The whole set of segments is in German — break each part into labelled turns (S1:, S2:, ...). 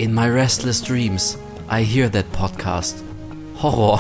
S1: In my restless dreams, I hear that podcast. Horror.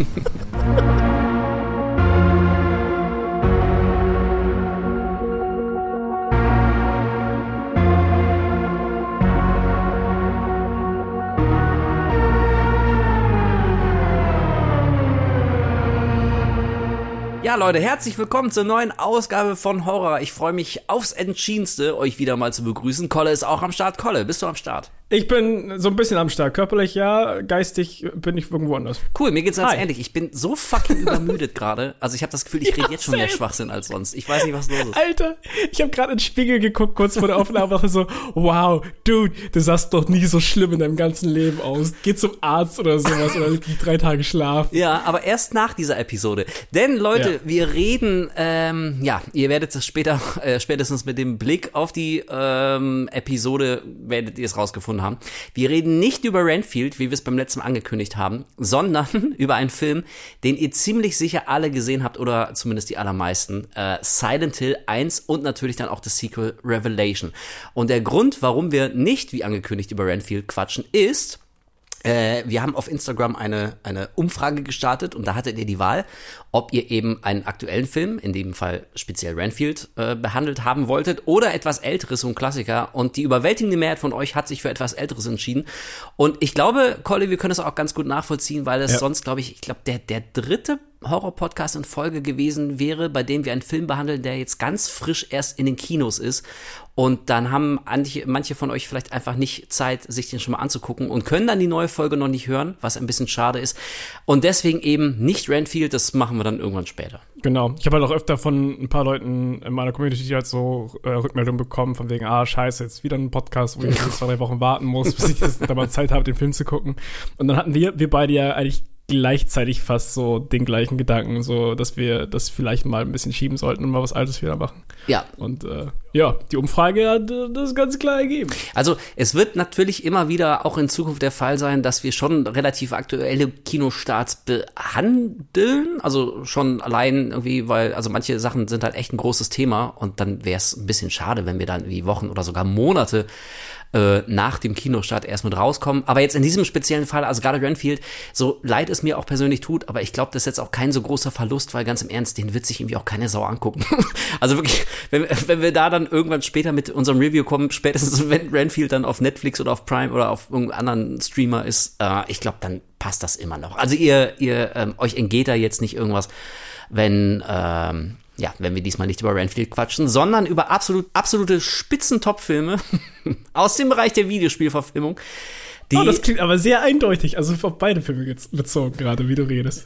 S1: Ja, Leute, herzlich willkommen zur neuen Ausgabe von Horror. Ich freue mich aufs Entschiedenste, euch wieder mal zu begrüßen. Kolle ist auch am Start. Kolle, bist du am Start?
S2: Ich bin so ein bisschen am Start. Körperlich ja, geistig bin ich irgendwo anders.
S1: Cool, mir geht's ganz ähnlich. Ich bin so fucking übermüdet gerade. Also ich habe das Gefühl, ich rede jetzt schon mehr Schwachsinn als sonst. Ich weiß nicht, was los ist.
S2: Alter, ich habe gerade in den Spiegel geguckt, kurz vor der Aufnahme, und dachte so, wow, Dude, du sahst doch nie so schlimm in deinem ganzen Leben aus. Geh zum Arzt oder sowas oder wirklich 3 Tage schlafen.
S1: Ja, aber erst nach dieser Episode. Denn, Leute, wir reden, ihr werdet es später, spätestens mit dem Blick auf die Episode, werdet ihr es rausgefunden haben. Wir reden nicht über Renfield, wie wir es beim letzten Mal angekündigt haben, sondern über einen Film, den ihr ziemlich sicher alle gesehen habt oder zumindest die allermeisten. Silent Hill 1 und natürlich dann auch das Sequel Revelation. Und der Grund, warum wir nicht, wie angekündigt, über Renfield quatschen, ist, wir haben auf Instagram eine Umfrage gestartet und da hattet ihr die Wahl, ob ihr eben einen aktuellen Film, in dem Fall speziell Renfield, behandelt haben wolltet oder etwas Älteres, so ein Klassiker. Und die überwältigende Mehrheit von euch hat sich für etwas Älteres entschieden. Und ich glaube, Colli, wir können es auch ganz gut nachvollziehen, weil es sonst, glaube ich, der dritte Horror-Podcast in Folge gewesen wäre, bei dem wir einen Film behandeln, der jetzt ganz frisch erst in den Kinos ist. Und dann haben manche von euch vielleicht einfach nicht Zeit, sich den schon mal anzugucken und können dann die neue Folge noch nicht hören, was ein bisschen schade ist. Und deswegen eben nicht Renfield, das machen wir dann irgendwann später.
S2: Genau. Ich habe halt auch öfter von ein paar Leuten in meiner Community, die halt so Rückmeldungen bekommen, von wegen, scheiße, jetzt wieder ein Podcast, wo ich jetzt 2-3 Wochen warten muss, bis ich da mal Zeit habe, den Film zu gucken. Und dann hatten wir beide ja eigentlich gleichzeitig fast so den gleichen Gedanken, so dass wir das vielleicht mal ein bisschen schieben sollten und mal was Altes wieder machen. Ja. Und die Umfrage hat das ganz klar ergeben.
S1: Also es wird natürlich immer wieder auch in Zukunft der Fall sein, dass wir schon relativ aktuelle Kinostarts behandeln, also schon allein irgendwie, weil also manche Sachen sind halt echt ein großes Thema und dann wäre es ein bisschen schade, wenn wir dann irgendwie Wochen oder sogar Monate nach dem Kinostart erst mit rauskommen. Aber jetzt in diesem speziellen Fall, also gerade Renfield, so leid es mir auch persönlich tut, aber ich glaube, das ist jetzt auch kein so großer Verlust, weil ganz im Ernst, den wird sich irgendwie auch keine Sau angucken. Also wirklich, wenn wir da dann irgendwann später mit unserem Review kommen, spätestens wenn Renfield dann auf Netflix oder auf Prime oder auf irgendeinem anderen Streamer ist, ich glaube, dann passt das immer noch. Also ihr euch entgeht da jetzt nicht irgendwas, wenn wir diesmal nicht über Renfield quatschen, sondern über absolute Spitzen-Top-Filme aus dem Bereich der Videospielverfilmung.
S2: Das klingt aber sehr eindeutig, also auf beide Filme bezogen gerade, wie du redest.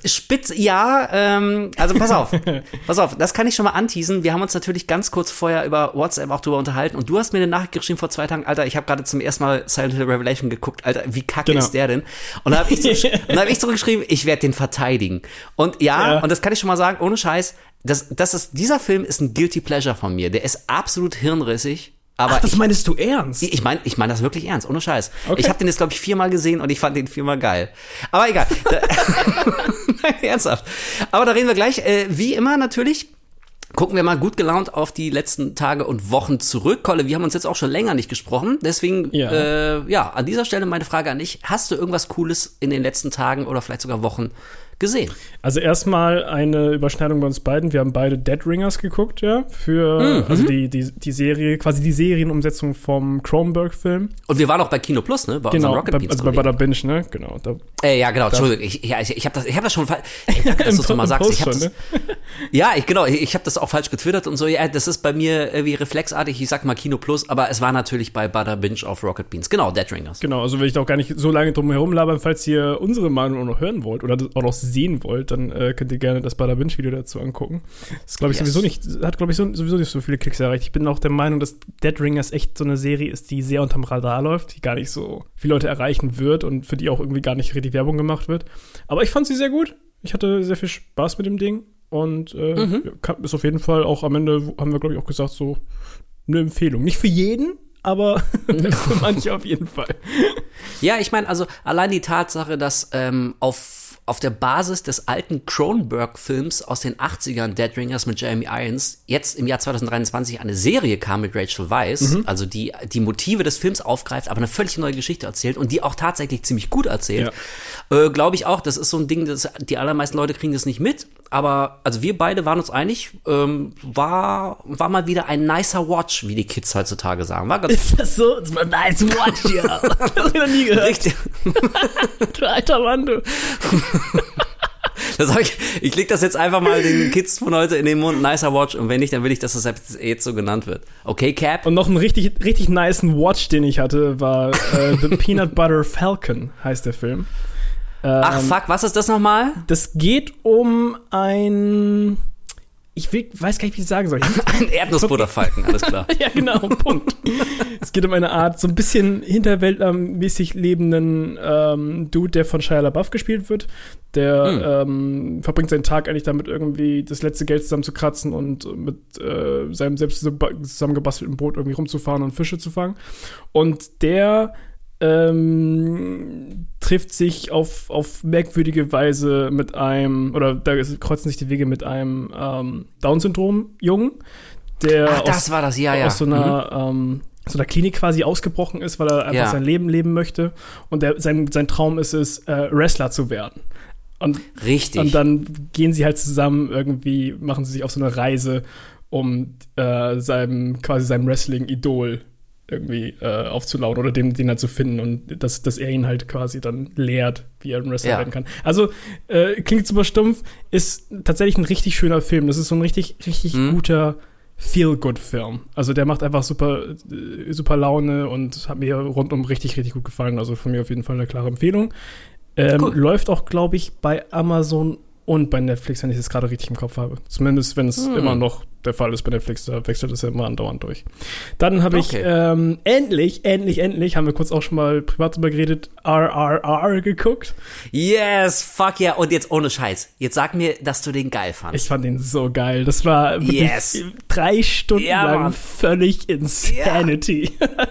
S1: Also pass auf, das kann ich schon mal anteasen. Wir haben uns natürlich ganz kurz vorher über WhatsApp auch drüber unterhalten und du hast mir eine Nachricht geschrieben vor 2 Tagen, Alter, ich habe gerade zum ersten Mal Silent Hill Revelation geguckt, Alter, wie kacke ist der denn? Und da habe ich zurückgeschrieben, ich werde den verteidigen. Und und das kann ich schon mal sagen, ohne Scheiß, dieser Film ist ein Guilty Pleasure von mir, der ist absolut hirnrissig. Aber
S2: das meinst du ernst?
S1: Ich meine das wirklich ernst, ohne Scheiß. Okay. Ich habe den jetzt, glaube ich, 4-mal gesehen und ich fand den 4-mal geil. Aber egal. Nein, ernsthaft. Aber da reden wir gleich. Wie immer natürlich gucken wir mal gut gelaunt auf die letzten Tage und Wochen zurück. Kolle, wir haben uns jetzt auch schon länger nicht gesprochen. Deswegen, an dieser Stelle meine Frage an dich. Hast du irgendwas Cooles in den letzten Tagen oder vielleicht sogar Wochen gesehen?
S2: Also erstmal eine Überschneidung bei uns beiden. Wir haben beide Dead Ringers geguckt, also die Serie, quasi die Serienumsetzung vom Cronenberg-Film.
S1: Und wir waren auch bei Kino Plus, ne? Bei unserem Rocket Beans.
S2: Also bei Butter Binge, ne? Genau.
S1: Genau, Entschuldigung. Ich habe das schon falsch. Danke, dass du es mal sagst. Ich habe das auch falsch getwittert und so. Ja, das ist bei mir irgendwie reflexartig. Ich sag mal Kino Plus, aber es war natürlich bei Butter Binge auf Rocket Beans. Genau, Dead Ringers.
S2: Genau, also will ich da auch gar nicht so lange drum herum labern. Falls ihr unsere Meinung auch noch hören wollt oder auch noch sehen wollt, dann könnt ihr gerne das Butter Binge Video dazu angucken. Das glaube ich sowieso nicht so viele Klicks erreicht. Ich bin auch der Meinung, dass Dead Ringers echt so eine Serie ist, die sehr unterm Radar läuft, die gar nicht so viele Leute erreichen wird und für die auch irgendwie gar nicht richtig Werbung gemacht wird. Aber ich fand sie sehr gut. Ich hatte sehr viel Spaß mit dem Ding und ist auf jeden Fall auch am Ende, haben wir glaube ich auch gesagt, so eine Empfehlung. Nicht für jeden, aber für manche auf jeden Fall.
S1: Ja, ich meine, also allein die Tatsache, dass auf auf der Basis des alten Cronenberg-Films aus den 80ern, Dead Ringers mit Jeremy Irons, jetzt im Jahr 2023 eine Serie kam mit Rachel Weisz, also die Motive des Films aufgreift, aber eine völlig neue Geschichte erzählt und die auch tatsächlich ziemlich gut erzählt. Ja. Glaube ich auch, das ist so ein Ding, die allermeisten Leute kriegen das nicht mit, aber also wir beide waren uns einig, war mal wieder ein nicer Watch, wie die Kids heutzutage sagen. War ganz
S2: ist das so? Das war ein nice Watch, ja. Das hab ich noch nie gehört. Richtig. Du alter Mann, du.
S1: Ich leg das jetzt einfach mal den Kids von heute in den Mund, nicer Watch, und wenn nicht, dann will ich, dass das jetzt so genannt wird. Okay, Cap?
S2: Und noch einen richtig, richtig nicen Watch, den ich hatte, war The Peanut Butter Falcon, heißt der Film.
S1: Ach fuck, was ist das nochmal?
S2: Das geht um ein... weiß gar nicht, wie ich sagen soll.
S1: Ein Erdnussbutterfalken, alles klar.
S2: Ja, genau, Punkt. Es geht um eine Art, so ein bisschen hinterweltmäßig lebenden Dude, der von Shia LaBeouf gespielt wird. Der verbringt seinen Tag eigentlich damit, irgendwie das letzte Geld zusammenzukratzen und mit seinem selbst zusammengebastelten Boot irgendwie rumzufahren und Fische zu fangen. Und der trifft sich auf merkwürdige Weise mit einem, oder da kreuzen sich die Wege mit einem Down-Syndrom-Jungen, der
S1: aus
S2: so einer Klinik quasi ausgebrochen ist, weil er einfach sein Leben leben möchte. Und sein Traum ist es, Wrestler zu werden. Und,
S1: richtig.
S2: Und dann gehen sie halt zusammen irgendwie, machen sie sich auf so eine Reise, um seinem Wrestling-Idol irgendwie aufzulauen oder den halt zu finden und dass er ihn halt quasi dann lehrt, wie er ein Wrestler werden kann. Also klingt super stumpf, ist tatsächlich ein richtig schöner Film. Das ist so ein richtig guter Feel-Good-Film. Also der macht einfach super Laune und hat mir rundum richtig gut gefallen. Also von mir auf jeden Fall eine klare Empfehlung. Cool. Läuft auch, glaube ich, bei Amazon und bei Netflix, wenn ich es gerade richtig im Kopf habe. Zumindest, wenn es immer noch der Fall ist bei Netflix, da wechselt es ja immer andauernd durch. Dann habe ich endlich, haben wir kurz auch schon mal privat drüber geredet, RRR geguckt.
S1: Yes, fuck yeah. Und jetzt ohne Scheiß. Jetzt sag mir, dass du den geil fandst.
S2: Ich fand den so geil. Das war wirklich 3 Stunden lang völlig Insanity. Yeah.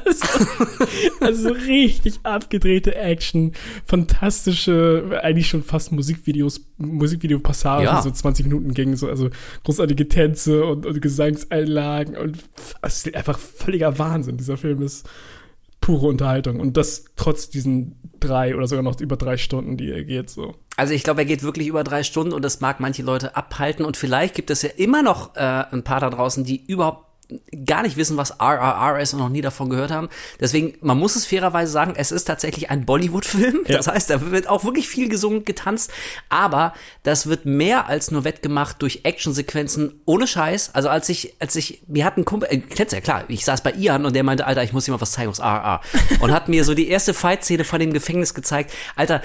S2: Also richtig abgedrehte Action, fantastische, eigentlich schon fast Musikvideo-Passagen, so 20 Minuten gingen, so, also großartige Tänze und Gesangseinlagen und es ist einfach völliger Wahnsinn. Dieser Film ist pure Unterhaltung und das trotz diesen 3 oder sogar noch über 3 Stunden, die er geht, so.
S1: Also ich glaube, er geht wirklich über 3 Stunden und das mag manche Leute abhalten und vielleicht gibt es ja immer noch ein paar da draußen, die überhaupt gar nicht wissen, was RRR ist und noch nie davon gehört haben. Deswegen, man muss es fairerweise sagen, es ist tatsächlich ein Bollywood-Film. Ja. Das heißt, da wird auch wirklich viel gesungen, getanzt, aber das wird mehr als nur wettgemacht durch Actionsequenzen ohne Scheiß. Also mir hat ein Kumpel, kennst du ja klar, ich saß bei Ian und der meinte, Alter, ich muss dir mal was zeigen aus RRR. Und hat mir so die erste Fight-Szene von dem Gefängnis gezeigt. Alter,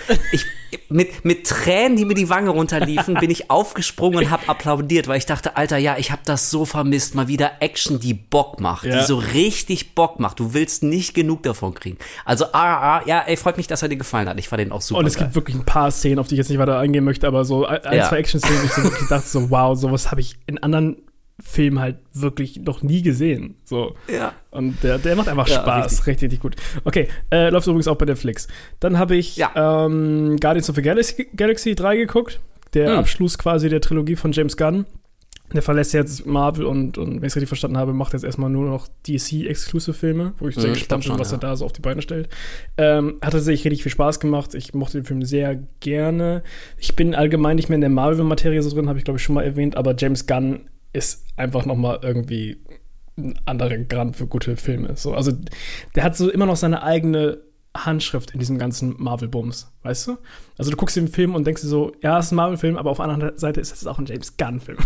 S1: mit Tränen, die mir die Wange runterliefen, bin ich aufgesprungen und hab applaudiert, weil ich dachte, Alter, ja, ich hab das so vermisst, mal wieder Action, die Bock macht, die so richtig Bock macht. Du willst nicht genug davon kriegen. Also freut mich, dass er dir gefallen hat. Ich fand den auch super.
S2: Und es gibt wirklich ein paar Szenen, auf die ich jetzt nicht weiter eingehen möchte, aber so ein, 2 Action-Szenen, ich so wirklich dachte so, wow, sowas habe ich in anderen Filmen halt wirklich noch nie gesehen. So. Ja. Und der macht einfach Spaß. Richtig gut. Okay, läuft übrigens auch bei Netflix. Dann habe ich Guardians of the Galaxy 3 geguckt. Der Abschluss quasi der Trilogie von James Gunn. Der verlässt jetzt Marvel und wenn ich es richtig verstanden habe, macht jetzt erstmal nur noch DC-Exclusive-Filme, wo ich sehr gespannt bin, was er da so auf die Beine stellt. Hat tatsächlich richtig viel Spaß gemacht. Ich mochte den Film sehr gerne. Ich bin allgemein nicht mehr in der Marvel-Materie so drin, habe ich glaube ich schon mal erwähnt, aber James Gunn ist einfach noch mal irgendwie ein anderer Garant für gute Filme. So, also der hat so immer noch seine eigene Handschrift in diesem ganzen Marvel-Bums, weißt du? Also du guckst den Film und denkst dir so, ja, es ist ein Marvel-Film, aber auf der anderen Seite ist es auch ein James Gunn-Film.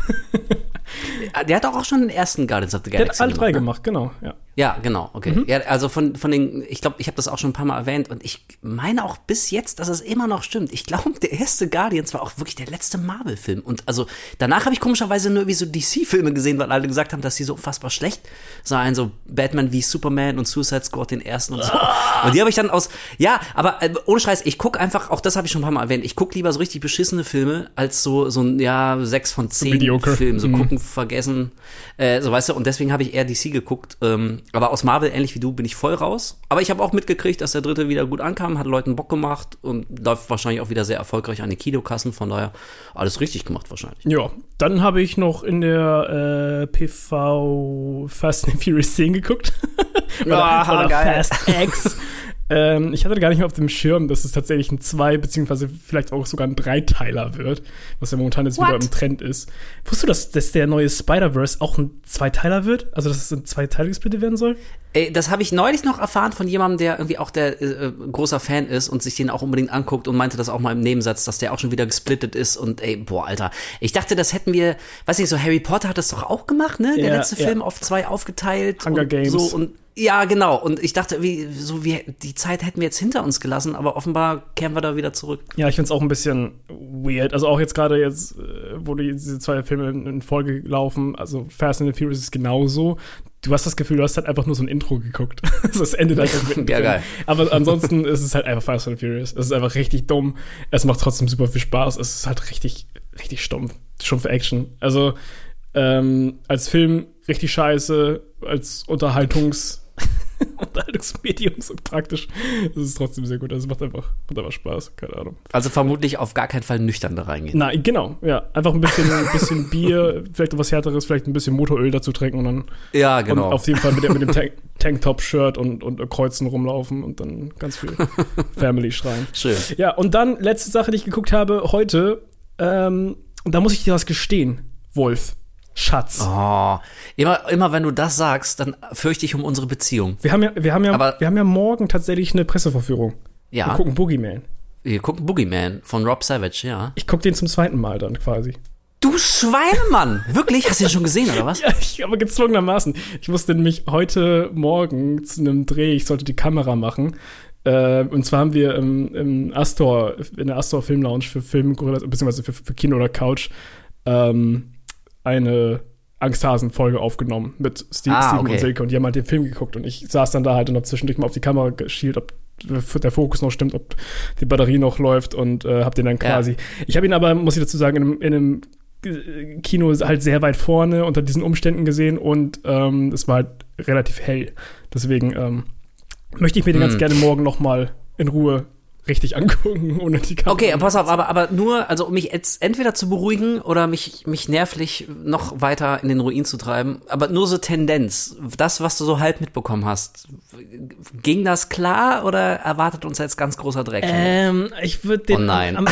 S1: Der hat auch schon den ersten Guardians of the Galaxy
S2: gemacht. Der hat alle 3 gemacht, genau, ja.
S1: Ja, genau, okay. Ja, also von den, ich glaube, ich habe das auch schon ein paar Mal erwähnt und ich meine auch bis jetzt, dass es immer noch stimmt. Ich glaube, der erste Guardians war auch wirklich der letzte Marvel-Film und also danach habe ich komischerweise nur wie so DC-Filme gesehen, weil alle gesagt haben, dass die so unfassbar schlecht seien, so Batman wie Superman und Suicide Squad den ersten und so. Und die habe ich dann aber ohne Scheiß, ich gucke einfach, auch das habe ich schon ein paar Mal erwähnt, ich gucke lieber so richtig beschissene Filme, als so ein, 6 von 10 Film, so gucken, vergessen, so weißt du, und deswegen habe ich eher DC geguckt, aber aus Marvel, ähnlich wie du, bin ich voll raus, aber ich habe auch mitgekriegt, dass der dritte wieder gut ankam, hat Leuten Bock gemacht und läuft wahrscheinlich auch wieder sehr erfolgreich an die Kinokassen, von daher alles richtig gemacht wahrscheinlich.
S2: Ja, dann habe ich noch in der PV Fast and Furious 10 geguckt. oder
S1: geil.
S2: Fast X. Ich hatte gar nicht mehr auf dem Schirm, dass es tatsächlich ein 2- beziehungsweise vielleicht auch sogar ein 3-Teiler wird, was ja momentan jetzt wieder im Trend ist. Wusstest du, dass der neue Spider-Verse auch ein 2-Teiler wird? Also, dass es ein 2 Teile gesplittet werden soll?
S1: Das habe ich neulich noch erfahren von jemandem, der irgendwie auch der großer Fan ist und sich den auch unbedingt anguckt und meinte das auch mal im Nebensatz, dass der auch schon wieder gesplittet ist und boah, Alter. Ich dachte, das hätten wir, weiß nicht, so Harry Potter hat das doch auch gemacht, ne? Der letzte Film auf 2 aufgeteilt.
S2: Hunger Games.
S1: So und ja, genau. Und ich dachte, die Zeit hätten wir jetzt hinter uns gelassen, aber offenbar kehren wir da wieder zurück.
S2: Ja, ich find's auch ein bisschen weird. Also auch jetzt gerade wo diese 2 Filme in Folge laufen, also Fast and the Furious ist genauso. Du hast das Gefühl, du hast halt einfach nur so ein Intro geguckt. Das endet halt mit
S1: ja, geil.
S2: Aber ansonsten ist es halt einfach Fast and Furious. Es ist einfach richtig dumm. Es macht trotzdem super viel Spaß. Es ist halt richtig, richtig stumpf. Stumpfe Action. Also als Film richtig scheiße, als Unterhaltungsmedium so praktisch. Das ist trotzdem sehr gut. Also es macht einfach Spaß. Keine Ahnung.
S1: Also vermutlich auf gar keinen Fall nüchtern da reingehen.
S2: Na, genau. Ja, einfach ein bisschen Bier, vielleicht was Härteres, vielleicht ein bisschen Motoröl dazu trinken und dann
S1: ja, genau.
S2: Und auf jeden Fall mit dem Tanktop-Shirt und Kreuzen rumlaufen und dann ganz viel Family schreien.
S1: Schön.
S2: Ja, und dann letzte Sache, die ich geguckt habe heute, und da muss ich dir was gestehen, Wolf. Schatz.
S1: Oh, immer wenn du das sagst, dann fürchte ich um unsere Beziehung.
S2: Wir haben ja morgen tatsächlich eine Pressevorführung.
S1: Ja.
S2: Wir gucken Boogeyman.
S1: Wir gucken Boogeyman von Rob Savage, ja.
S2: Ich gucke den zum 2. Mal dann quasi.
S1: Du Schweinemann! Wirklich? Hast du den schon gesehen, oder was?
S2: Ja, aber gezwungenermaßen. Ich musste nämlich heute Morgen zu einem Dreh, ich sollte die Kamera machen. Und zwar haben wir in der Astor Filmlounge für Film, beziehungsweise für Kino oder Couch, eine Angsthasen-Folge aufgenommen mit Steven und Silke und die haben halt den Film geguckt und ich saß dann da halt und hab zwischendurch mal auf die Kamera geschielt, ob der Fokus noch stimmt, ob die Batterie noch läuft und hab den dann quasi. Ich habe ihn aber, muss ich dazu sagen, in einem Kino halt sehr weit vorne unter diesen Umständen gesehen und es war halt relativ hell. Deswegen möchte ich mir den ganz gerne morgen noch mal in Ruhe richtig angucken, ohne die Kamera.
S1: Okay, pass auf, aber nur, also um mich jetzt entweder zu beruhigen oder mich nervlich noch weiter in den Ruin zu treiben, aber nur so Tendenz, das, was du so halb mitbekommen hast, ging das klar oder erwartet uns jetzt ganz großer Dreck?
S2: Ich würde den am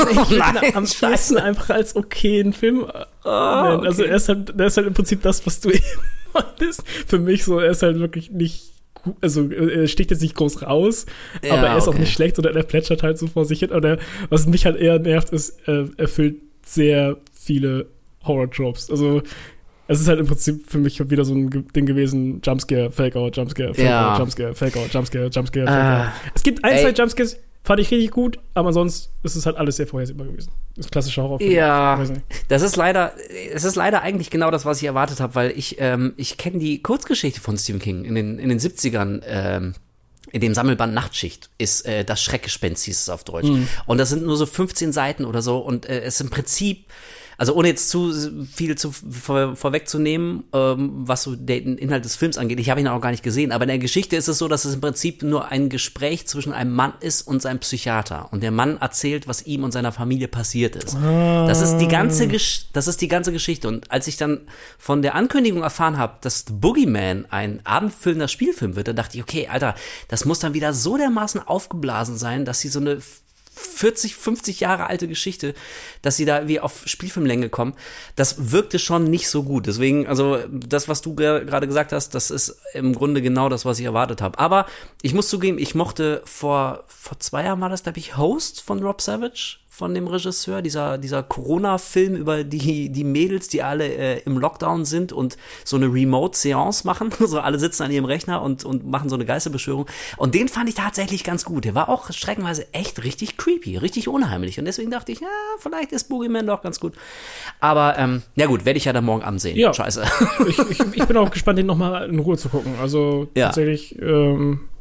S2: ehesten einfach als okayen Film nennen. Also er ist halt im Prinzip das, was du eben meintest. Für mich so, er ist halt wirklich nicht also er sticht jetzt nicht groß raus, aber er ist auch nicht schlecht, sondern er plätschert halt so vor sich hin. Oder was mich halt eher nervt, ist, er erfüllt sehr viele Horror-Tropes. Also es ist halt im Prinzip für mich wieder so ein Ding gewesen, Jumpscare, Fake-Out, Jumpscare, Fake-Out, Jumpscare, Fake-Out, Jumpscare, Jumpscare, Fake-Out. Es gibt 2 Jumpscares, fand ich richtig gut, aber sonst ist es halt alles sehr vorhersehbar gewesen. Das ist klassische Horrorfilm.
S1: Ja, es ist leider eigentlich genau das, was ich erwartet habe, weil ich kenne die Kurzgeschichte von Stephen King in den 70ern, in dem Sammelband Nachtschicht ist das Schreckgespenst, hieß es auf Deutsch. Und das sind nur so 15 Seiten oder so und es im Prinzip, also ohne jetzt zu viel vorwegzunehmen, was so den Inhalt des Films angeht, ich habe ihn auch gar nicht gesehen, aber in der Geschichte ist es so, dass es im Prinzip nur ein Gespräch zwischen einem Mann ist und seinem Psychiater. Und der Mann erzählt, was ihm und seiner Familie passiert ist. Das ist die ganze Geschichte. Und als ich dann von der Ankündigung erfahren habe, dass The Boogeyman ein abendfüllender Spielfilm wird, da dachte ich, okay, Alter, das muss dann wieder so dermaßen aufgeblasen sein, dass sie so eine 40, 50 Jahre alte Geschichte, dass sie da wie auf Spielfilmlänge kommen, das wirkte schon nicht so gut. Deswegen, also das, was du gerade gesagt hast, das ist im Grunde genau das, was ich erwartet habe. Aber ich muss zugeben, ich mochte vor 2 Jahren war das, glaube ich, Host von Rob Savage, von dem Regisseur, dieser Corona-Film über die Mädels, die alle im Lockdown sind und so eine Remote-Seance machen. So alle sitzen an ihrem Rechner und machen so eine Geisterbeschwörung. Und den fand ich tatsächlich ganz gut. Der war auch streckenweise echt richtig creepy, richtig unheimlich. Und deswegen dachte ich, ja, vielleicht ist Boogeyman doch ganz gut. Aber, ja gut, werde ich ja dann morgen Abend sehen.
S2: Ja.
S1: Scheiße.
S2: Ich bin auch gespannt, den nochmal in Ruhe zu gucken. Also tatsächlich,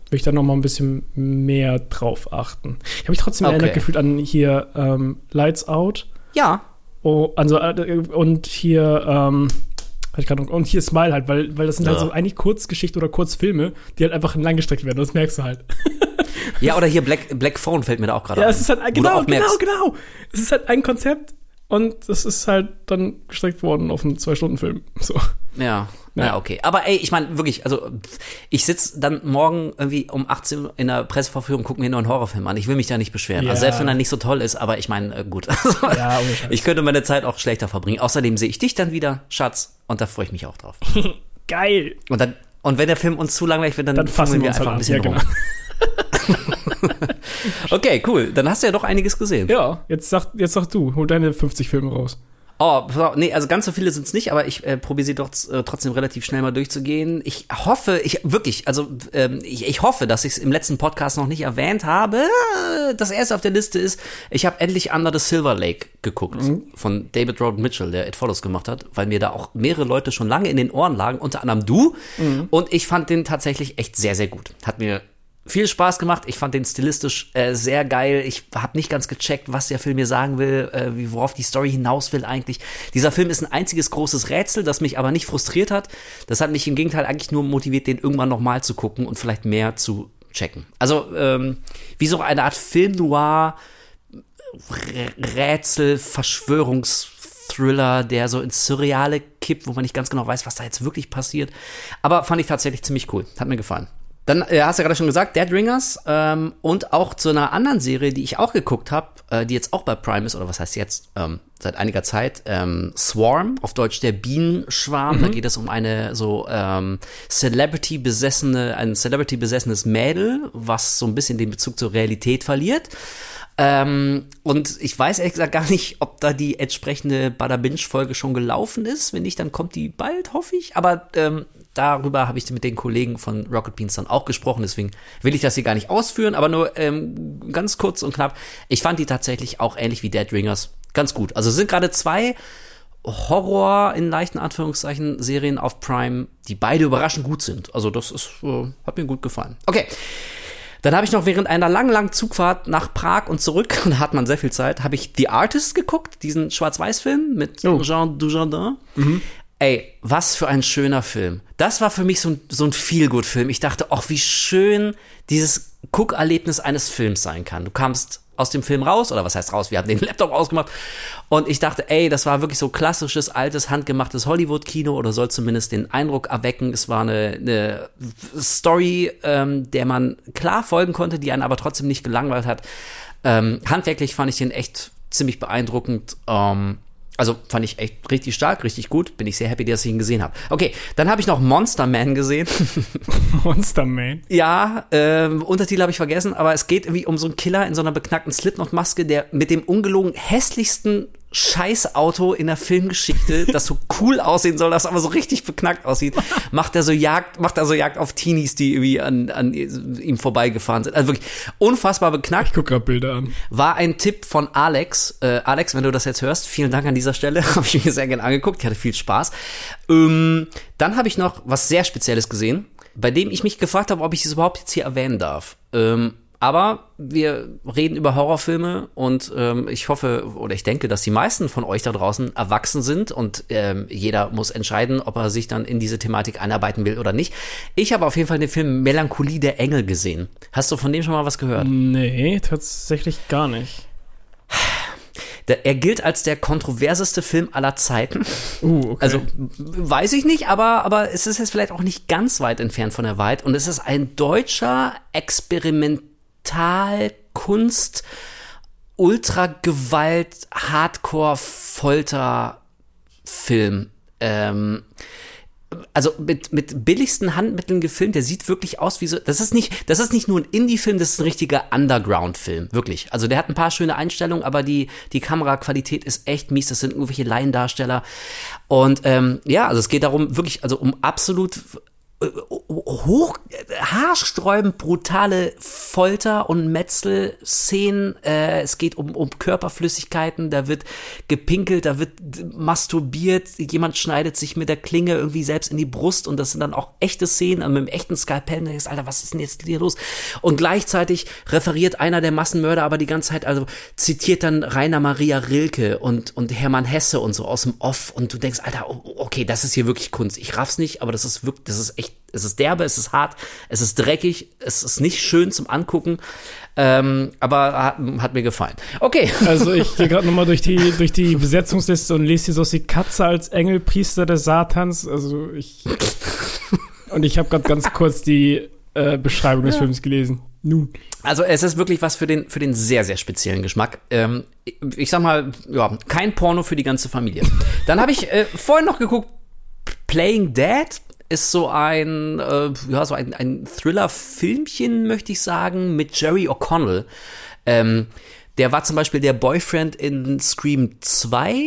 S2: will ich da noch mal ein bisschen mehr drauf achten. Ich habe mich trotzdem erinnert gefühlt an hier Lights Out.
S1: Ja.
S2: Oh, also, und hier, und hier Smile halt, weil das sind halt so eigentlich Kurzgeschichten oder Kurzfilme, die halt einfach langgestreckt werden, das merkst du halt.
S1: Ja, oder hier Black Phone fällt mir da auch gerade ein.
S2: Ja, es ist halt, genau. Es ist halt ein Konzept und das ist halt dann gestreckt worden auf einen 2-Stunden-Film. So.
S1: Ja, okay. Aber ey, ich meine, wirklich, also ich sitze dann morgen irgendwie um 18 Uhr in der Pressevorführung, gucke mir nur einen Horrorfilm an. Ich will mich da nicht beschweren. Ja. Also selbst wenn er nicht so toll ist, aber ich meine, gut. Ja, ich könnte meine Zeit auch schlechter verbringen. Außerdem sehe ich dich dann wieder, Schatz, und da freue ich mich auch drauf.
S2: Geil.
S1: Und wenn der Film uns zu langweilig wird, dann
S2: fassen wir einfach
S1: ein bisschen rum. Okay, cool. Dann hast du ja doch einiges gesehen.
S2: Ja, jetzt sag du, hol deine 50 Filme raus.
S1: Oh, nee, also ganz so viele sind es nicht, aber ich probiere sie doch trotzdem relativ schnell mal durchzugehen. Ich hoffe, ich hoffe, dass ich es im letzten Podcast noch nicht erwähnt habe. Das erste auf der Liste ist, ich habe endlich Under the Silver Lake geguckt von David Roden Mitchell, der It Follows gemacht hat, weil mir da auch mehrere Leute schon lange in den Ohren lagen, unter anderem du. Und ich fand den tatsächlich echt sehr, sehr gut. Hat mir viel Spaß gemacht. Ich fand den stilistisch sehr geil. Ich habe nicht ganz gecheckt, was der Film mir sagen will, worauf die Story hinaus will eigentlich. Dieser Film ist ein einziges großes Rätsel, das mich aber nicht frustriert hat. Das hat mich im Gegenteil eigentlich nur motiviert, den irgendwann nochmal zu gucken und vielleicht mehr zu checken. Also wie so eine Art Film-Noir, Rätsel, Verschwörungsthriller, der so ins Surreale kippt, wo man nicht ganz genau weiß, was da jetzt wirklich passiert. Aber fand ich tatsächlich ziemlich cool. Hat mir gefallen. Dann hast du ja gerade schon gesagt, Dead Ringers und auch zu einer anderen Serie, die ich auch geguckt habe, die jetzt auch bei Prime ist, oder was heißt jetzt, seit einiger Zeit, Swarm, auf Deutsch der Bienenschwarm. Da geht es um eine so Celebrity-besessenes Mädel, was so ein bisschen den Bezug zur Realität verliert. Und ich weiß ehrlich gesagt gar nicht, ob da die entsprechende Bada Binge-Folge schon gelaufen ist. Wenn nicht, dann kommt die bald, hoffe ich. Aber darüber habe ich mit den Kollegen von Rocket Beans dann auch gesprochen. Deswegen will ich das hier gar nicht ausführen. Aber nur ganz kurz und knapp. Ich fand die tatsächlich auch ähnlich wie Dead Ringers ganz gut. Also es sind gerade 2 Horror in leichten Anführungszeichen Serien auf Prime, die beide überraschend gut sind. Also das ist hat mir gut gefallen. Okay. Dann habe ich noch während einer langen Zugfahrt nach Prag und zurück, und da hat man sehr viel Zeit, habe ich The Artist geguckt, diesen Schwarz-Weiß-Film mit Jean Dujardin. Ey, was für ein schöner Film. Das war für mich so ein Feel-Good-Film. Ich dachte, ach, wie schön dieses Guckerlebnis eines Films sein kann. Du kamst aus dem Film raus, oder was heißt raus, wir haben den Laptop ausgemacht, und ich dachte, ey, das war wirklich so klassisches, altes, handgemachtes Hollywood-Kino, oder soll zumindest den Eindruck erwecken. Es war eine Story, der man klar folgen konnte, die einen aber trotzdem nicht gelangweilt hat. Handwerklich fand ich den echt ziemlich beeindruckend. Also fand ich echt richtig stark, richtig gut. Bin ich sehr happy, dass ich ihn gesehen habe. Okay, dann habe ich noch Monster Man gesehen.
S2: Monster Man?
S1: Ja, Untertitel habe ich vergessen, aber es geht irgendwie um so einen Killer in so einer beknackten Slipknot-Maske, der mit dem ungelogen hässlichsten Scheißauto in der Filmgeschichte, das so cool aussehen soll, das aber so richtig beknackt aussieht, macht er so Jagd auf Teenies, die irgendwie an ihm vorbeigefahren sind. Also wirklich unfassbar beknackt.
S2: Ich guck grad Bilder an.
S1: War ein Tipp von Alex. Alex, wenn du das jetzt hörst, vielen Dank an dieser Stelle. Habe ich mir sehr gerne angeguckt. Ich hatte viel Spaß. Dann habe ich noch was sehr Spezielles gesehen, bei dem ich mich gefragt habe, ob ich es überhaupt jetzt hier erwähnen darf. Aber wir reden über Horrorfilme, und ich hoffe oder ich denke, dass die meisten von euch da draußen erwachsen sind, und jeder muss entscheiden, ob er sich dann in diese Thematik einarbeiten will oder nicht. Ich habe auf jeden Fall den Film Melancholie der Engel gesehen. Hast du von dem schon mal was gehört?
S2: Nee, tatsächlich gar nicht.
S1: Er gilt als der kontroverseste Film aller Zeiten.
S2: Okay.
S1: Also weiß ich nicht, aber es ist jetzt vielleicht auch nicht ganz weit entfernt von der Wahrheit. Und es ist ein deutscher Experimentalkunst, Ultragewalt, Hardcore-Folter-Film. Also mit billigsten Handmitteln gefilmt, der sieht wirklich aus wie so, das ist nicht nur ein Indie-Film, das ist ein richtiger Underground-Film, wirklich. Also der hat ein paar schöne Einstellungen, aber die Kameraqualität ist echt mies, das sind irgendwelche Laiendarsteller. Und also es geht darum, wirklich, also um absolut haarsträubend brutale Folter- und Metzelszenen. Es geht um Körperflüssigkeiten, da wird gepinkelt, da wird masturbiert, jemand schneidet sich mit der Klinge irgendwie selbst in die Brust und das sind dann auch echte Szenen mit einem echten Skalpell. Und du denkst, Alter, was ist denn jetzt hier los? Und gleichzeitig referiert einer der Massenmörder aber die ganze Zeit, also zitiert dann Rainer Maria Rilke und Hermann Hesse und so aus dem Off und du denkst, Alter, okay, das ist hier wirklich Kunst. Ich raff's nicht, aber das ist wirklich, das ist echt, es ist derbe, es ist hart, es ist dreckig, es ist nicht schön zum Angucken, aber hat mir gefallen. Okay.
S2: Also ich gehe gerade nochmal durch die Besetzungsliste und lese hier so die Katze als Engelpriester des Satans. Also ich habe gerade ganz kurz die Beschreibung des Films gelesen. Nun.
S1: Also es ist wirklich was für den sehr, sehr speziellen Geschmack. Ich sag mal, ja, kein Porno für die ganze Familie. Dann habe ich vorhin noch geguckt, Playing Dead ist so ein Thriller-Filmchen, möchte ich sagen, mit Jerry O'Connell. Der war zum Beispiel der Boyfriend in Scream 2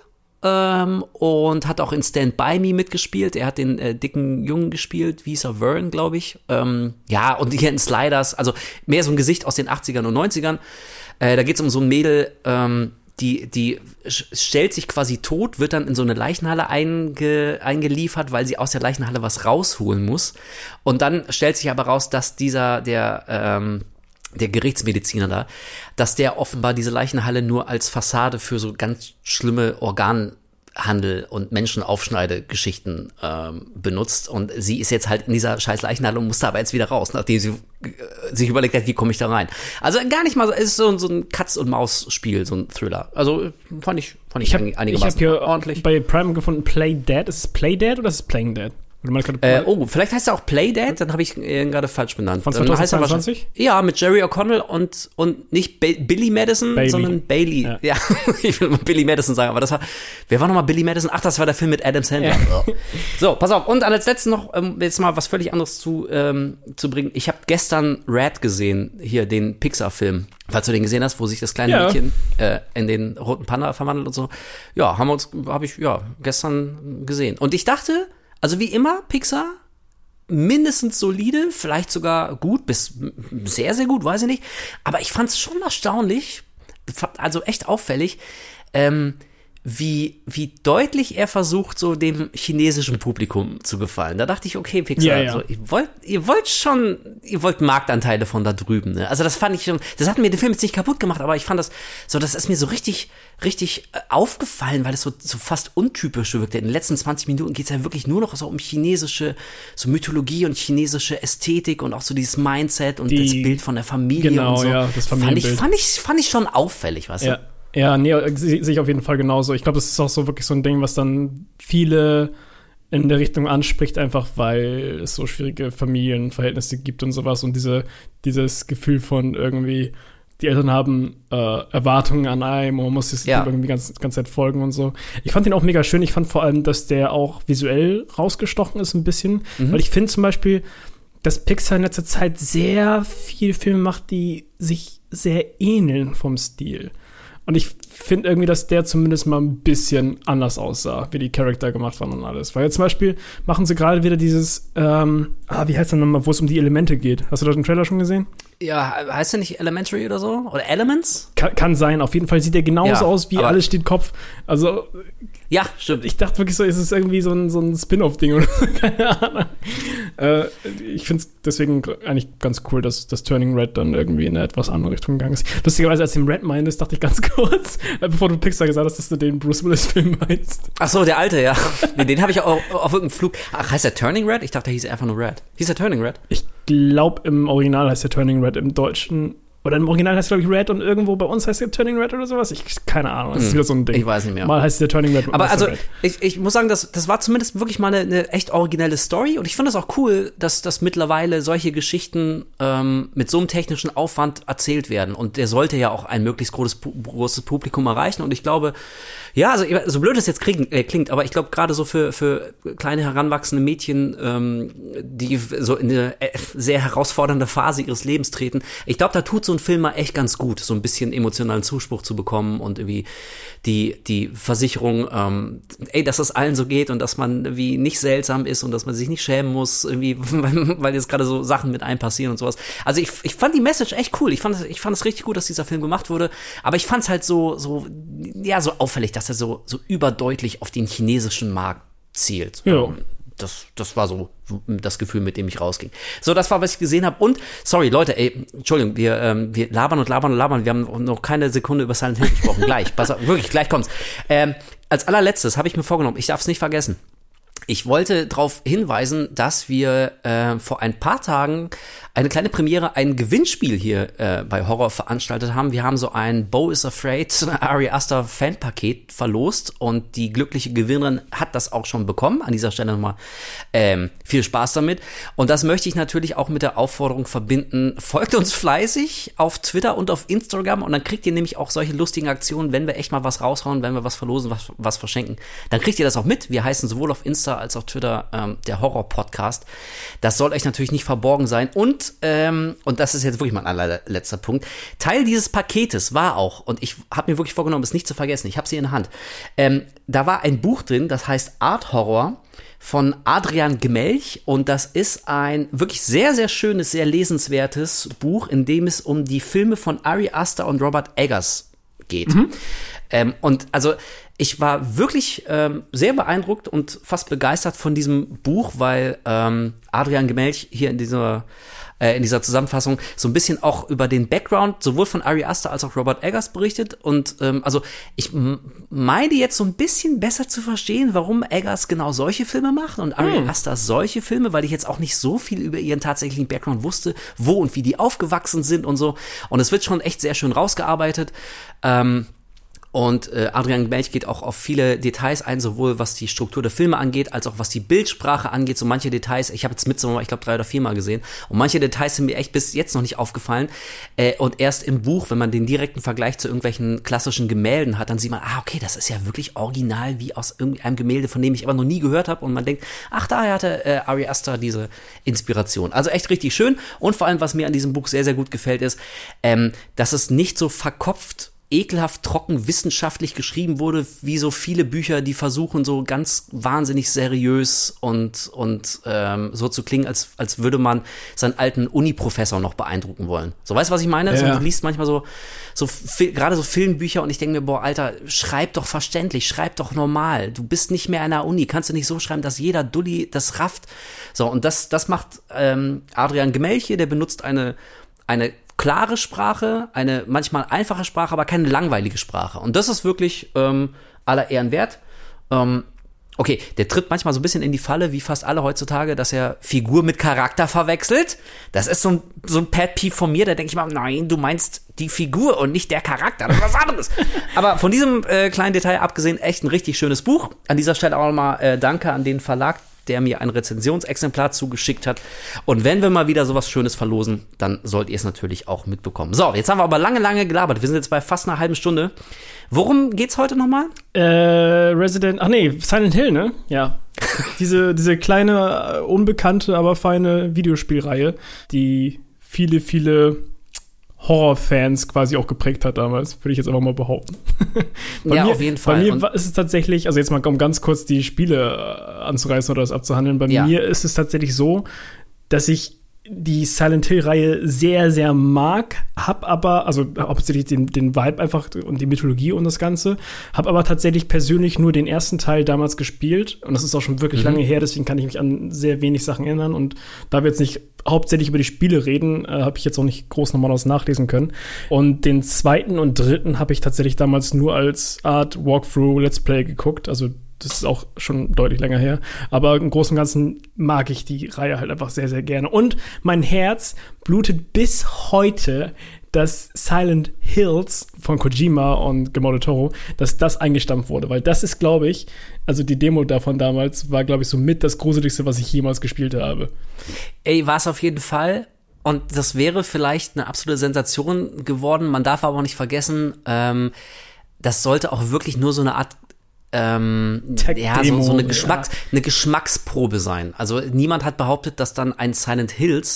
S1: und hat auch in Stand By Me mitgespielt. Er hat den dicken Jungen gespielt, wie hieß er, Vern, glaube ich. Ja, und hier in Sliders, also mehr so ein Gesicht aus den 80ern und 90ern. Da geht's um so ein Mädel, die stellt sich quasi tot, wird dann in so eine Leichenhalle eingeliefert, weil sie aus der Leichenhalle was rausholen muss. Und dann stellt sich aber raus, dass der Gerichtsmediziner da, dass der offenbar diese Leichenhalle nur als Fassade für so ganz schlimme Organhandel und Menschenaufschneidegeschichten benutzt. Und sie ist jetzt halt in dieser scheiß Leichenhalle und muss da aber jetzt wieder raus, nachdem sie sich überlegt hat, wie komme ich da rein. Also gar nicht mal so, es ist so ein Katz-und-Maus-Spiel, so ein Thriller. Also fand ich einigermaßen
S2: ich hab hier
S1: ordentlich.
S2: Bei Prime gefunden, Play Dead. Ist es Play Dead oder ist es Playing Dead?
S1: Vielleicht heißt er auch Play Dead, dann habe ich ihn gerade falsch benannt.
S2: Von 2022?
S1: Ja, mit Jerry O'Connell und nicht Billy Madison, sondern Bailey. Ja. Ich will mal Billy Madison sagen, aber wer war nochmal Billy Madison? Ach, das war der Film mit Adam Sandler. Ja. So, pass auf. Und als letztes noch, jetzt mal was völlig anderes zu bringen. Ich habe gestern Red gesehen, hier den Pixar-Film. Falls du den gesehen hast, wo sich das kleine Mädchen in den roten Panda verwandelt und so. Ja, habe ich gestern gesehen. Und ich dachte, also wie immer, Pixar, mindestens solide, vielleicht sogar gut, bis sehr, sehr gut, weiß ich nicht. Aber ich fand es schon erstaunlich, also echt auffällig, wie deutlich er versucht, so dem chinesischen Publikum zu gefallen. Da dachte ich, okay, Pixar,
S2: ja.
S1: So, ihr wollt Marktanteile von da drüben, ne? Also das fand ich schon, das hat mir den Film jetzt nicht kaputt gemacht, aber ich fand das ist mir so richtig aufgefallen, weil es so fast untypisch wirkte. In den letzten 20 Minuten geht es ja wirklich nur noch so um chinesische, so Mythologie und chinesische Ästhetik und auch so dieses Mindset und das Bild von der Familie und so.
S2: Genau, ja, das Familienbild.
S1: Fand ich schon auffällig, weißt du?
S2: Ja, nee, sehe ich auf jeden Fall genauso. Ich glaube, das ist auch so wirklich so ein Ding, was dann viele in der Richtung anspricht, einfach weil es so schwierige Familienverhältnisse gibt und sowas und dieses Gefühl von irgendwie, die Eltern haben Erwartungen an einem und man muss das irgendwie ganz Zeit folgen und so. Ich fand den auch mega schön. Ich fand vor allem, dass der auch visuell rausgestochen ist ein bisschen, weil ich finde zum Beispiel, dass Pixar in letzter Zeit sehr viele Filme macht, die sich sehr ähneln vom Stil. Und ich finde irgendwie, dass der zumindest mal ein bisschen anders aussah, wie die Charakter gemacht waren und alles. Weil jetzt zum Beispiel machen sie gerade wieder dieses, wie heißt der nochmal, wo es um die Elemente geht. Hast du da den Trailer schon gesehen?
S1: Ja, heißt der nicht Elementary oder so? Oder Elements?
S2: Kann sein. Auf jeden Fall sieht der genauso aus wie Alles steht Kopf. Also
S1: ja, stimmt.
S2: Ich dachte wirklich so, ist es irgendwie so ein Spin-off-Ding oder so, keine Ahnung. Ich finde es deswegen eigentlich ganz cool, dass das Turning Red dann irgendwie in eine etwas andere Richtung gegangen ist. Lustigerweise, als du den Red meintest, dachte ich ganz kurz, bevor du Pixar gesagt hast, dass du den Bruce Willis-Film meinst.
S1: Ach so, der alte, ja. Den habe ich auch auf irgendeinem Flug. Ach, heißt der Turning Red? Ich dachte, der hieß einfach nur Red. Hieß der Turning Red?
S2: Ich glaube, im Original heißt der Turning Red, im Deutschen. Oder im Original heißt es, glaube ich, Red und irgendwo bei uns heißt der Turning Red oder sowas. Keine Ahnung, das ist wieder so ein Ding.
S1: Ich weiß nicht mehr.
S2: Mal heißt der Turning Red.
S1: Aber also, ich muss sagen, das war zumindest wirklich mal eine echt originelle Story und ich finde es auch cool, dass mittlerweile solche Geschichten mit so einem technischen Aufwand erzählt werden und der sollte ja auch ein möglichst großes Publikum erreichen und ich glaube, ja, also so blöd es jetzt klingt, aber ich glaube gerade so für kleine heranwachsende Mädchen, die so in eine sehr herausfordernde Phase ihres Lebens treten, ich glaube, da tut so ein Film mal echt ganz gut, so ein bisschen emotionalen Zuspruch zu bekommen und irgendwie die Versicherung, dass es allen so geht und dass man irgendwie nicht seltsam ist und dass man sich nicht schämen muss, irgendwie, weil jetzt gerade so Sachen mit einem passieren und sowas. Also ich fand die Message echt cool. Ich fand es richtig gut, dass dieser Film gemacht wurde, aber ich fand es halt so auffällig, dass er so überdeutlich auf den chinesischen Markt zielt.
S2: Ja.
S1: Das war so das Gefühl, mit dem ich rausging. So, das war, was ich gesehen habe. Und, sorry, Leute, Entschuldigung, wir labern und labern und labern. Wir haben noch keine Sekunde über Silent Hill gesprochen. Gleich, pass auf, wirklich, gleich kommt's. Als allerletztes habe ich mir vorgenommen, ich darf es nicht vergessen. Ich wollte darauf hinweisen, dass wir vor ein paar Tagen eine kleine Premiere, ein Gewinnspiel hier bei Horror veranstaltet haben. Wir haben so ein Beau is Afraid Ari Aster Fanpaket verlost und die glückliche Gewinnerin hat das auch schon bekommen. An dieser Stelle nochmal viel Spaß damit. Und das möchte ich natürlich auch mit der Aufforderung verbinden, folgt uns fleißig auf Twitter und auf Instagram und dann kriegt ihr nämlich auch solche lustigen Aktionen, wenn wir echt mal was raushauen, wenn wir was verlosen, was verschenken. Dann kriegt ihr das auch mit. Wir heißen sowohl auf Insta als auf Twitter der Horror-Podcast. Das soll euch natürlich nicht verborgen sein. Und das ist jetzt wirklich mein allerletzter Punkt, Teil dieses Paketes war auch, und ich habe mir wirklich vorgenommen, es nicht zu vergessen, ich habe sie in der Hand, da war ein Buch drin, das heißt Art Horror von Adrian Gemelch und das ist ein wirklich sehr, sehr schönes, sehr lesenswertes Buch, in dem es um die Filme von Ari Aster und Robert Eggers geht. Und also ich war wirklich sehr beeindruckt und fast begeistert von diesem Buch, weil Adrian Gemelch hier in dieser Zusammenfassung so ein bisschen auch über den Background sowohl von Ari Aster als auch Robert Eggers berichtet und also ich meine jetzt so ein bisschen besser zu verstehen, warum Eggers genau solche Filme macht und Ari Aster solche Filme, weil ich jetzt auch nicht so viel über ihren tatsächlichen Background wusste, wo und wie die aufgewachsen sind und so, und es wird schon echt sehr schön rausgearbeitet. Und Adrian Gemelch geht auch auf viele Details ein, sowohl was die Struktur der Filme angeht, als auch was die Bildsprache angeht. So manche Details, ich habe jetzt Midsommar, ich glaube 3 oder 4 Mal gesehen, und manche Details sind mir echt bis jetzt noch nicht aufgefallen. Und erst im Buch, wenn man den direkten Vergleich zu irgendwelchen klassischen Gemälden hat, dann sieht man, okay, das ist ja wirklich original wie aus irgendeinem Gemälde, von dem ich aber noch nie gehört habe. Und man denkt, daher hatte Ari Aster diese Inspiration. Also echt richtig schön. Und vor allem, was mir an diesem Buch sehr, sehr gut gefällt, ist, dass es nicht so verkopft ekelhaft trocken wissenschaftlich geschrieben wurde, wie so viele Bücher, die versuchen, so ganz wahnsinnig seriös und so zu klingen, als würde man seinen alten Uni-Professor noch beeindrucken wollen. So, weißt du, was ich meine? Ja. So, du liest manchmal so gerade so Filmbücher und ich denke mir, boah, Alter, schreib doch verständlich, schreib doch normal. Du bist nicht mehr an der Uni, kannst du nicht so schreiben, dass jeder Dulli das rafft. So, und das macht Adrian Gemelch hier, der benutzt eine klare Sprache, eine manchmal einfache Sprache, aber keine langweilige Sprache. Und das ist wirklich aller Ehren wert. Okay, der tritt manchmal so ein bisschen in die Falle, wie fast alle heutzutage, dass er Figur mit Charakter verwechselt. Das ist so ein Pet-Peeve von mir, da denke ich mal, nein, du meinst die Figur und nicht der Charakter, das ist was anderes. Aber von diesem kleinen Detail abgesehen, echt ein richtig schönes Buch. An dieser Stelle auch nochmal Danke an den Verlag, der mir ein Rezensionsexemplar zugeschickt hat. Und wenn wir mal wieder sowas Schönes verlosen, dann sollt ihr es natürlich auch mitbekommen. So, jetzt haben wir aber lange gelabert. Wir sind jetzt bei fast einer halben Stunde. Worum geht's heute nochmal?
S2: Silent Hill, ne? Ja. diese kleine, unbekannte, aber feine Videospielreihe, die viele Horrorfans quasi auch geprägt hat damals, würde ich jetzt einfach mal behaupten.
S1: Auf jeden Fall.
S2: Bei mir ist es tatsächlich, also jetzt mal um ganz kurz die Spiele anzureißen oder das abzuhandeln, bei mir ist es tatsächlich so, dass ich die Silent Hill-Reihe sehr, sehr mag, hab aber, also hauptsächlich den Vibe einfach und die Mythologie und das Ganze, hab aber tatsächlich persönlich nur den ersten Teil damals gespielt und das ist auch schon wirklich lange her, deswegen kann ich mich an sehr wenig Sachen erinnern und da wir jetzt nicht hauptsächlich über die Spiele reden, habe ich jetzt auch nicht groß nochmal was nachlesen können. Und den zweiten und dritten habe ich tatsächlich damals nur als Art Walkthrough Let's Play geguckt, also das ist auch schon deutlich länger her. Aber im Großen und Ganzen mag ich die Reihe halt einfach sehr, sehr gerne. Und mein Herz blutet bis heute, dass Silent Hills von Kojima und Guillermo del Toro, dass das eingestampft wurde. Weil das ist, glaube ich, also die Demo davon damals war, glaube ich, so mit das Gruseligste, was ich jemals gespielt habe.
S1: Ey, war es auf jeden Fall. Und das wäre vielleicht eine absolute Sensation geworden. Man darf aber auch nicht vergessen, das sollte auch wirklich nur so eine Art so eine Geschmacksprobe sein. Also niemand hat behauptet, dass dann ein Silent Hills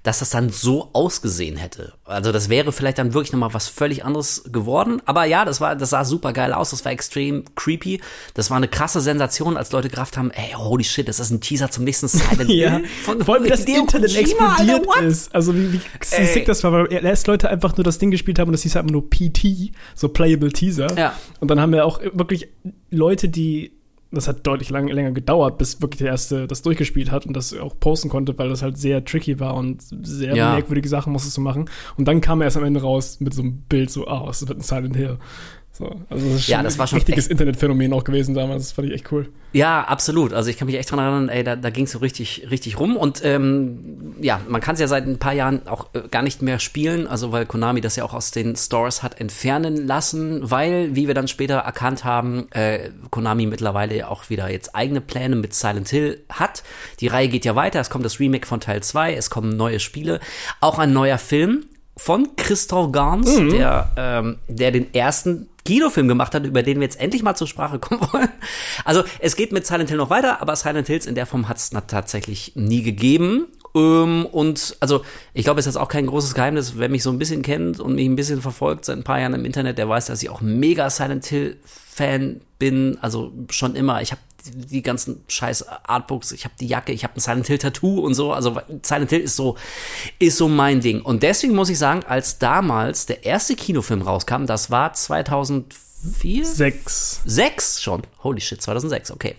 S1: dass das dann so ausgesehen hätte. Also das wäre vielleicht dann wirklich nochmal was völlig anderes geworden. Aber ja, das sah super geil aus, das war extrem creepy. Das war eine krasse Sensation, als Leute gerafft haben, ey, holy shit, das ist ein Teaser zum nächsten Silent Hill.
S2: Vor allem, wie das Internet explodiert ist. Also wie sick das war, weil erst Leute einfach nur das Ding gespielt haben und das hieß einfach nur PT, so Playable Teaser.
S1: Ja.
S2: Und dann haben wir auch wirklich Leute, das hat deutlich länger gedauert, bis wirklich der Erste das durchgespielt hat und das auch posten konnte, weil das halt sehr tricky war und sehr merkwürdige Sachen musstest du machen. Und dann kam er erst am Ende raus mit so einem Bild, so, das wird ein Silent Hill. So, also das ist schon
S1: das war schon
S2: ein richtiges Internetphänomen auch gewesen damals. Das fand ich echt cool.
S1: Ja, absolut. Also ich kann mich echt dran erinnern, ey, da ging es so richtig rum. Und man kann es ja seit ein paar Jahren auch gar nicht mehr spielen, also weil Konami das ja auch aus den Stores hat entfernen lassen, weil, wie wir dann später erkannt haben, Konami mittlerweile auch wieder jetzt eigene Pläne mit Silent Hill hat. Die Reihe geht ja weiter, es kommt das Remake von Teil 2, es kommen neue Spiele, auch ein neuer Film von Christoph Gans, der den ersten Kinofilm gemacht hat, über den wir jetzt endlich mal zur Sprache kommen wollen. Also es geht mit Silent Hill noch weiter, aber Silent Hills in der Form hat es tatsächlich nie gegeben. Und also ich glaube, es ist jetzt auch kein großes Geheimnis, wer mich so ein bisschen kennt und mich ein bisschen verfolgt seit ein paar Jahren im Internet, der weiß, dass ich auch mega Silent Hill Fan bin, also schon immer. Ich habe die ganzen scheiß Artbooks, ich habe die Jacke, ich habe ein Silent Hill Tattoo und so, also Silent Hill ist so mein Ding. Und deswegen muss ich sagen, als damals der erste Kinofilm rauskam, das war 2004? 6 schon, holy shit, 2006, okay.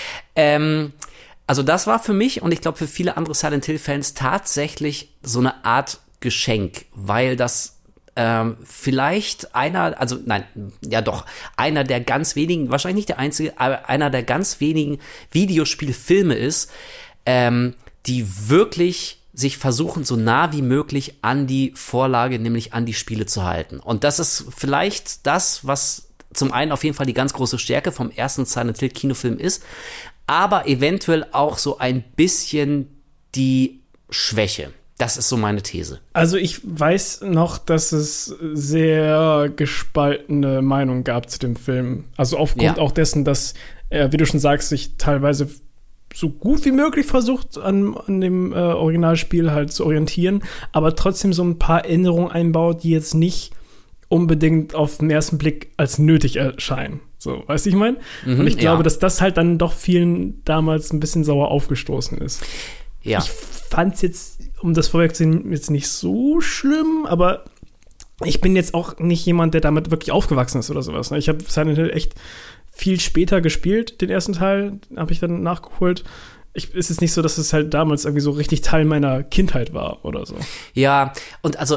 S1: Also das war für mich und ich glaube für viele andere Silent Hill Fans tatsächlich so eine Art Geschenk, weil das vielleicht einer der ganz wenigen, wahrscheinlich nicht der einzige, aber einer der ganz wenigen Videospielfilme ist, die wirklich sich versuchen, so nah wie möglich an die Vorlage, nämlich an die Spiele zu halten. Und das ist vielleicht das, was zum einen auf jeden Fall die ganz große Stärke vom ersten Silent Hill Kinofilm ist, aber eventuell auch so ein bisschen die Schwäche. Das ist so meine These.
S2: Also ich weiß noch, dass es sehr gespaltene Meinungen gab zu dem Film. Also aufgrund auch dessen, dass er, wie du schon sagst, sich teilweise so gut wie möglich versucht, an dem Originalspiel halt zu orientieren, aber trotzdem so ein paar Änderungen einbaut, die jetzt nicht unbedingt auf den ersten Blick als nötig erscheinen. So, weißt du, ich meine? Und ich glaube, dass das halt dann doch vielen damals ein bisschen sauer aufgestoßen ist.
S1: Ja.
S2: Ich fand's jetzt, um das vorwegzunehmen, jetzt nicht so schlimm, aber ich bin jetzt auch nicht jemand, der damit wirklich aufgewachsen ist oder sowas. Ich habe Silent Hill echt viel später gespielt, den ersten Teil habe ich dann nachgeholt. Es ist nicht so, dass es halt damals irgendwie so richtig Teil meiner Kindheit war oder so.
S1: Ja, und also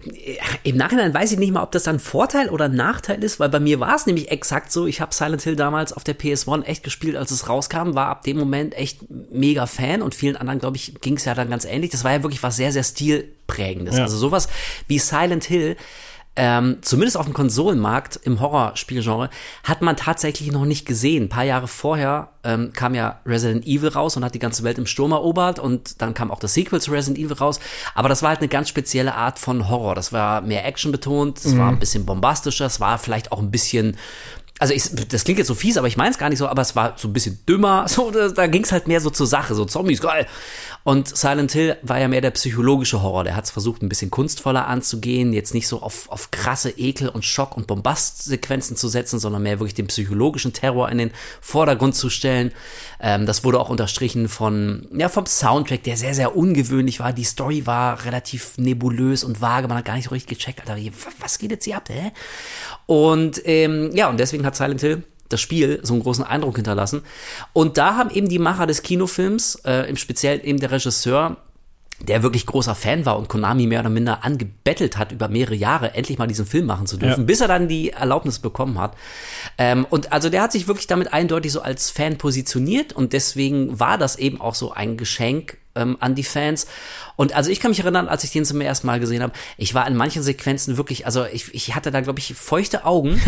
S1: im Nachhinein weiß ich nicht mal, ob das dann Vorteil oder Nachteil ist, weil bei mir war es nämlich exakt so, ich habe Silent Hill damals auf der PS1 echt gespielt, als es rauskam, war ab dem Moment echt mega Fan und vielen anderen, glaube ich, ging es ja dann ganz ähnlich. Das war ja wirklich was sehr, sehr stilprägendes. Ja. Also sowas wie Silent Hill, zumindest auf dem Konsolenmarkt im Horrorspielgenre, hat man tatsächlich noch nicht gesehen. Ein paar Jahre vorher kam ja Resident Evil raus und hat die ganze Welt im Sturm erobert und dann kam auch das Sequel zu Resident Evil raus. Aber das war halt eine ganz spezielle Art von Horror. Das war mehr Action betont, es war ein bisschen bombastischer, es war vielleicht auch ein bisschen, also das klingt jetzt so fies, aber ich meine es gar nicht so, aber es war so ein bisschen dümmer, so, da ging es halt mehr so zur Sache, so Zombies, geil. Und Silent Hill war ja mehr der psychologische Horror, der hat es versucht, ein bisschen kunstvoller anzugehen, jetzt nicht so auf krasse Ekel und Schock- und Bombastsequenzen zu setzen, sondern mehr wirklich den psychologischen Terror in den Vordergrund zu stellen. Das wurde auch unterstrichen vom Soundtrack, der sehr, sehr ungewöhnlich war. Die Story war relativ nebulös und vage, man hat gar nicht so richtig gecheckt, Alter, was geht jetzt hier ab, hä? Und und deswegen hat Silent Hill das Spiel so einen großen Eindruck hinterlassen. Und da haben eben die Macher des Kinofilms, im Speziellen eben der Regisseur, der wirklich großer Fan war und Konami mehr oder minder angebettelt hat, über mehrere Jahre endlich mal diesen Film machen zu dürfen, bis er dann die Erlaubnis bekommen hat. Und also der hat sich wirklich damit eindeutig so als Fan positioniert und deswegen war das eben auch so ein Geschenk an die Fans. Und also ich kann mich erinnern, als ich den zum ersten Mal gesehen habe, ich war in manchen Sequenzen wirklich, also ich hatte da, glaube ich, feuchte Augen,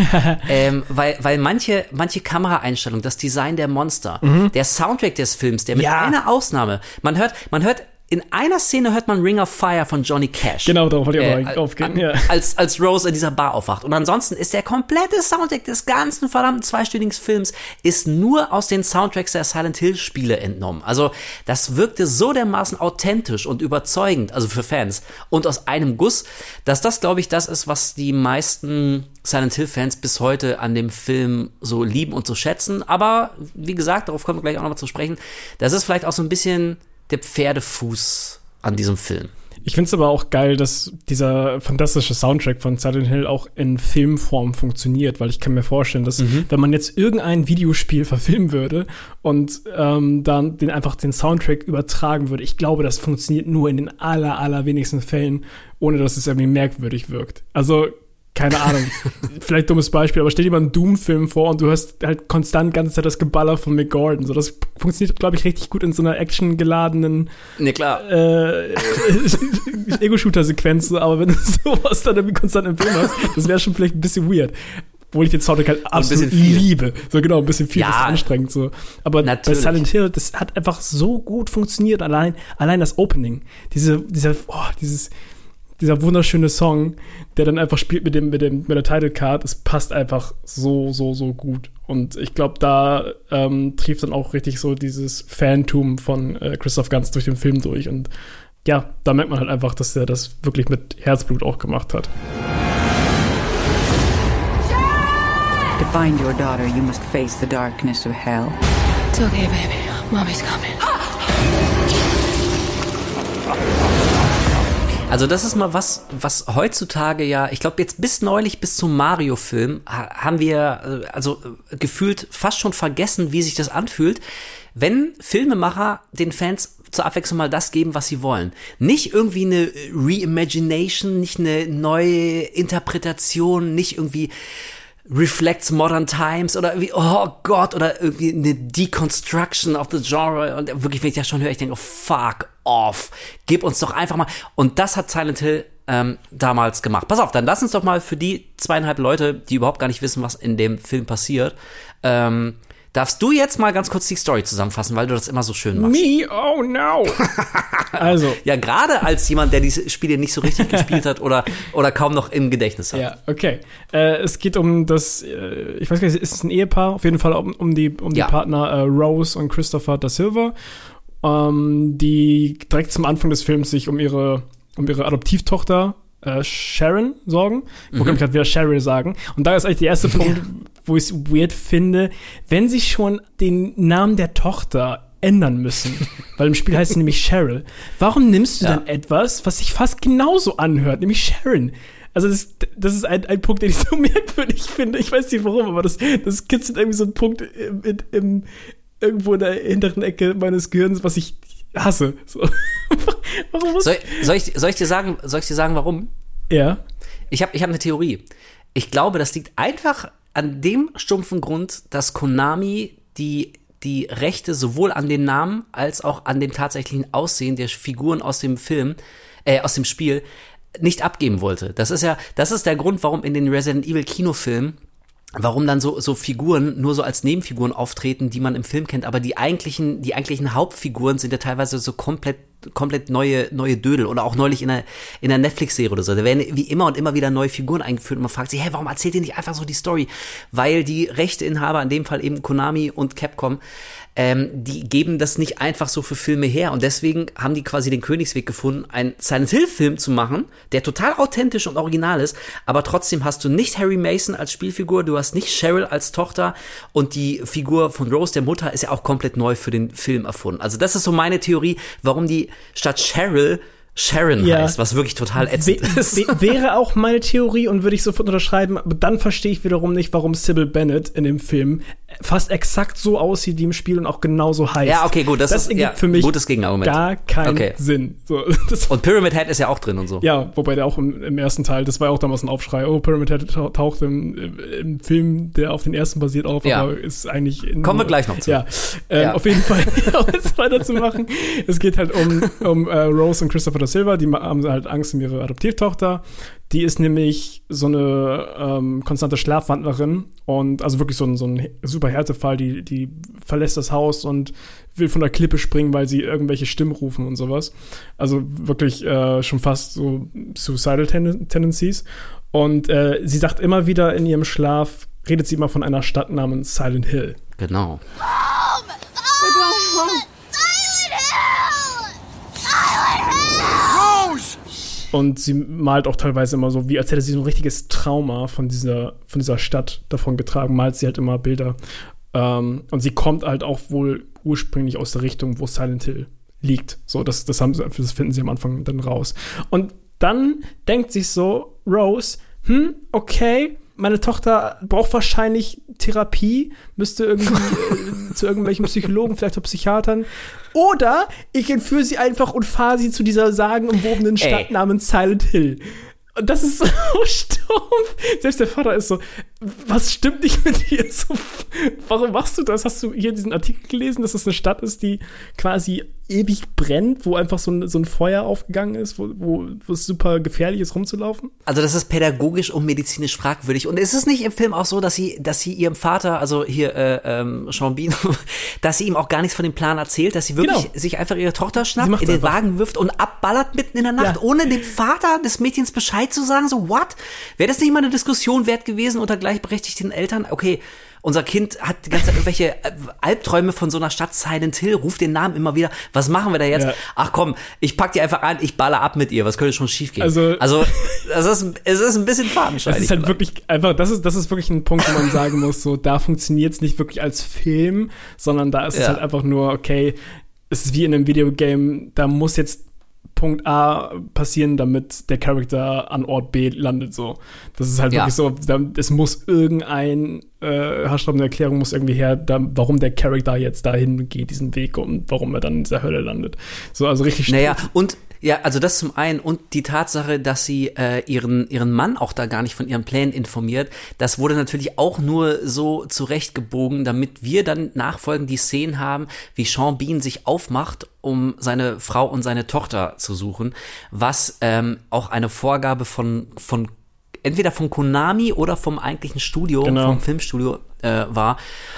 S1: weil manche Kameraeinstellungen, das Design der Monster, der Soundtrack des Films, der mit einer Ausnahme, man hört in einer Szene hört man Ring of Fire von Johnny Cash.
S2: Genau, darauf wollte ich auch aufgehen. Ja.
S1: Als Rose in dieser Bar aufwacht. Und ansonsten ist der komplette Soundtrack des ganzen verdammten zweistündigen Films ist nur aus den Soundtracks der Silent Hill Spiele entnommen. Also das wirkte so dermaßen authentisch und überzeugend, also für Fans, und aus einem Guss, dass das, glaube ich, das ist, was die meisten Silent Hill Fans bis heute an dem Film so lieben und so schätzen. Aber wie gesagt, darauf kommen wir gleich auch nochmal zu sprechen, das ist vielleicht auch so ein bisschen der Pferdefuß an diesem Film.
S2: Ich finde es aber auch geil, dass dieser fantastische Soundtrack von Silent Hill auch in Filmform funktioniert, weil ich kann mir vorstellen, dass wenn man jetzt irgendein Videospiel verfilmen würde und dann den Soundtrack übertragen würde, ich glaube, das funktioniert nur in den allerwenigsten Fällen, ohne dass es irgendwie merkwürdig wirkt. Also keine Ahnung, vielleicht dummes Beispiel, aber stell dir mal einen Doom-Film vor und du hörst halt konstant die ganze Zeit das Geballer von Mick Gordon. So, das funktioniert, glaube ich, richtig gut in so einer actiongeladenen Ego-Shooter-Sequenz, aber wenn du sowas dann irgendwie konstant im Film hast, das wäre schon vielleicht ein bisschen weird. Obwohl ich den Soundtrack halt absolut liebe. So genau, ein bisschen viel, das ist anstrengend so. Aber natürlich. Bei Silent Hill, das hat einfach so gut funktioniert, allein das Opening. Dieser wunderschöne Song, der dann einfach spielt mit der Title Card, es passt einfach so gut. Und ich glaube, da trieft dann auch richtig so dieses Fantum von Christoph Gans durch den Film durch. Und ja, da merkt man halt einfach, dass er das wirklich mit Herzblut auch gemacht hat.
S3: To find your daughter, you must face the darkness of hell.
S4: It's okay, baby. Mommy's coming.
S1: Also das ist mal was heutzutage ja, ich glaube jetzt bis zum Mario-Film haben wir also gefühlt fast schon vergessen, wie sich das anfühlt, wenn Filmemacher den Fans zur Abwechslung mal das geben, was sie wollen. Nicht irgendwie eine Reimagination, nicht eine neue Interpretation, nicht irgendwie reflects modern times oder irgendwie, oh Gott, oder irgendwie eine Deconstruction of the Genre. Und wirklich, wenn ich das schon höre, ich denke, oh, fuck off. Gib uns doch einfach mal. Und das hat Silent Hill damals gemacht. Pass auf, dann lass uns doch mal für die 2,5 Leute, die überhaupt gar nicht wissen, was in dem Film passiert, darfst du jetzt mal ganz kurz die Story zusammenfassen, weil du das immer so schön machst.
S2: Me? Oh no! Also.
S1: Ja, gerade als jemand, der diese Spiele nicht so richtig gespielt hat oder kaum noch im Gedächtnis hat.
S2: Ja, okay. Es geht um das, ich weiß gar nicht, ist es ein Ehepaar? Auf jeden Fall um die Partner Rose und Christopher da Silva, die direkt zum Anfang des Films sich um ihre Adoptivtochter Sharon sorgen. Ich wollte gerade wieder Cheryl sagen. Und da ist eigentlich der erste Punkt, wo ich es weird finde, wenn sie schon den Namen der Tochter ändern müssen, weil im Spiel heißt sie nämlich Cheryl. Warum nimmst du dann etwas, was sich fast genauso anhört, nämlich Sharon? Also das ist ein Punkt, den ich so merkwürdig finde. Ich weiß nicht warum, aber das kitzelt irgendwie so einen Punkt irgendwo in der hinteren Ecke meines Gehirns, was ich hasse. So. Warum?
S1: Soll ich dir sagen, warum?
S2: Ja.
S1: Ich hab eine Theorie. Ich glaube, das liegt einfach an dem stumpfen Grund, dass Konami die Rechte sowohl an den Namen als auch an dem tatsächlichen Aussehen der Figuren aus dem Film, aus dem Spiel nicht abgeben wollte. Das ist der Grund, warum in den Resident Evil Kinofilmen, warum dann so Figuren nur so als Nebenfiguren auftreten, die man im Film kennt, aber die eigentlichen Hauptfiguren sind ja teilweise so komplett neue Dödel oder auch neulich in der Netflix-Serie oder so. Da werden wie immer und immer wieder neue Figuren eingeführt und man fragt sich, hey, warum erzählt ihr nicht einfach so die Story? Weil die Rechteinhaber, in dem Fall eben Konami und Capcom, die geben das nicht einfach so für Filme her und deswegen haben die quasi den Königsweg gefunden, einen Silent Hill Film zu machen, der total authentisch und original ist, aber trotzdem hast du nicht Harry Mason als Spielfigur, du hast nicht Cheryl als Tochter und die Figur von Rose, der Mutter, ist ja auch komplett neu für den Film erfunden. Also das ist so meine Theorie, warum die statt Cheryl Sharon heißt, was wirklich total ätzend ist.
S2: Wäre auch meine Theorie und würde ich sofort unterschreiben, aber dann verstehe ich wiederum nicht, warum Sybil Bennett in dem Film fast exakt so aussieht wie im Spiel und auch genauso heißt.
S1: Ja, okay, gut, das ist
S2: ergibt für mich
S1: gutes Gegenargument.
S2: Gar keinen Sinn. So,
S1: und Pyramid Head ist ja auch drin und so.
S2: Ja, wobei der auch im ersten Teil, das war ja auch damals ein Aufschrei, Pyramid Head taucht im Film, der auf den ersten basiert, auf, aber ist eigentlich
S1: kommen wir gleich noch zu.
S2: Ja, auf jeden Fall, um jetzt weiterzumachen. Es geht halt um Rose und Christopher da Silva, die haben halt Angst um ihre Adoptivtochter. Die ist nämlich so eine konstante Schlafwandlerin und also wirklich so ein super Härtefall. Die verlässt das Haus und will von der Klippe springen, weil sie irgendwelche Stimmen rufen und sowas. Also wirklich schon fast so Suicidal Tendencies. Und sie sagt immer wieder in ihrem Schlaf, redet sie immer von einer Stadt namens Silent Hill.
S1: Genau.
S4: Mom! We're going home.
S5: Rose!
S2: Und sie malt auch teilweise immer so, wie als hätte sie so ein richtiges Trauma von dieser Stadt davon getragen, malt sie halt immer Bilder. Und sie kommt halt auch wohl ursprünglich aus der Richtung, wo Silent Hill liegt. So, das finden sie am Anfang dann raus. Und dann denkt sich so Rose, okay, meine Tochter braucht wahrscheinlich Therapie, müsste irgendwie zu irgendwelchen Psychologen, vielleicht auch Psychiatern. Oder ich entführe sie einfach und fahre sie zu dieser sagenumwobenen Stadt namens Silent Hill. Und das ist so stumpf. Selbst der Vater ist so, was stimmt nicht mit dir? So, warum machst du das? Hast du hier diesen Artikel gelesen, dass es eine Stadt ist, die quasi ewig brennt, wo einfach so ein Feuer aufgegangen ist, wo es super gefährlich ist, rumzulaufen?
S1: Also das ist pädagogisch und medizinisch fragwürdig. Und ist es nicht im Film auch so, dass sie ihrem Vater, also hier Sean Bean, dass sie ihm auch gar nichts von dem Plan erzählt, dass sie wirklich sich einfach ihre Tochter schnappt, in den Wagen wirft und abballert mitten in der Nacht, ohne dem Vater des Mädchens Bescheid zu sagen? So, what? Wäre das nicht mal eine Diskussion wert gewesen unter gleichberechtigten Eltern? Okay, unser Kind hat die ganze Zeit irgendwelche Albträume von so einer Stadt Silent Hill, ruft den Namen immer wieder. Was machen wir da jetzt? Ja. Ach komm, ich pack die einfach an, ich baller ab mit ihr. Was könnte schon schief gehen? Also es ist ein bisschen fadenscheinig.
S2: Es ist halt wirklich einfach, das ist wirklich ein Punkt, wo man sagen muss, so, da funktioniert es nicht wirklich als Film, sondern da ist es halt einfach nur, okay, es ist wie in einem Videogame, da muss jetzt Punkt A passieren, damit der Charakter an Ort B landet, so. Das ist halt wirklich so, es muss irgendein haarsträubende Erklärung muss irgendwie her, warum der Charakter jetzt dahin geht, diesen Weg und warum er dann in dieser Hölle landet. So, also richtig
S1: also das zum einen und die Tatsache, dass sie ihren Mann auch da gar nicht von ihren Plänen informiert, das wurde natürlich auch nur so zurechtgebogen, damit wir dann nachfolgend die Szenen haben, wie Sean Bean sich aufmacht, um seine Frau und seine Tochter zu suchen, was auch eine Vorgabe von entweder von Konami oder vom eigentlichen Studio, vom Filmstudio war.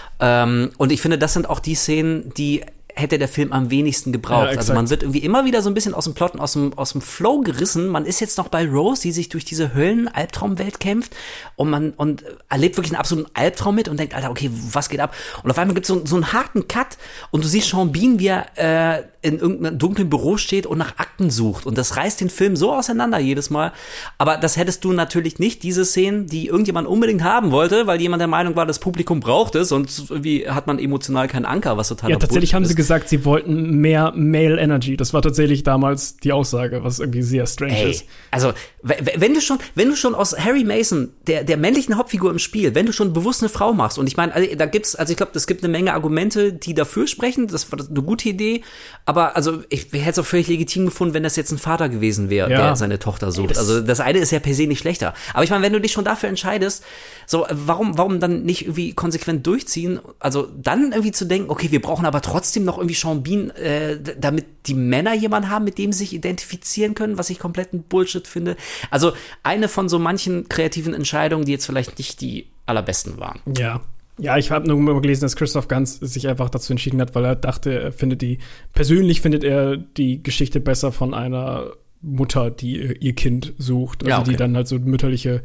S1: Und ich finde, das sind auch die Szenen, die hätte der Film am wenigsten gebraucht. Ja, also man wird irgendwie immer wieder so ein bisschen aus dem Plot und aus dem Flow gerissen. Man ist jetzt noch bei Rose, die sich durch diese Höllen-Albtraumwelt kämpft und erlebt wirklich einen absoluten Albtraum mit und denkt, Alter, okay, was geht ab? Und auf einmal gibt es so einen harten Cut und du siehst Sean Bean, wie er in irgendeinem dunklen Büro steht und nach Akten sucht. Und das reißt den Film so auseinander jedes Mal. Aber das hättest du natürlich nicht, diese Szenen, die irgendjemand unbedingt haben wollte, weil jemand der Meinung war, das Publikum braucht es und irgendwie hat man emotional keinen Anker, was total
S2: tatsächlich haben sie gesagt, sie wollten mehr Male Energy. Das war tatsächlich damals die Aussage, was irgendwie sehr strange ist.
S1: Also, wenn du schon aus Harry Mason, der männlichen Hauptfigur im Spiel, wenn du schon bewusst eine Frau machst, und ich meine, ich glaube, es gibt eine Menge Argumente, die dafür sprechen, das war eine gute Idee, aber also ich hätte es auch völlig legitim gefunden, wenn das jetzt ein Vater gewesen wäre, der seine Tochter sucht. Also das eine ist ja per se nicht schlechter. Aber ich meine, wenn du dich schon dafür entscheidest, so, warum dann nicht irgendwie konsequent durchziehen? Also dann irgendwie zu denken, okay, wir brauchen aber trotzdem noch irgendwie Sean Bean, damit die Männer jemanden haben, mit dem sie sich identifizieren können, was ich kompletten Bullshit finde. Also eine von so manchen kreativen Entscheidungen, die jetzt vielleicht nicht die allerbesten waren.
S2: Ja, ich habe nur mal gelesen, dass Christoph Gans sich einfach dazu entschieden hat, weil er dachte, persönlich findet er die Geschichte besser von einer Mutter, die ihr Kind sucht. Also die dann halt so mütterliche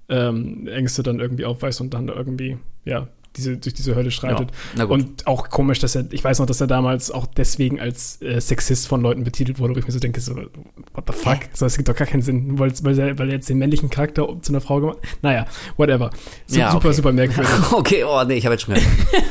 S2: Ängste dann irgendwie aufweist und dann irgendwie, durch diese Hölle schreitet. Ja, und auch komisch, dass ich weiß noch, dass er damals auch deswegen als Sexist von Leuten betitelt wurde, wo ich mir so denke, so, what the fuck? So, das gibt doch gar keinen Sinn, weil er jetzt den männlichen Charakter zu einer Frau gemacht hat. Naja, whatever. Super merkwürdig.
S1: Okay, ich habe jetzt schon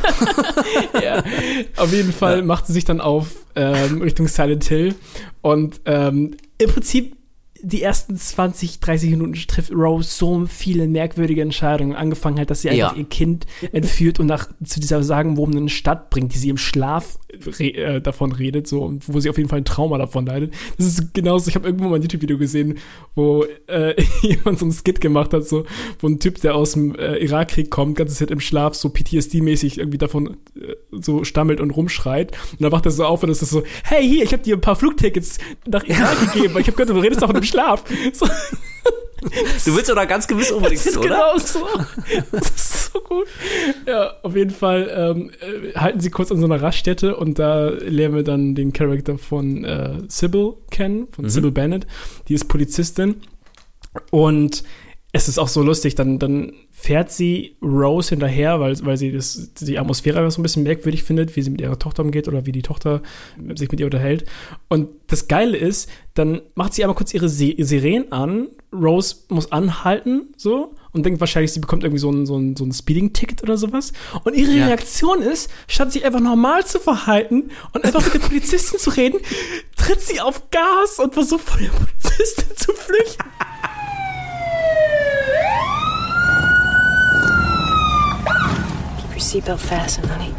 S1: gehört.
S2: Auf jeden Fall macht sie sich dann auf Richtung Silent Hill und im Prinzip die ersten 20, 30 Minuten trifft Rose so viele merkwürdige Entscheidungen. Angefangen halt, dass sie einfach ihr Kind entführt und zu dieser sagenumwobenen Stadt bringt, die sie im Schlaf davon redet, so, und wo sie auf jeden Fall ein Trauma davon leidet. Das ist genauso, ich habe irgendwo mal ein YouTube-Video gesehen, wo jemand so ein Skit gemacht hat, so, wo ein Typ, der aus dem Irakkrieg kommt, ganze Zeit im Schlaf, so PTSD-mäßig irgendwie davon so stammelt und rumschreit. Und dann wacht er so auf und ist so, hey, hier, ich habe dir ein paar Flugtickets nach Irak gegeben, weil ich habe gehört, du redest doch im Schlaf. So.
S1: Du willst doch ganz gewiss unbedingt hin, oder?
S2: Genau so. Das ist so gut. Ja, auf jeden Fall halten sie kurz an so einer Raststätte und da lernen wir dann den Charakter von Sybil kennen, von Sybil Bennett. Die ist Polizistin. Und es ist auch so lustig, dann fährt sie Rose hinterher, weil sie die Atmosphäre so ein bisschen merkwürdig findet, wie sie mit ihrer Tochter umgeht oder wie die Tochter sich mit ihr unterhält. Und das Geile ist, dann macht sie einmal kurz ihre Sirenen an, Rose muss anhalten, so, und denkt wahrscheinlich, sie bekommt irgendwie so ein Speeding-Ticket oder sowas. Und ihre Reaktion ist, statt sich einfach normal zu verhalten und einfach mit der Polizistin zu reden, tritt sie auf Gas und versucht von der Polizistin zu flüchten.
S5: Your seatbelt fastened, honey.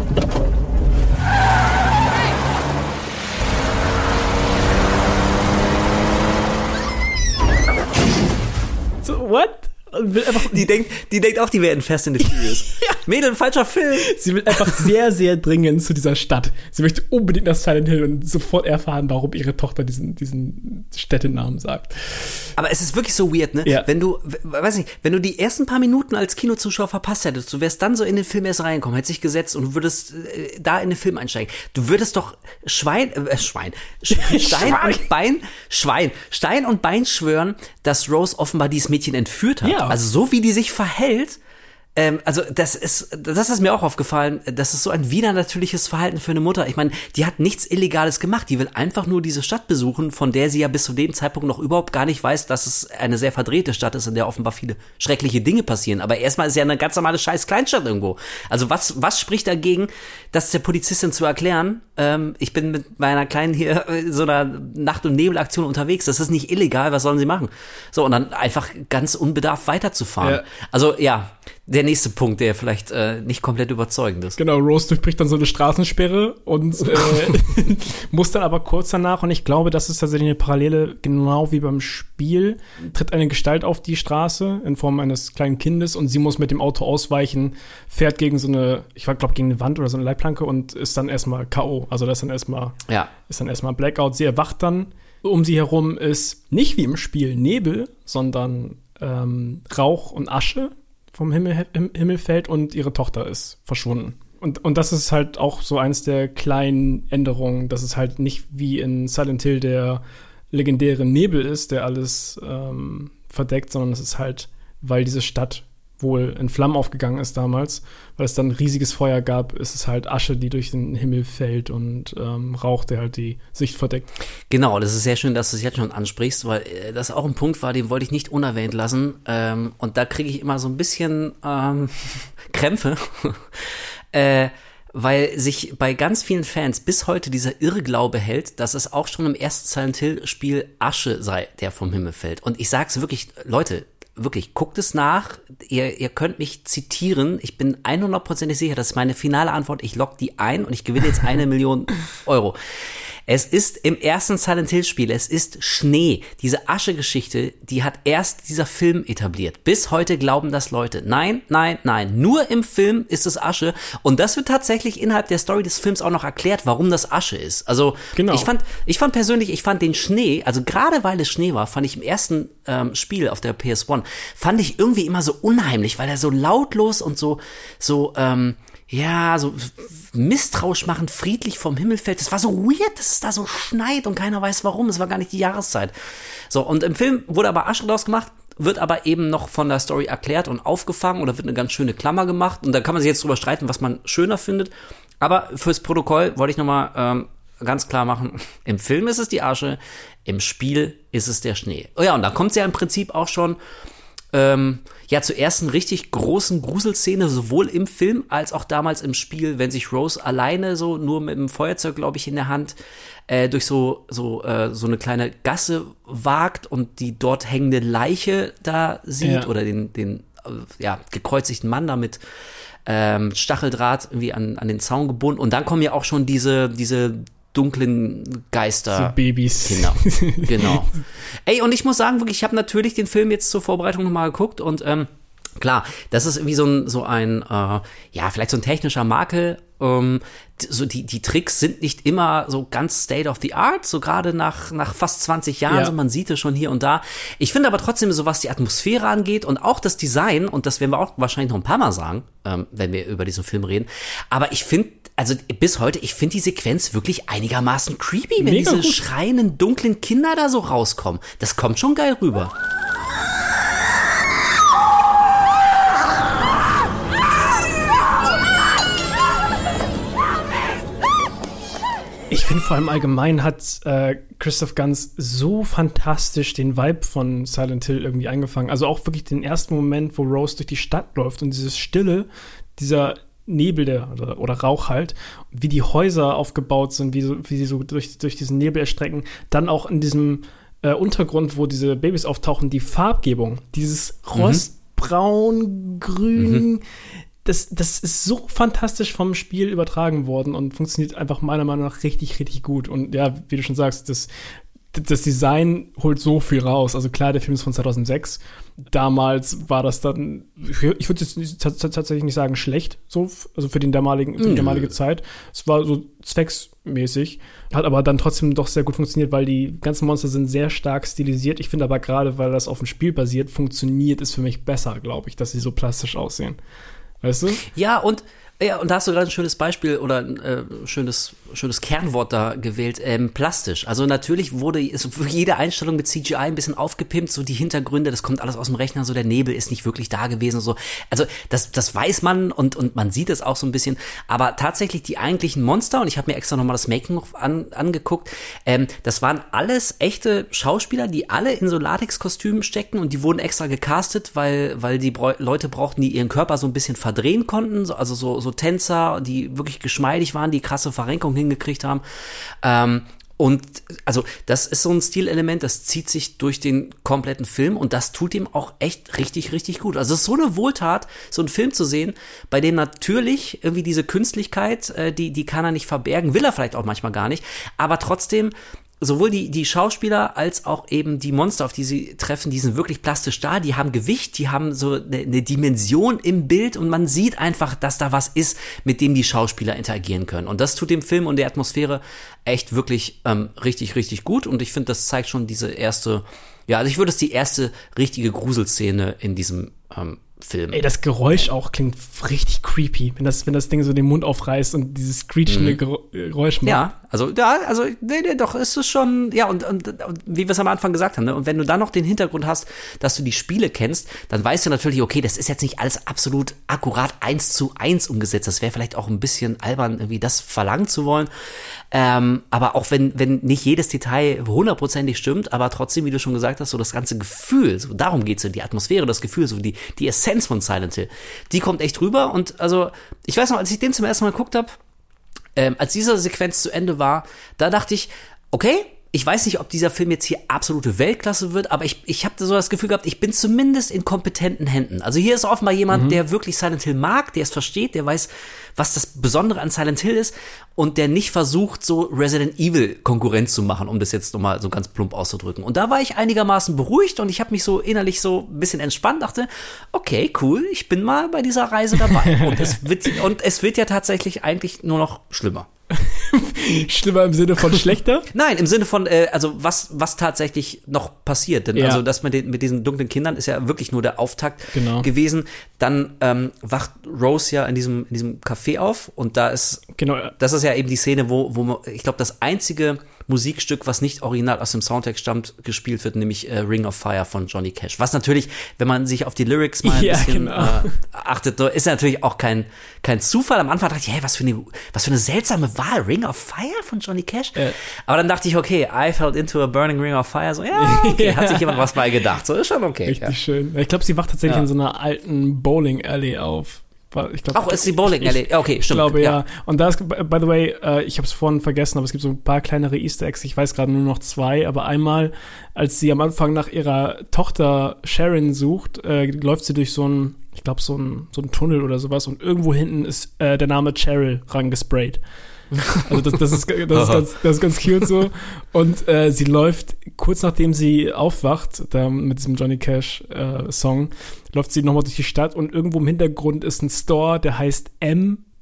S2: So, what?
S1: Die denkt auch, die wären Fast and the Furious. Mädel, falscher Film.
S2: Sie will einfach sehr, sehr dringend zu dieser Stadt. Sie möchte unbedingt nach Silent Hill und sofort erfahren, warum ihre Tochter diesen Städtenamen sagt.
S1: Aber es ist wirklich so weird, ne?
S2: Ja.
S1: Wenn du die ersten paar Minuten als Kinozuschauer verpasst hättest, du wärst dann so in den Film erst reingekommen, hättest dich gesetzt und du würdest da in den Film einsteigen. Du würdest doch Stein und Bein schwören, dass Rose offenbar dieses Mädchen entführt hat.
S2: Ja.
S1: Also so wie die sich verhält, also das ist mir auch aufgefallen, das ist so ein widernatürliches Verhalten für eine Mutter. Ich meine, die hat nichts Illegales gemacht, die will einfach nur diese Stadt besuchen, von der sie ja bis zu dem Zeitpunkt noch überhaupt gar nicht weiß, dass es eine sehr verdrehte Stadt ist, in der offenbar viele schreckliche Dinge passieren. Aber erstmal ist ja eine ganz normale scheiß Kleinstadt irgendwo. Also was spricht dagegen, das der Polizistin zu erklären, ich bin mit meiner Kleinen hier so einer Nacht- und Nebelaktion unterwegs, das ist nicht illegal, was sollen sie machen? So, und dann einfach ganz unbedarft weiterzufahren. Ja. Also ja, der nächste Punkt, der vielleicht nicht komplett überzeugend ist.
S2: Genau, Rose durchbricht dann so eine Straßensperre und muss dann aber kurz danach, und ich glaube, das ist tatsächlich eine Parallele, genau wie beim Spiel, tritt eine Gestalt auf die Straße in Form eines kleinen Kindes und sie muss mit dem Auto ausweichen, fährt gegen so eine, ich glaube gegen eine Wand oder so eine Leitplanke und ist dann erstmal K.O. Also das ist dann erstmal Blackout. Sie erwacht dann, um sie herum ist nicht wie im Spiel Nebel, sondern Rauch und Asche vom Himmel fällt und ihre Tochter ist verschwunden. Und das ist halt auch so eins der kleinen Änderungen, dass es halt nicht wie in Silent Hill der legendäre Nebel ist, der alles verdeckt, sondern es ist halt, weil diese Stadt wohl in Flammen aufgegangen ist damals, weil es dann ein riesiges Feuer gab, ist es halt Asche, die durch den Himmel fällt und Rauch, der halt die Sicht verdeckt.
S1: Genau, das ist sehr schön, dass du es jetzt schon ansprichst, weil das auch ein Punkt war, den wollte ich nicht unerwähnt lassen. Und da kriege ich immer so ein bisschen Krämpfe, weil sich bei ganz vielen Fans bis heute dieser Irrglaube hält, dass es auch schon im ersten Silent Hill-Spiel Asche sei, der vom Himmel fällt. Und ich sag's wirklich, Leute, wirklich, guckt es nach. Ihr könnt mich zitieren. Ich bin 100%ig sicher, das ist meine finale Antwort. Ich logge die ein und ich gewinne jetzt 1 Million Euro. Es ist im ersten Silent Hill Spiel, es ist Schnee. Diese Asche-Geschichte, die hat erst dieser Film etabliert. Bis heute glauben das Leute. Nein. Nur im Film ist es Asche. Und das wird tatsächlich innerhalb der Story des Films auch noch erklärt, warum das Asche ist. Also, genau. Ich fand persönlich den Schnee, also gerade weil es Schnee war, fand ich im ersten Spiel auf der PS1, fand ich irgendwie immer so unheimlich, weil er so lautlos und so misstrauisch machen, friedlich vom Himmel fällt. Das war so weird, dass es da so schneit und keiner weiß warum. Es war gar nicht die Jahreszeit. So, und im Film wurde aber Asche draus gemacht, wird aber eben noch von der Story erklärt und aufgefangen oder wird eine ganz schöne Klammer gemacht. Und da kann man sich jetzt drüber streiten, was man schöner findet. Aber fürs Protokoll wollte ich nochmal ganz klar machen, im Film ist es die Asche, im Spiel ist es der Schnee. Oh ja, und da kommt es ja im Prinzip auch schon zur ersten richtig großen Gruselszene, sowohl im Film als auch damals im Spiel, wenn sich Rose alleine so nur mit dem Feuerzeug, glaube ich, in der Hand durch so eine kleine Gasse wagt und die dort hängende Leiche da sieht oder den gekreuzigten Mann da mit Stacheldraht irgendwie an den Zaun gebunden. Und dann kommen ja auch schon diese dunklen Geister.
S2: So Babys.
S1: Genau. Ey, und ich muss sagen, wirklich, ich habe natürlich den Film jetzt zur Vorbereitung nochmal geguckt und klar, das ist irgendwie so ein vielleicht so ein technischer Makel, so die Tricks sind nicht immer so ganz state of the art, so gerade nach fast 20 Jahren, so man sieht es schon hier und da. Ich finde aber trotzdem, so was die Atmosphäre angeht und auch das Design, und das werden wir auch wahrscheinlich noch ein paar Mal sagen, wenn wir über diesen Film reden, aber ich finde, also bis heute, ich finde die Sequenz wirklich einigermaßen creepy, wenn diese schreienden, dunklen Kinder da so rauskommen. Das kommt schon geil rüber.
S2: Ich finde vor allem allgemein hat Christoph Gans so fantastisch den Vibe von Silent Hill irgendwie eingefangen. Also auch wirklich den ersten Moment, wo Rose durch die Stadt läuft und dieses Stille, dieser Nebel oder Rauch halt, wie die Häuser aufgebaut sind, wie sie so durch diesen Nebel erstrecken. Dann auch in diesem Untergrund, wo diese Babys auftauchen, die Farbgebung, dieses Rostbraun, Grün, das ist so fantastisch vom Spiel übertragen worden und funktioniert einfach meiner Meinung nach richtig, richtig gut. Und ja, wie du schon sagst, das Design holt so viel raus. Also klar, der Film ist von 2006. Damals war das dann, ich würde jetzt tatsächlich nicht sagen schlecht, so, also für die damalige Zeit. Es war so zwecksmäßig, hat aber dann trotzdem doch sehr gut funktioniert, weil die ganzen Monster sind sehr stark stilisiert. Ich finde aber gerade, weil das auf dem Spiel basiert, funktioniert es für mich besser, glaube ich, dass sie so plastisch aussehen. Weißt du?
S1: Ja, und da hast du gerade ein schönes Beispiel oder ein schönes Kernwort da gewählt, plastisch. Also natürlich ist jede Einstellung mit CGI ein bisschen aufgepimpt, so die Hintergründe, das kommt alles aus dem Rechner, so der Nebel ist nicht wirklich da gewesen, so. Also das weiß man und man sieht es auch so ein bisschen, aber tatsächlich die eigentlichen Monster, und ich habe mir extra nochmal das Making of angeguckt, das waren alles echte Schauspieler, die alle in so Latex-Kostümen steckten und die wurden extra gecastet, weil die Leute brauchten, die ihren Körper so ein bisschen verdrehen konnten, also so Tänzer, die wirklich geschmeidig waren, die krasse Verrenkung hingekriegt haben. Und also das ist so ein Stilelement, das zieht sich durch den kompletten Film und das tut ihm auch echt richtig, richtig gut. Also es ist so eine Wohltat, so einen Film zu sehen, bei dem natürlich irgendwie diese Künstlichkeit, die kann er nicht verbergen, will er vielleicht auch manchmal gar nicht, aber trotzdem sowohl die Schauspieler als auch eben die Monster, auf die sie treffen, die sind wirklich plastisch da, die haben Gewicht, die haben so eine Dimension im Bild und man sieht einfach, dass da was ist, mit dem die Schauspieler interagieren können. Und das tut dem Film und der Atmosphäre echt wirklich richtig, richtig gut. Und ich finde, das zeigt schon diese erste, also ich würde es die erste richtige Gruselszene in diesem Film.
S2: Ey, das Geräusch auch klingt richtig creepy, wenn das Ding so den Mund aufreißt und dieses screechende Geräusch macht.
S1: Nee, doch, ist es schon, und wie wir es am Anfang gesagt haben, ne? Und wenn du dann noch den Hintergrund hast, dass du die Spiele kennst, dann weißt du natürlich, okay, das ist jetzt nicht alles absolut akkurat 1:1 umgesetzt, das wäre vielleicht auch ein bisschen albern, irgendwie das verlangen zu wollen, aber auch wenn nicht jedes Detail 100%ig stimmt, aber trotzdem, wie du schon gesagt hast, so das ganze Gefühl, so darum geht's, so die Atmosphäre, das Gefühl, so die Essenz von Silent Hill, die kommt echt rüber und also, ich weiß noch, als ich den zum ersten Mal geguckt habe, als diese Sequenz zu Ende war, da dachte ich, okay, ich weiß nicht, ob dieser Film jetzt hier absolute Weltklasse wird, aber ich habe so das Gefühl gehabt, ich bin zumindest in kompetenten Händen. Also hier ist offenbar jemand, der wirklich Silent Hill mag, der es versteht, der weiß, was das Besondere an Silent Hill ist und der nicht versucht, so Resident Evil Konkurrenz zu machen, um das jetzt nochmal so ganz plump auszudrücken. Und da war ich einigermaßen beruhigt und ich habe mich so innerlich so ein bisschen entspannt, dachte, okay, cool, ich bin mal bei dieser Reise dabei. und es wird ja tatsächlich eigentlich nur noch schlimmer.
S2: Schlimmer im Sinne von schlechter?
S1: Nein, im Sinne von, also was tatsächlich noch passiert. Denn also das mit diesen dunklen Kindern ist ja wirklich nur der Auftakt gewesen. Dann wacht Rose ja in diesem Café auf und das ist ja eben die Szene, wo ich glaube, das einzige Musikstück, was nicht original aus dem Soundtrack stammt, gespielt wird, nämlich Ring of Fire von Johnny Cash. Was natürlich, wenn man sich auf die Lyrics mal ein bisschen achtet, ist natürlich auch kein Zufall. Am Anfang dachte ich, hey, was für eine seltsame Wahl, Ring of Fire von Johnny Cash? Aber dann dachte ich, okay, I fell into a burning ring of fire. So, hat sich jemand was bei gedacht. So, ist schon okay.
S2: Richtig schön. Ich glaube, sie wacht tatsächlich in so einer alten Bowling-Alley auf. Ich glaub,
S1: ist die Bowling Alley? Okay, stimmt.
S2: Ich glaube, ja. Und da ist, by the way, ich habe es vorhin vergessen, aber es gibt so ein paar kleinere Easter Eggs. Ich weiß gerade nur noch 2, aber einmal, als sie am Anfang nach ihrer Tochter Sharon sucht, läuft sie durch so ein Tunnel oder sowas und irgendwo hinten ist der Name Cheryl rangesprayt. Also das ist ganz cute so. Und sie läuft, kurz nachdem sie aufwacht, da mit diesem Johnny Cash Song, läuft sie nochmal durch die Stadt und irgendwo im Hintergrund ist ein Store, der heißt M.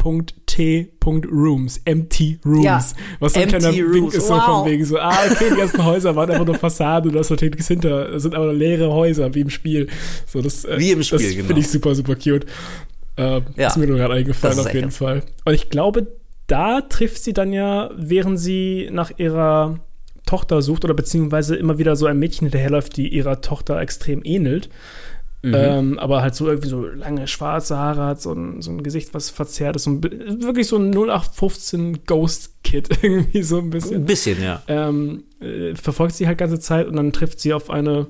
S2: M.T.Rooms, Empty Rooms,
S1: Ja,
S2: was so ein kleiner
S1: Empty
S2: Wink
S1: Rooms,
S2: ist, so
S1: wow.
S2: von wegen so, okay, die ganzen Häuser waren einfach nur Fassade, das natürlich nichts hinter, das sind aber leere Häuser, wie im Spiel. So, das,
S1: Wie im Spiel,
S2: das
S1: genau.
S2: finde ich super, super cute. Ist mir nur gerade eingefallen,
S1: Das ist
S2: auf jeden
S1: echt
S2: Fall. Und ich glaube, da trifft sie dann ja, während sie nach ihrer Tochter sucht oder beziehungsweise immer wieder so ein Mädchen hinterherläuft, die ihrer Tochter extrem ähnelt. Aber halt so irgendwie so lange schwarze Haare hat, so ein Gesicht, was verzerrt ist. Wirklich so ein 0815 Ghost-Kid irgendwie so ein bisschen.
S1: Ein bisschen, ja.
S2: Verfolgt sie halt ganze Zeit und dann trifft sie auf eine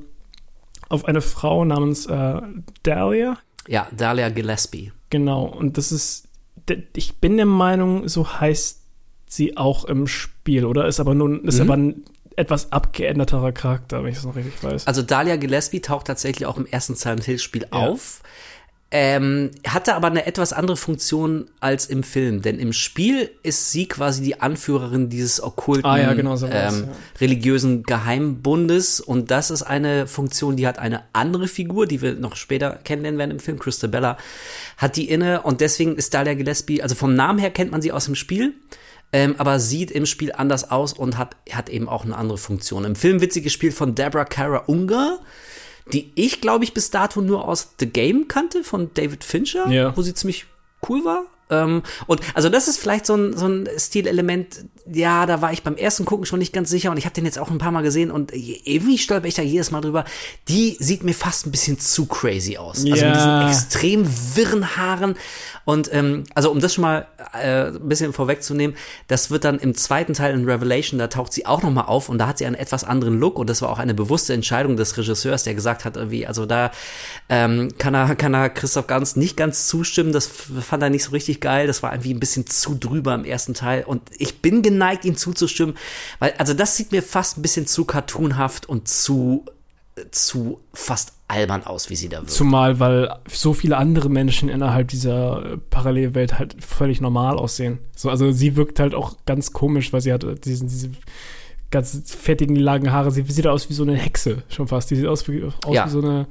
S2: Frau namens Dahlia.
S1: Ja, Dahlia Gillespie.
S2: Genau, und das ist, ich bin der Meinung, so heißt sie auch im Spiel, oder? Ist aber ein etwas abgeänderterer Charakter, wenn ich das noch richtig weiß.
S1: Also Dahlia Gillespie taucht tatsächlich auch im ersten Silent Hill Spiel auf. Hatte aber eine etwas andere Funktion als im Film, denn im Spiel ist sie quasi die Anführerin dieses okkulten,
S2: Genau, so war's,
S1: religiösen Geheimbundes, und das ist eine Funktion, die hat eine andere Figur, die wir noch später kennenlernen werden im Film, Christabella, hat die inne, und deswegen ist Dahlia Gillespie, also vom Namen her kennt man sie aus dem Spiel, aber sieht im Spiel anders aus und hat eben auch eine andere Funktion. Im Film wird sie gespielt von Deborah Kara Unger, die ich, glaube ich, bis dato nur aus The Game kannte, von David Fincher, wo sie ziemlich cool war. Und also das ist vielleicht so ein Stilelement, ja, da war ich beim ersten Gucken schon nicht ganz sicher, und ich habe den jetzt auch ein paar Mal gesehen und irgendwie stolper ich da jedes Mal drüber. Die sieht mir fast ein bisschen zu crazy aus. Also mit diesen extrem wirren Haaren. Und also um das schon mal ein bisschen vorwegzunehmen, das wird dann im zweiten Teil in Revelation, da taucht sie auch noch mal auf und da hat sie einen etwas anderen Look, und das war auch eine bewusste Entscheidung des Regisseurs, der gesagt hat, irgendwie, also da kann er Christoph Gans nicht ganz zustimmen, das fand er nicht so richtig geil, das war irgendwie ein bisschen zu drüber im ersten Teil, und ich bin geneigt, ihm zuzustimmen, weil also das sieht mir fast ein bisschen zu cartoonhaft und zu fast albern aus, wie sie da wirkt.
S2: Zumal, weil so viele andere Menschen innerhalb dieser Parallelwelt halt völlig normal aussehen. So, also sie wirkt halt auch ganz komisch, weil sie hat diese ganz fettigen, langen Haare. Sie sieht aus wie so eine Hexe schon fast. Die sieht aus wie so eine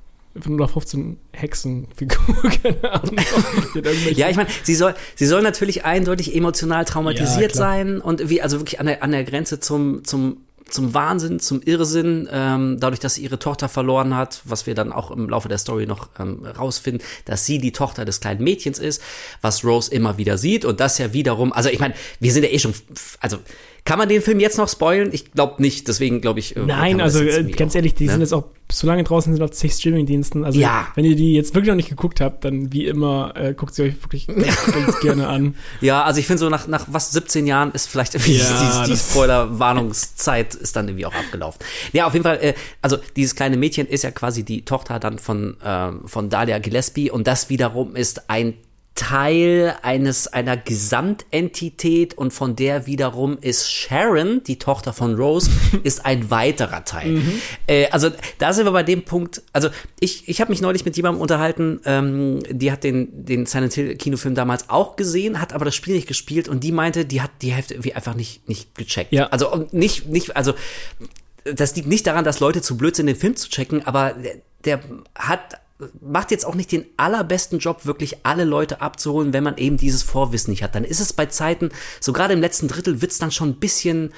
S2: 15 Hexenfigur, keine Ahnung.
S1: Ja, ich meine, sie soll natürlich eindeutig emotional traumatisiert sein und also wirklich an der Grenze zum Wahnsinn, zum Irrsinn, dadurch, dass sie ihre Tochter verloren hat, was wir dann auch im Laufe der Story noch rausfinden, dass sie die Tochter des kleinen Mädchens ist, was Rose immer wieder sieht, und das ja wiederum, also ich meine, wir sind ja schon, also kann man den Film jetzt noch spoilen? Ich glaube nicht, deswegen glaube ich.
S2: Nein, also ganz ehrlich, die sind jetzt auch so lange draußen, sind auf 6 Streaming-Diensten. Also wenn ihr die jetzt wirklich noch nicht geguckt habt, dann wie immer guckt sie euch wirklich ganz gerne an.
S1: Ja, also ich finde so nach was 17 Jahren ist vielleicht irgendwie die Spoiler-Warnungszeit ist dann irgendwie auch abgelaufen. Ja, auf jeden Fall, also dieses kleine Mädchen ist ja quasi die Tochter dann von Dahlia Gillespie, und das wiederum ist ein Teil einer Gesamtentität, und von der wiederum ist Sharon, die Tochter von Rose, ist ein weiterer Teil. Also da sind wir bei dem Punkt, also ich habe mich neulich mit jemandem unterhalten, die hat den Silent Hill Kinofilm damals auch gesehen, hat aber das Spiel nicht gespielt, und die meinte, die hat die Hälfte irgendwie einfach nicht gecheckt. Ja. Also also das liegt nicht daran, dass Leute zu blöd sind, den Film zu checken, aber der macht jetzt auch nicht den allerbesten Job, wirklich alle Leute abzuholen, wenn man eben dieses Vorwissen nicht hat. Dann ist es bei Zeiten, so gerade im letzten Drittel, wird's dann schon ein bisschen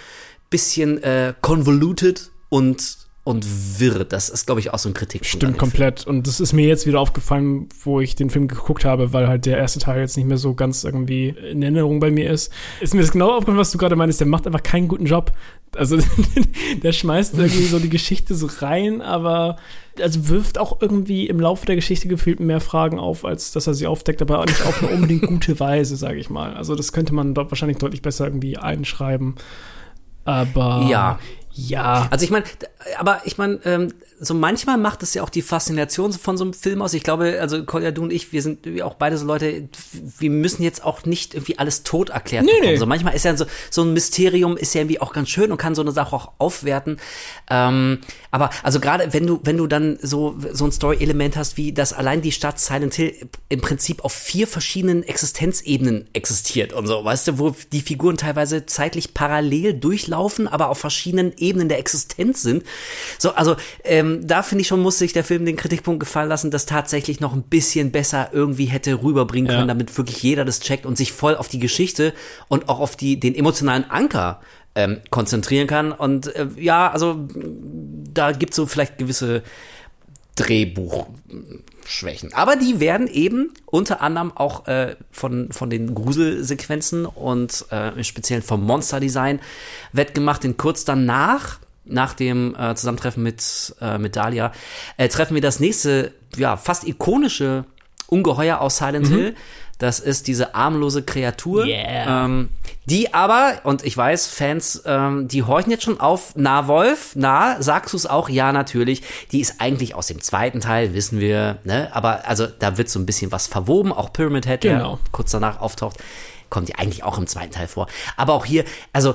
S1: convoluted und wirr. Das ist, glaube ich, auch so ein Kritikpunkt.
S2: Stimmt, komplett. Und das ist mir jetzt wieder aufgefallen, wo ich den Film geguckt habe, weil halt der erste Teil jetzt nicht mehr so ganz irgendwie in Erinnerung bei mir ist. Ist mir das genau aufgefallen, was du gerade meinst, der macht einfach keinen guten Job. Also der schmeißt irgendwie so die Geschichte so rein, aber also wirft auch irgendwie im Laufe der Geschichte gefühlt mehr Fragen auf, als dass er sie aufdeckt, aber auch nicht auf eine unbedingt gute Weise, sage ich mal. Also das könnte man dort wahrscheinlich deutlich besser irgendwie einschreiben. Aber ja. Also
S1: ich meine, so manchmal macht es ja auch die Faszination von so einem Film aus. Ich glaube, also Kolja, du und ich, wir sind auch beide so Leute, wir müssen jetzt auch nicht irgendwie alles tot erklärt bekommen. Nee. So manchmal ist ja so ein Mysterium ist ja irgendwie auch ganz schön und kann so eine Sache auch aufwerten. Aber also gerade wenn du dann so ein Story-Element hast, wie dass allein die Stadt Silent Hill im Prinzip auf 4 verschiedenen Existenzebenen existiert und so, weißt du, wo die Figuren teilweise zeitlich parallel durchlaufen, aber auf verschiedenen Ebenen der Existenz sind. So, also da finde ich schon, musste sich der Film den Kritikpunkt gefallen lassen, dass tatsächlich noch ein bisschen besser irgendwie hätte rüberbringen können, damit wirklich jeder das checkt und sich voll auf die Geschichte und auch auf den emotionalen Anker konzentrieren kann. Und also da gibt es so vielleicht gewisse Drehbuchschwächen. Aber die werden eben unter anderem auch von den Gruselsequenzen und im Speziellen vom Monsterdesign wettgemacht. Denn kurz danach, nach dem Zusammentreffen mit Dahlia, treffen wir das nächste, fast ikonische Ungeheuer aus Silent Hill. Das ist diese armlose Kreatur, die aber, und ich weiß, Fans, die horchen jetzt schon auf, na Wolf, sagst du es auch? Ja, natürlich. Die ist eigentlich aus dem zweiten Teil, wissen wir, ne? Aber also da wird so ein bisschen was verwoben, auch Pyramid Head, der kurz danach auftaucht, kommt ja eigentlich auch im zweiten Teil vor. Aber auch hier, also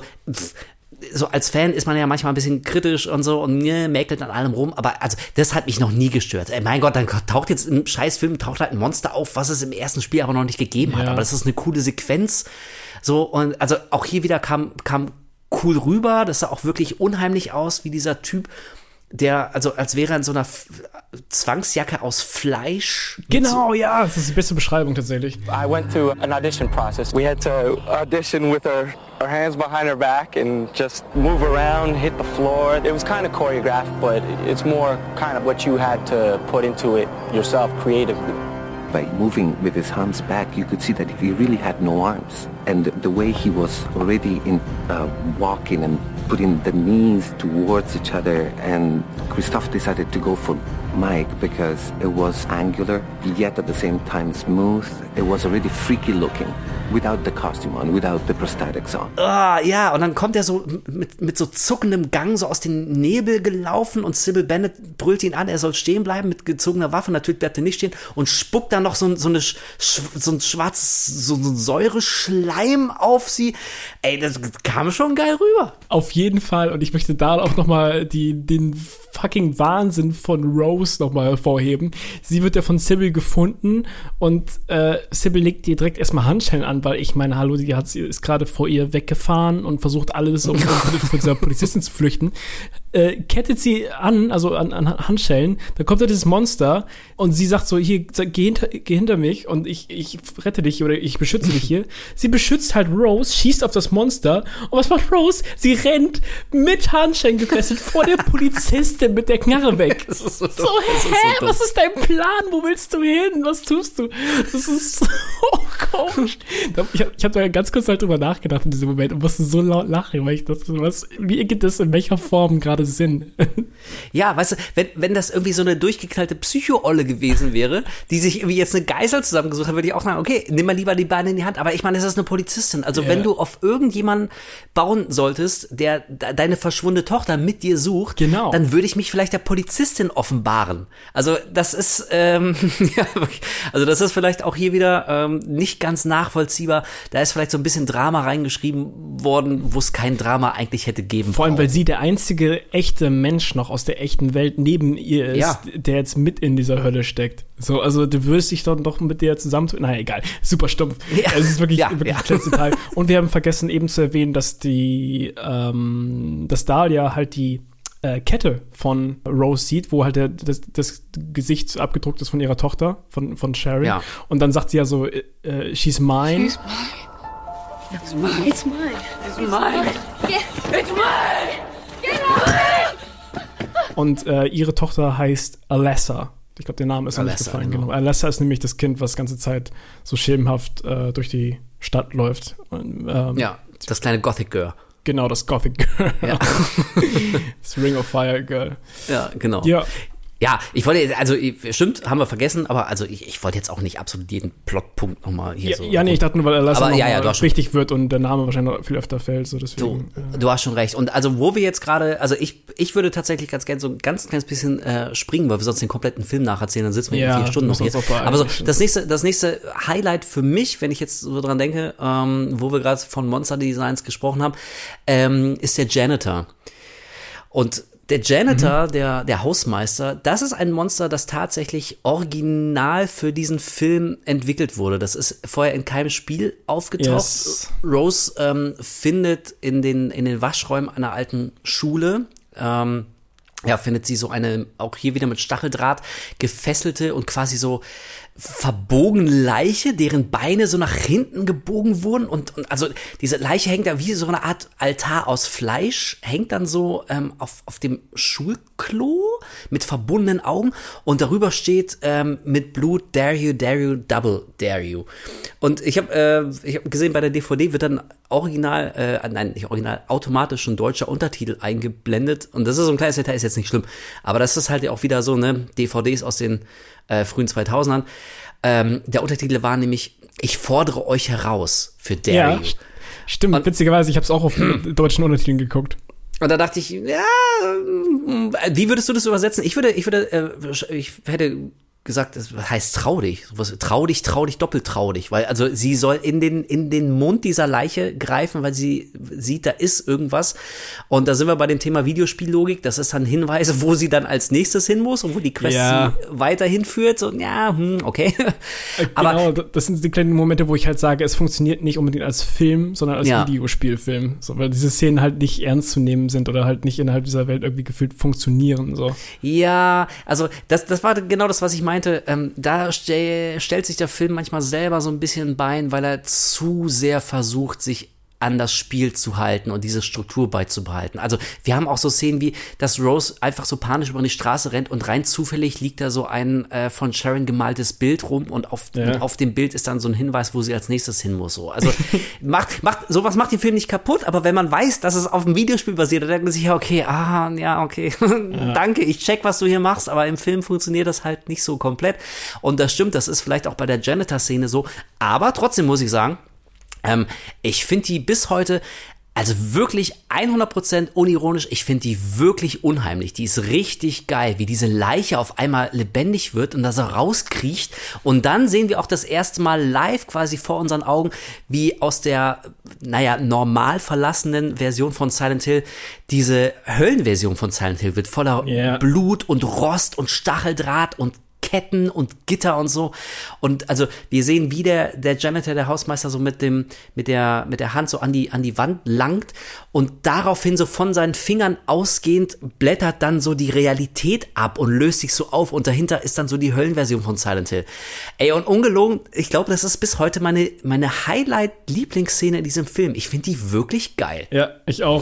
S1: so als Fan ist man ja manchmal ein bisschen kritisch und so und mäkelt an allem rum, aber also das hat mich noch nie gestört. Mein Gott, dann taucht jetzt im Scheißfilm halt ein Monster auf, was es im ersten Spiel aber noch nicht gegeben hat, aber das ist eine coole Sequenz. So, und also auch hier wieder kam cool rüber, das sah auch wirklich unheimlich aus, wie dieser Typ, der, also als wäre er in so einer Zwangsjacke aus Fleisch.
S2: Genau, ja, das ist die beste Beschreibung tatsächlich.
S6: I went through an audition process. We had to audition with our hands behind our back and just move around, hit the floor. It was kind of choreographed, but it's more kind of what you had to put into it yourself creatively.
S7: By moving with his arms back, you could see that he really had no arms. And the way he was already walking and putting the knees towards each other, and Christophe decided to go for Mike because it was angular, yet at the same time smooth. It was already freaky looking, without the costume on, without the prosthetics on.
S1: Ja, und dann kommt er so mit so zuckendem Gang so aus dem Nebel gelaufen und Sybil Bennett brüllt ihn an, er soll stehen bleiben mit gezogener Waffe. Natürlich bleibt er nicht stehen und spuckt dann noch so ein schwarzes, so ein Säureschleim auf sie. Ey, das kam schon geil rüber.
S2: Auf jeden Fall. Und ich möchte da auch nochmal den fucking Wahnsinn von Rose nochmal hervorheben. Sie wird ja von Sybil gefunden und Sybil legt ihr direkt erstmal Handschellen an, weil ich meine, hallo, sie ist gerade vor ihr weggefahren und versucht alles, um von dieser Polizistin zu flüchten. Kettet sie an, also an Handschellen, dann kommt da dieses Monster und sie sagt so, hier, geh hinter mich und ich rette dich oder ich beschütze dich hier. Sie beschützt halt Rose, schießt auf das Monster und was macht Rose? Sie rennt mit Handschellen gefesselt vor der Polizistin mit der Knarre weg.
S1: Das ist so
S2: dumm. Was ist dein Plan? Wo willst du hin? Was tust du? Das ist so komisch. Ich hab da ganz kurz halt drüber nachgedacht in diesem Moment und musste so laut lachen, weil ich dachte, wie ergibt das in welcher Form gerade Sinn?
S1: Ja, weißt du, wenn das irgendwie so eine durchgeknallte Psycho-Olle gewesen wäre, die sich irgendwie jetzt eine Geisel zusammengesucht hat, würde ich auch sagen, okay, nimm mal lieber die Beine in die Hand. Aber ich meine, das ist eine Polizistin. Also wenn du auf irgendjemanden bauen solltest, der deine verschwundene Tochter mit dir sucht, dann würde ich mich vielleicht der Polizistin offenbaren. Also das ist, das ist vielleicht auch hier wieder nicht ganz nachvollziehbar. Da ist vielleicht so ein bisschen Drama reingeschrieben worden, wo es kein Drama eigentlich hätte geben.
S2: Vor allem, weil sie der einzige echte Mensch noch aus der echten Welt neben ihr ist, der jetzt mit in dieser Hölle steckt. So, also du würdest dich doch mit der zusammen... Naja, egal. Super stumpf. Ja. Es ist wirklich das letzte Teil. Und wir haben vergessen eben zu erwähnen, dass dass Dahlia halt die Kette von Rose sieht, wo halt das Gesicht abgedruckt ist von ihrer Tochter, von Sharon. Ja. Und dann sagt sie ja so, she's mine.
S4: She's mine. It's mine. It's mine. It's mine. It's mine. Get out!
S2: Und ihre Tochter heißt Alessa. Ich glaube, der Name ist noch nicht gefallen. Genau. Alessa ist nämlich das Kind, was die ganze Zeit so schemenhaft durch die Stadt läuft. Und,
S1: das kleine Gothic Girl.
S2: Genau, das Gothic Girl. Ja. Das Ring of Fire Girl.
S1: Ja, genau. Ja, ich wollte, also stimmt, haben wir vergessen, aber also ich wollte jetzt auch nicht absolut jeden Plotpunkt nochmal hier so.
S2: Ja, nee, ich dachte nur, weil Alessa wichtig wird und der Name wahrscheinlich noch viel öfter fällt. So deswegen,
S1: du hast schon recht. Und also wo wir jetzt gerade, also ich würde tatsächlich ganz gerne so ein ganz kleines bisschen springen, weil wir sonst den kompletten Film nacherzählen, dann sitzen wir in 4 Stunden noch hier. Aber so, das nächste Highlight für mich, wenn ich jetzt so dran denke, wo wir gerade von Monster Designs gesprochen haben, ist der Janitor. Und Der Janitor, der Hausmeister, das ist ein Monster, das tatsächlich original für diesen Film entwickelt wurde. Das ist vorher in keinem Spiel aufgetaucht. Yes. Rose findet in den Waschräumen einer alten Schule, findet sie so eine, auch hier wieder mit Stacheldraht gefesselte und quasi so verbogene Leiche, deren Beine so nach hinten gebogen wurden und also diese Leiche hängt da wie so eine Art Altar aus Fleisch, hängt dann so auf dem Schulklo mit verbundenen Augen und darüber steht mit Blut Dare you, double dare you. Und ich hab gesehen, bei der DVD wird dann automatisch ein deutscher Untertitel eingeblendet und das ist so ein kleines Detail, ist jetzt nicht schlimm, aber das ist halt ja auch wieder so, ne, DVDs aus den frühen 2000ern. Der Untertitel war nämlich Ich fordere euch heraus für Dare You.
S2: Stimmt, und witzigerweise, ich habe es auch auf deutschen Untertiteln geguckt.
S1: Und da dachte ich, ja, wie würdest du das übersetzen? Ich hätte gesagt, das heißt trau dich, trau dich, doppelt trau dich, weil also sie soll in den Mund dieser Leiche greifen, weil sie sieht, da ist irgendwas und da sind wir bei dem Thema Videospiellogik, das ist dann Hinweise, wo sie dann als nächstes hin muss und wo die Quest sie weiterhin führt, so, okay. Aber
S2: genau, das sind die kleinen Momente, wo ich halt sage, es funktioniert nicht unbedingt als Film, sondern als Videospielfilm, so, weil diese Szenen halt nicht ernst zu nehmen sind oder halt nicht innerhalb dieser Welt irgendwie gefühlt funktionieren, so.
S1: Ja, also das war genau das, was ich meinte. Da stellt sich der Film manchmal selber so ein bisschen ein Bein, weil er zu sehr versucht, sich an das Spiel zu halten und diese Struktur beizubehalten. Also wir haben auch so Szenen wie, dass Rose einfach so panisch über die Straße rennt und rein zufällig liegt da so ein von Sharon gemaltes Bild rum und auf dem Bild ist dann so ein Hinweis, wo sie als nächstes hin muss. So. Also sowas macht den Film nicht kaputt, aber wenn man weiß, dass es auf einem Videospiel basiert, dann denkt man sich, okay. Danke, ich check, was du hier machst, aber im Film funktioniert das halt nicht so komplett. Und das stimmt, das ist vielleicht auch bei der Janitor-Szene so, aber trotzdem muss ich sagen, ich finde die bis heute, also wirklich 100% unironisch, ich finde die wirklich unheimlich. Die ist richtig geil, wie diese Leiche auf einmal lebendig wird und dass er rauskriecht. Und dann sehen wir auch das erste Mal live quasi vor unseren Augen, wie aus der, normal verlassenen Version von Silent Hill diese Höllenversion von Silent Hill wird, voller Blut und Rost und Stacheldraht und Ketten und Gitter und so. Und also wir sehen, wie der Janitor, der Hausmeister, so mit der Hand so an die Wand langt und daraufhin so von seinen Fingern ausgehend blättert dann so die Realität ab und löst sich so auf und dahinter ist dann so die Höllenversion von Silent Hill. Ey, und ungelogen, ich glaube, das ist bis heute meine Highlight-Lieblingsszene in diesem Film. Ich finde die wirklich geil.
S2: Ja, ich auch.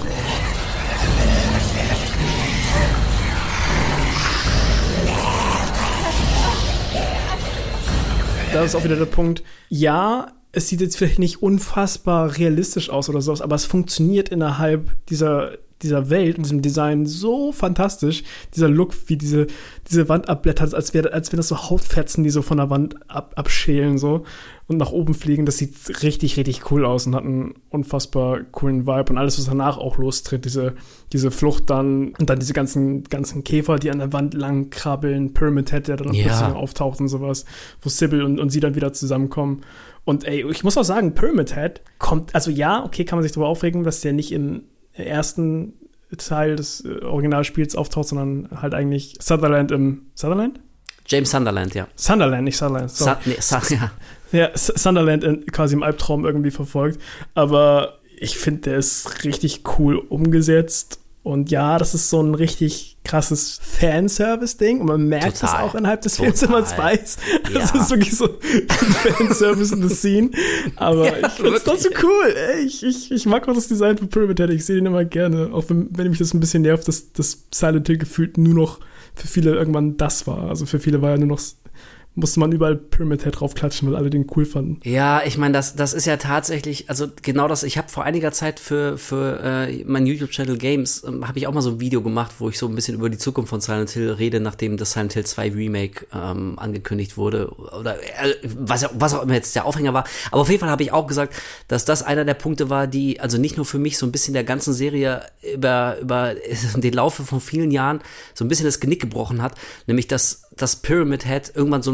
S2: Da ist auch wieder der Punkt, ja, es sieht jetzt vielleicht nicht unfassbar realistisch aus oder sowas, aber es funktioniert innerhalb dieser Welt und diesem Design so fantastisch. Dieser Look, wie diese Wand abblättert, als wären das so Hautfetzen, die so von der Wand abschälen so und nach oben fliegen. Das sieht richtig, richtig cool aus und hat einen unfassbar coolen Vibe. Und alles, was danach auch lostritt, diese Flucht dann und dann diese ganzen Käfer, die an der Wand lang krabbeln, Pyramid Head, der dann plötzlich auftaucht und sowas, wo Sybil und sie dann wieder zusammenkommen. Und ey, ich muss auch sagen, Pyramid Head kommt, also ja, okay, kann man sich darüber aufregen, dass der nicht im ersten Teil des Originalspiels auftaucht, sondern halt eigentlich Sutherland im Sutherland?
S1: James Sunderland, ja.
S2: Sunderland, nicht Sutherland. So. Ja, Sunderland quasi im Albtraum irgendwie verfolgt. Aber ich finde, der ist richtig cool umgesetzt. Und ja, das ist so ein richtig krasses Fanservice-Ding. Und man merkt es auch innerhalb des Films, wenn man es weiß. Das ist wirklich so Fanservice in the Scene. Aber ich finde es doch so cool. Ey, ich mag auch das Design von Pyramid Head. Ich sehe den immer gerne. Auch wenn mich das ein bisschen nervt, dass das Silent Hill gefühlt nur noch für viele irgendwann das war. Also für viele war ja nur noch, musste man überall Pyramid Head draufklatschen, weil alle den cool fanden.
S1: Ja, ich meine, das ist ja tatsächlich, also genau das, ich habe vor einiger Zeit für mein YouTube-Channel Games, habe ich auch mal so ein Video gemacht, wo ich so ein bisschen über die Zukunft von Silent Hill rede, nachdem das Silent Hill 2 Remake angekündigt wurde, oder was auch immer jetzt der Aufhänger war. Aber auf jeden Fall habe ich auch gesagt, dass das einer der Punkte war, die, also nicht nur für mich, so ein bisschen der ganzen Serie über den Laufe von vielen Jahren so ein bisschen das Genick gebrochen hat, nämlich dass das Pyramid Head irgendwann so ein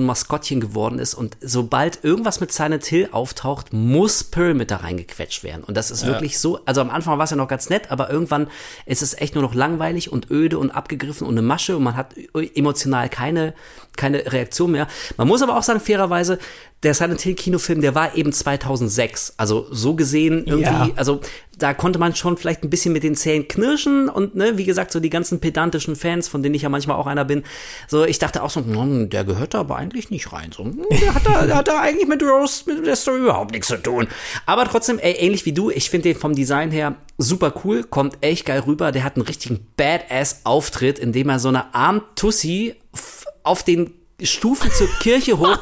S1: Maskottchen geworden ist. Und sobald irgendwas mit Silent Hill auftaucht, muss Pyramid da reingequetscht werden. Und das ist wirklich so, also am Anfang war es ja noch ganz nett, aber irgendwann ist es echt nur noch langweilig und öde und abgegriffen und eine Masche und man hat emotional keine Reaktion mehr. Man muss aber auch sagen, fairerweise, der Silent Hill Kinofilm, der war eben 2006. Also so gesehen irgendwie, also da konnte man schon vielleicht ein bisschen mit den Zähnen knirschen und ne, wie gesagt, so die ganzen pedantischen Fans, von denen ich ja manchmal auch einer bin, so ich dachte auch so, der gehört da aber eigentlich nicht rein. So, der hat da eigentlich mit der Story überhaupt nichts zu tun. Aber trotzdem, ähnlich wie du, ich finde den vom Design her super cool, kommt echt geil rüber. Der hat einen richtigen Badass-Auftritt, in dem er so eine Arm-Tussi auf den Stufen zur Kirche hoch.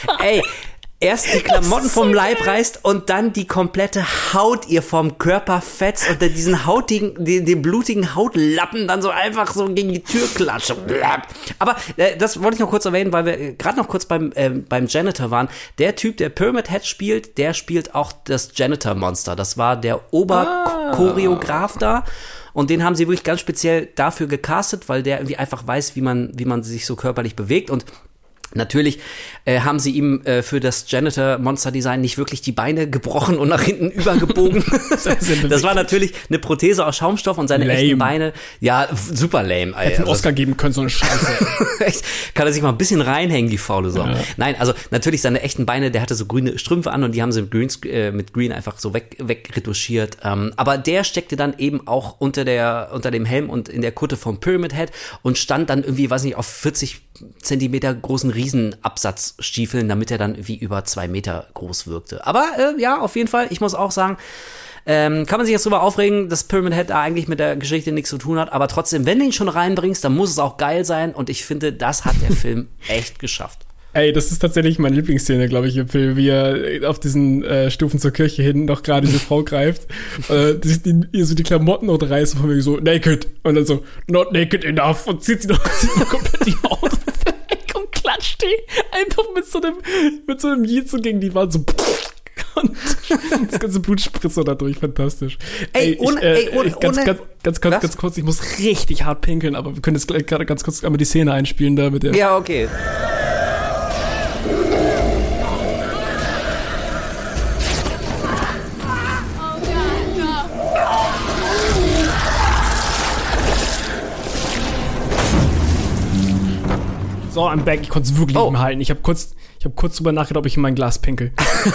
S1: Erst die Klamotten vom Leib reißt und dann die komplette Haut ihr vom Körper fetzt und dann diesen den blutigen Hautlappen dann so einfach so gegen die Tür klatscht. Aber das wollte ich noch kurz erwähnen, weil wir gerade noch kurz beim Janitor waren. Der Typ, der Pyramid Head spielt, der spielt auch das Janitor-Monster. Das war der Oberchoreograf da. Und den haben sie wirklich ganz speziell dafür gecastet, weil der irgendwie einfach weiß, wie man sich so körperlich bewegt. Und natürlich haben sie ihm für das Janitor-Monster-Design nicht wirklich die Beine gebrochen und nach hinten übergebogen. Das war natürlich eine Prothese aus Schaumstoff und seine echten Beine, ja, super lame.
S2: Hätte einen Oscar geben können, so eine Scheiße.
S1: Echt? Kann er sich mal ein bisschen reinhängen, die faule Sau. Ja. Nein, also natürlich seine echten Beine, der hatte so grüne Strümpfe an und die haben sie mit Green einfach so wegretuschiert. Aber der steckte dann eben auch unter dem Helm und in der Kutte vom Pyramid Head und stand dann irgendwie, weiß nicht, auf 40 Zentimeter großen Riesenabsatzstiefeln, damit er dann wie über 2 Meter groß wirkte. Aber ja, auf jeden Fall, ich muss auch sagen, kann man sich jetzt drüber aufregen, dass Pyramid Head eigentlich mit der Geschichte nichts zu tun hat, aber trotzdem, wenn du ihn schon reinbringst, dann muss es auch geil sein und ich finde, das hat der Film echt geschafft.
S2: Das ist tatsächlich meine Lieblingsszene, glaube ich, im Film, wie er auf diesen Stufen zur Kirche hin noch gerade diese Frau greift, ihr so die Klamotten noch reißt, von mir so, naked, und dann so, not naked enough, und zieht sie noch komplett die Haut weg und klatscht die einfach mit so einem Jeet so gegen die Wand, so, und das ganze Blut spritzt so dadurch, fantastisch. Ganz kurz, ich muss richtig hart pinkeln, aber wir können jetzt gerade ganz kurz einmal die Szene einspielen da mit der.
S1: Ja, okay.
S2: So, I'm back. Ich konnte es wirklich nicht mehr halten. Ich habe kurz drüber nachgedacht, ob ich in mein Glas pinkel.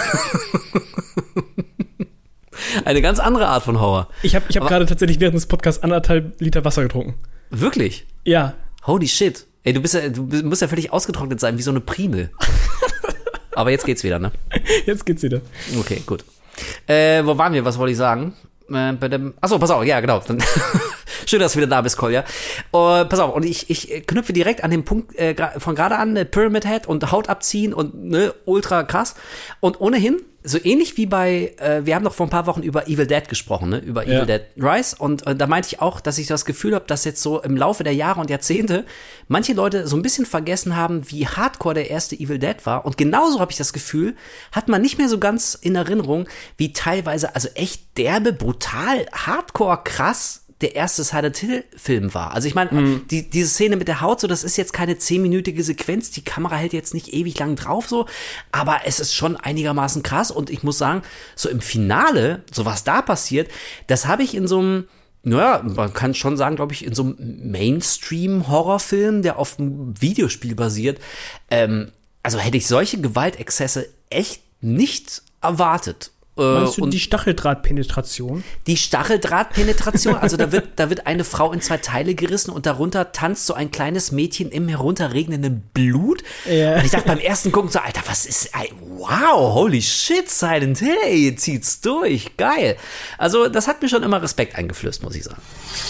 S1: Eine ganz andere Art von Horror.
S2: Ich hab gerade tatsächlich während des Podcasts 1,5 Liter Wasser getrunken.
S1: Wirklich?
S2: Ja.
S1: Holy shit. Du musst ja völlig ausgetrocknet sein, wie so eine Primel. Aber jetzt geht's wieder, ne?
S2: Jetzt geht's wieder.
S1: Okay, gut. Wo waren wir? Was wollte ich sagen? Achso, pass auf, ja, genau. Schön, dass du wieder da bist, Kolja. Pass auf, und ich knüpfe direkt an den Punkt von gerade an, Pyramid Head und Haut abziehen und ne, ultra krass. Und ohnehin, so ähnlich wie bei, wir haben doch vor ein paar Wochen über Evil Dead gesprochen, ne? Über Evil Dead Rise. Und da meinte ich auch, dass ich das Gefühl habe, dass jetzt so im Laufe der Jahre und Jahrzehnte manche Leute so ein bisschen vergessen haben, wie hardcore der erste Evil Dead war. Und genauso habe ich das Gefühl, hat man nicht mehr so ganz in Erinnerung, wie teilweise, also echt derbe, brutal, hardcore, krass der erste Silent Hill-Film war. Also ich meine, diese Szene mit der Haut, so, das ist jetzt keine 10-minütige Sequenz, die Kamera hält jetzt nicht ewig lang drauf, so, aber es ist schon einigermaßen krass und ich muss sagen, so im Finale, so was da passiert, das habe ich in so einem, naja, man kann schon sagen, glaube ich, in so einem Mainstream-Horrorfilm, der auf einem Videospiel basiert, also hätte ich solche Gewaltexzesse echt nicht erwartet.
S2: Meinst du die Stacheldrahtpenetration? Die
S1: Stacheldrahtpenetration, also da wird eine Frau in 2 Teile gerissen und darunter tanzt so ein kleines Mädchen im herunterregnenden Blut. Ja. Und ich dachte beim ersten Gucken so, Alter, was ist, wow, holy shit, Silent Hill, ihr zieht's durch, geil. Also das hat mir schon immer Respekt eingeflößt, muss ich sagen.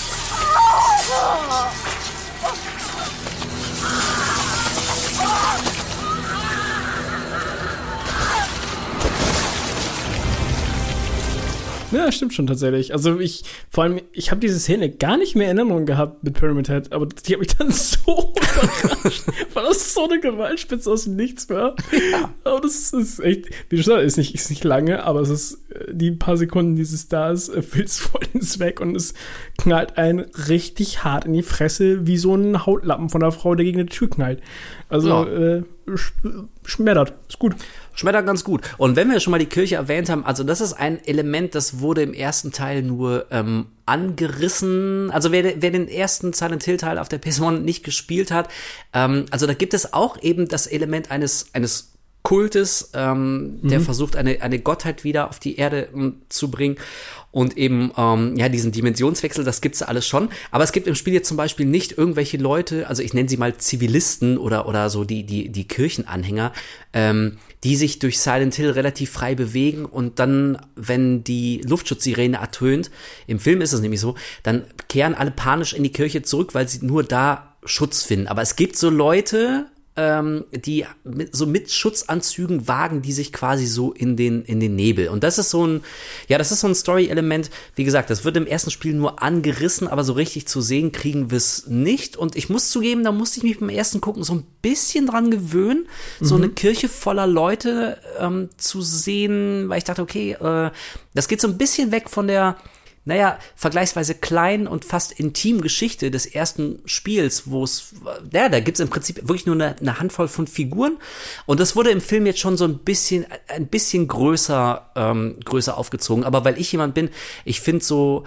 S2: Ja, stimmt schon tatsächlich. Also ich habe diese Szene gar nicht mehr in Erinnerung gehabt mit Pyramid Head, aber die hat mich dann so überrascht, weil das so eine Gewaltspitze aus dem Nichts war. Ja. Aber das ist echt, wie du sagst, ist nicht lange, aber es ist die paar Sekunden dieses da ist, füllt's voll den Zweck und es knallt einen richtig hart in die Fresse, wie so ein Hautlappen von einer Frau, der gegen eine Tür knallt. Also, schmettert. Ist gut.
S1: Schmettert ganz gut. Und wenn wir schon mal die Kirche erwähnt haben, also das ist ein Element, das wurde im ersten Teil nur angerissen. Also wer den ersten Silent Hill Teil auf der PS1 nicht gespielt hat, also da gibt es auch eben das Element eines Kultes, der versucht, eine Gottheit wieder auf die Erde zu bringen. Und eben, diesen Dimensionswechsel, das gibt's alles schon. Aber es gibt im Spiel jetzt zum Beispiel nicht irgendwelche Leute, also ich nenne sie mal Zivilisten oder so die Kirchenanhänger, die sich durch Silent Hill relativ frei bewegen und dann, wenn die Luftschutzsirene ertönt, im Film ist es nämlich so, dann kehren alle panisch in die Kirche zurück, weil sie nur da Schutz finden. Aber es gibt so Leute, die mit Schutzanzügen wagen die sich quasi so in den Nebel. Und das ist so ein Story-Element. Wie gesagt, das wird im ersten Spiel nur angerissen, aber so richtig zu sehen kriegen wir es nicht. Und ich muss zugeben, da musste ich mich beim ersten Gucken so ein bisschen dran gewöhnen, so eine Kirche voller Leute zu sehen, weil ich dachte, okay, das geht so ein bisschen weg von der vergleichsweise kleinen und fast intimen Geschichte des ersten Spiels, da gibt's im Prinzip wirklich nur eine Handvoll von Figuren und das wurde im Film jetzt schon so ein bisschen größer aufgezogen, aber weil ich jemand bin, ich finde so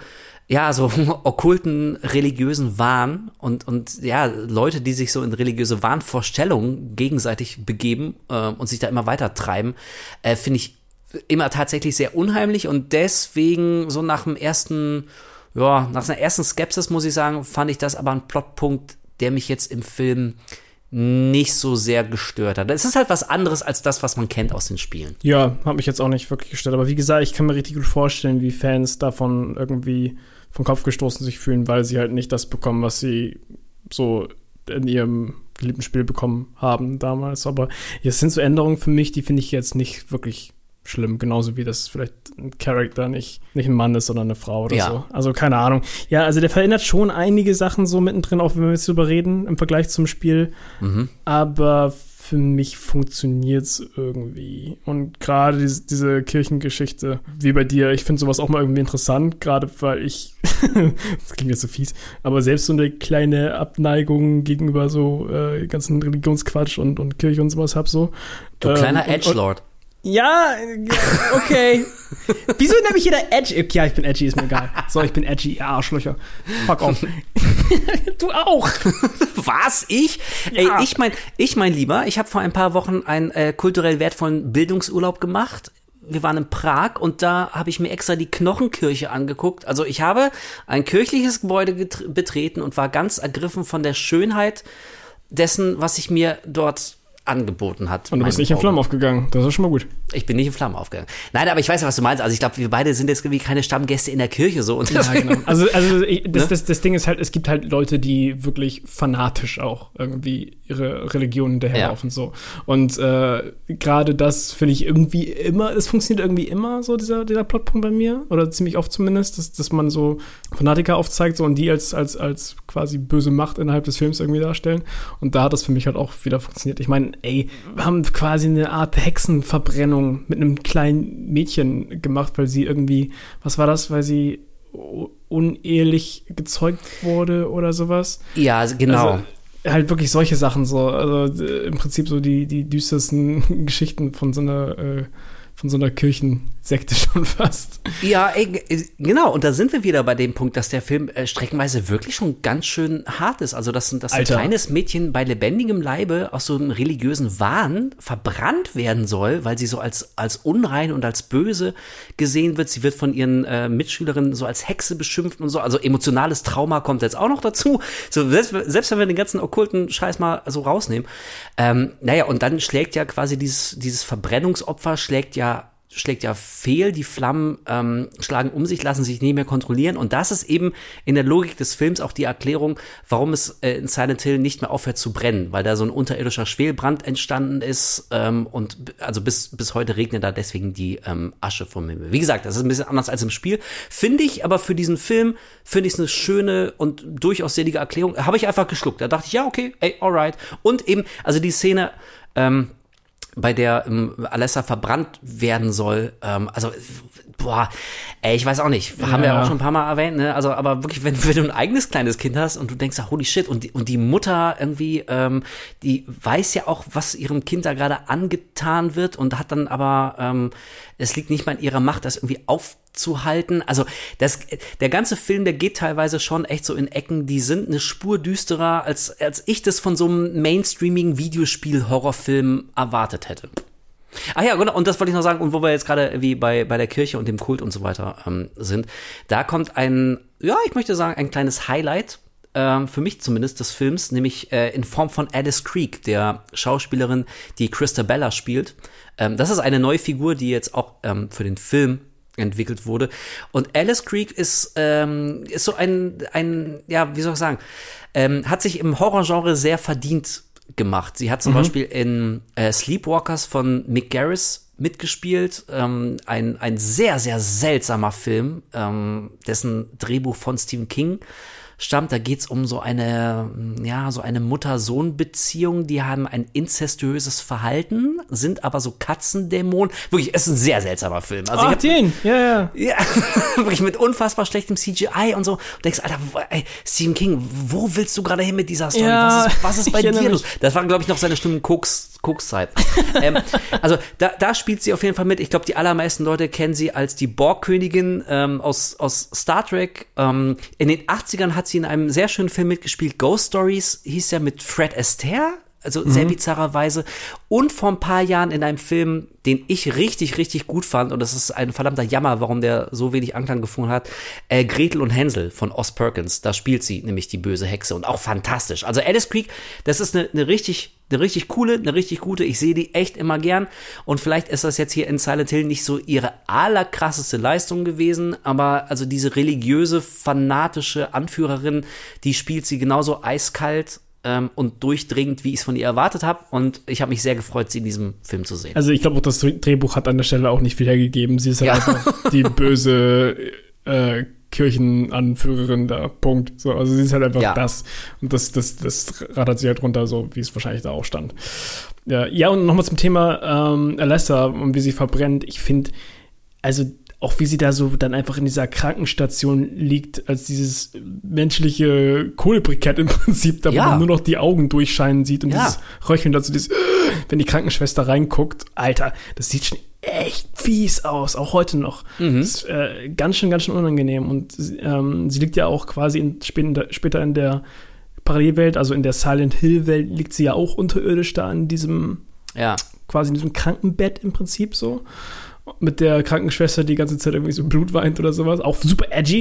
S1: okkulten religiösen Wahn und Leute, die sich so in religiöse Wahnvorstellungen gegenseitig begeben und sich da immer weiter treiben, finde ich immer tatsächlich sehr unheimlich und deswegen so nach einer ersten Skepsis, muss ich sagen, fand ich das aber ein Plotpunkt, der mich jetzt im Film nicht so sehr gestört hat. Es ist halt was anderes als das, was man kennt aus den Spielen.
S2: Ja, hat mich jetzt auch nicht wirklich gestört, aber wie gesagt, ich kann mir richtig gut vorstellen, wie Fans davon irgendwie vom Kopf gestoßen sich fühlen, weil sie halt nicht das bekommen, was sie so in ihrem geliebten Spiel bekommen haben damals, aber es sind so Änderungen für mich, die finde ich jetzt nicht wirklich schlimm, genauso wie das vielleicht ein Charakter nicht ein Mann ist, sondern eine Frau oder so. Also keine Ahnung. Ja, also der verändert schon einige Sachen so mittendrin, auch wenn wir jetzt drüber reden, im Vergleich zum Spiel. Aber für mich funktioniert's irgendwie. Und gerade diese Kirchengeschichte, wie bei dir, ich finde sowas auch mal irgendwie interessant, gerade weil ich, das klingt jetzt so fies, aber selbst so eine kleine Abneigung gegenüber so ganzen Religionsquatsch und Kirche und sowas hab so.
S1: Du kleiner Edgelord.
S2: Ja, okay. Wieso nennt mich jeder edgy? Ja, ich bin edgy, ist mir egal. So, ich bin edgy, ja, Arschlöcher. Fuck off. Du auch.
S1: Was? Ich? Ja. Ey, ich mein Lieber, ich habe vor ein paar Wochen einen kulturell wertvollen Bildungsurlaub gemacht. Wir waren in Prag und da habe ich mir extra die Knochenkirche angeguckt. Also ich habe ein kirchliches Gebäude betreten und war ganz ergriffen von der Schönheit dessen, was ich mir dort angeboten hat.
S2: Und du bist nicht in Flammen aufgegangen. Das ist schon mal gut.
S1: Ich bin nicht in Flammen aufgegangen. Nein, aber ich weiß ja, was du meinst. Also ich glaube, wir beide sind jetzt irgendwie keine Stammgäste in der Kirche so. Und
S2: ja, genau. Also das Ding ist halt, es gibt halt Leute, die wirklich fanatisch auch irgendwie ihre Religion hinterherlaufen so. Und gerade das finde ich irgendwie immer, es funktioniert irgendwie immer so, dieser Plotpunkt bei mir. Oder ziemlich oft zumindest, dass man so Fanatiker aufzeigt so und die als quasi böse Macht innerhalb des Films irgendwie darstellen. Und da hat das für mich halt auch wieder funktioniert. Ich meine, wir haben quasi eine Art Hexenverbrennung mit einem kleinen Mädchen gemacht, weil sie irgendwie, was war das, weil sie unehelich gezeugt wurde oder sowas?
S1: Ja, genau.
S2: Also, halt wirklich solche Sachen so, also im Prinzip so die düstersten Geschichten von so einer Kirchensekte schon fast.
S1: Ja, genau. Und da sind wir wieder bei dem Punkt, dass der Film streckenweise wirklich schon ganz schön hart ist. Also, dass ein kleines Mädchen bei lebendigem Leibe aus so einem religiösen Wahn verbrannt werden soll, weil sie so als unrein und als böse gesehen wird. Sie wird von ihren Mitschülerinnen so als Hexe beschimpft und so. Also, emotionales Trauma kommt jetzt auch noch dazu. So, selbst wenn wir den ganzen okkulten Scheiß mal so rausnehmen. Und dann schlägt ja quasi dieses Verbrennungsopfer schlägt ja fehl, die Flammen schlagen um sich, lassen sich nicht mehr kontrollieren und das ist eben in der Logik des Films auch die Erklärung, warum es in Silent Hill nicht mehr aufhört zu brennen, weil da so ein unterirdischer Schwelbrand entstanden ist und also bis heute regnet da deswegen die Asche vom Himmel. Wie gesagt, das ist ein bisschen anders als im Spiel, finde ich, aber für diesen Film finde ich es eine schöne und durchaus sinnige Erklärung. Habe ich einfach geschluckt. Da dachte ich, ja, okay, alright. Und eben, also die Szene, bei der Alessa verbrannt werden soll, also boah, ey, ich weiß auch nicht, haben wir auch schon ein paar Mal erwähnt, ne? Also, aber wirklich, wenn du ein eigenes kleines Kind hast und du denkst, holy shit, und die Mutter irgendwie, die weiß ja auch, was ihrem Kind da gerade angetan wird und hat dann aber, es liegt nicht mal in ihrer Macht, das irgendwie aufzuhalten. Also, der ganze Film, der geht teilweise schon echt so in Ecken, die sind eine Spur düsterer, als ich das von so einem mainstreamigen Videospiel-Horrorfilm erwartet hätte. Ach ja, genau, und das wollte ich noch sagen, und wo wir jetzt gerade wie bei der Kirche und dem Kult und so weiter sind, da kommt ich möchte sagen, ein kleines Highlight, für mich zumindest, des Films, nämlich in Form von Alice Creek, der Schauspielerin, die Christabella spielt. Das ist eine neue Figur, die jetzt auch für den Film entwickelt wurde. Und Alice Creek ist so ein, ja, wie soll ich sagen, hat sich im Horrorgenre sehr verdient gemacht. Sie hat zum Beispiel in Sleepwalkers von Mick Garris mitgespielt. Ein sehr, sehr seltsamer Film, dessen Drehbuch von Stephen King stammt. Da geht's um so eine Mutter-Sohn-Beziehung. Die haben ein inzestuöses Verhalten, sind aber so Katzendämonen. Wirklich, es ist ein sehr seltsamer Film. Also
S2: Ja.
S1: Wirklich mit unfassbar schlechtem CGI und so. Du denkst, Alter, ey, Stephen King, wo willst du gerade hin mit dieser Story?
S2: Ja,
S1: was ist bei dir los? Das war, glaube ich, noch seine Stimmen Kokszeit. Also da spielt sie auf jeden Fall mit. Ich glaube, die allermeisten Leute kennen sie als die Borg-Königin aus Star Trek. In den 80ern hat sie in einem sehr schönen Film mitgespielt. Ghost Stories hieß ja mit Fred Astaire. Also sehr bizarrerweise. Und vor ein paar Jahren in einem Film, den ich richtig, richtig gut fand, und das ist ein verdammter Jammer, warum der so wenig Anklang gefunden hat, Gretel und Hänsel von Oz Perkins. Da spielt sie nämlich die böse Hexe und auch fantastisch. Also Alice Creek, das ist eine richtig coole, eine richtig gute. Ich sehe die echt immer gern. Und vielleicht ist das jetzt hier in Silent Hill nicht so ihre allerkrasseste Leistung gewesen, aber also diese religiöse, fanatische Anführerin, die spielt sie genauso eiskalt und durchdringend, wie ich es von ihr erwartet habe. Und ich habe mich sehr gefreut, sie in diesem Film zu sehen.
S2: Also ich glaube, das Drehbuch hat an der Stelle auch nicht viel hergegeben. Sie ist halt einfach die böse Kirchenanführerin da, Punkt. So, also sie ist halt einfach das. Und das rattert sie halt runter, so wie es wahrscheinlich da auch stand. Ja, und nochmal zum Thema Alessa und wie sie verbrennt. Ich finde, also auch wie sie da so dann einfach in dieser Krankenstation liegt, als dieses menschliche Kohlebrikett im Prinzip, da wo man nur noch die Augen durchscheinen sieht und dieses Röcheln dazu, wenn die Krankenschwester reinguckt, Alter, das sieht schon echt fies aus, auch heute noch. Das ist ganz schön unangenehm. Und sie liegt ja auch quasi später in der Parallelwelt, also in der Silent Hill-Welt, liegt sie ja auch unterirdisch da in diesem, quasi in diesem Krankenbett im Prinzip so. Mit der Krankenschwester, die ganze Zeit irgendwie so Blut weint oder sowas. Auch super edgy.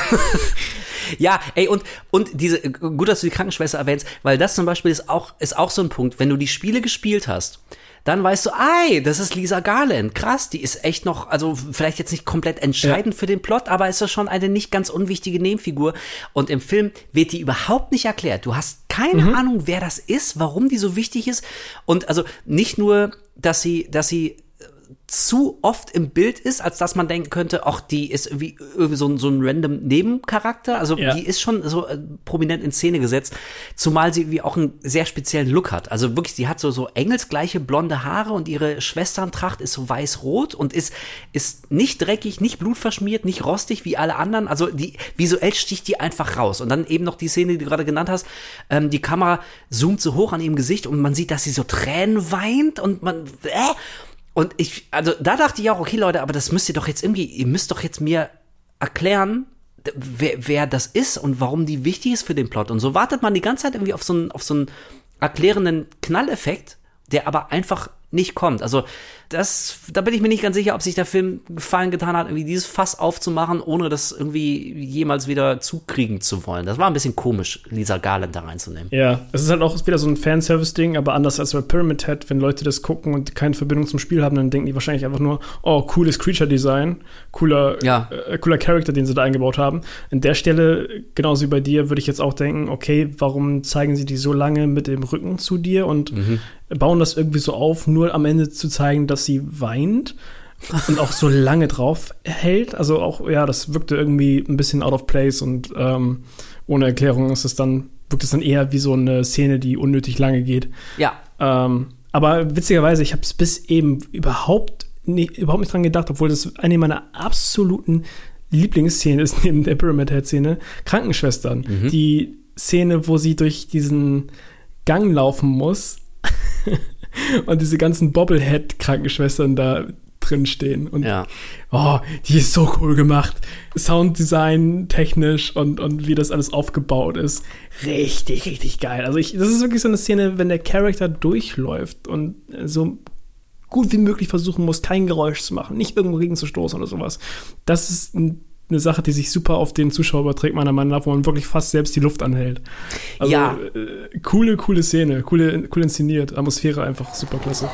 S1: Ja, ey, und gut, dass du die Krankenschwester erwähnst, weil das zum Beispiel ist auch so ein Punkt, wenn du die Spiele gespielt hast, dann weißt du, das ist Lisa Garland, krass, die ist echt noch, also vielleicht jetzt nicht komplett entscheidend für den Plot, aber ist ja schon eine nicht ganz unwichtige Nebenfigur. Und im Film wird die überhaupt nicht erklärt. Du hast keine Ahnung, wer das ist, warum die so wichtig ist. Und also nicht nur, dass sie zu oft im Bild ist, als dass man denken könnte, ach, die ist irgendwie so ein random Nebencharakter. Also die ist schon so prominent in Szene gesetzt, zumal sie irgendwie auch einen sehr speziellen Look hat. Also wirklich, die hat so engelsgleiche blonde Haare und ihre Schwesterntracht ist so weiß-rot und ist nicht dreckig, nicht blutverschmiert, nicht rostig wie alle anderen. Also visuell sticht die einfach raus. Und dann eben noch die Szene, die du gerade genannt hast, die Kamera zoomt so hoch an ihrem Gesicht und man sieht, dass sie so Tränen weint und und also da dachte ich auch, okay, Leute, aber das müsst ihr müsst doch jetzt mir erklären, wer das ist und warum die wichtig ist für den Plot. Und so wartet man die ganze Zeit irgendwie auf so einen erklärenden Knalleffekt, der aber einfach nicht kommt. Also da bin ich mir nicht ganz sicher, ob sich der Film gefallen getan hat, irgendwie dieses Fass aufzumachen, ohne das irgendwie jemals wieder zukriegen zu wollen. Das war ein bisschen komisch, Lisa Garland da reinzunehmen.
S2: Ja, es ist halt auch wieder so ein Fanservice-Ding, aber anders als bei Pyramid Head, wenn Leute das gucken und keine Verbindung zum Spiel haben, dann denken die wahrscheinlich einfach nur, oh, cooles Creature-Design, cooler Charakter, den sie da eingebaut haben. An der Stelle, genauso wie bei dir, würde ich jetzt auch denken, okay, warum zeigen sie die so lange mit dem Rücken zu dir und bauen das irgendwie so auf, nur am Ende zu zeigen, dass sie weint und auch so lange drauf hält. Also auch, das wirkte irgendwie ein bisschen out of place und ohne Erklärung wirkt es dann eher wie so eine Szene, die unnötig lange geht.
S1: Ja.
S2: Aber witzigerweise, ich habe es bis eben überhaupt überhaupt nicht dran gedacht, obwohl das eine meiner absoluten Lieblingsszenen ist, neben der Pyramid Head-Szene, Krankenschwestern. Die Szene, wo sie durch diesen Gang laufen muss und diese ganzen Bobblehead-Krankenschwestern da drin stehen. Und die ist so cool gemacht. Sounddesign, technisch und wie das alles aufgebaut ist. Richtig, richtig geil. Also das ist wirklich so eine Szene, wenn der Charakter durchläuft und so gut wie möglich versuchen muss, kein Geräusch zu machen, nicht irgendwo gegen zu stoßen oder sowas. Das ist eine Sache, die sich super auf den Zuschauer überträgt, meiner Meinung nach, wo man wirklich fast selbst die Luft anhält. Also, coole Szene, cool inszeniert, Atmosphäre einfach super klasse.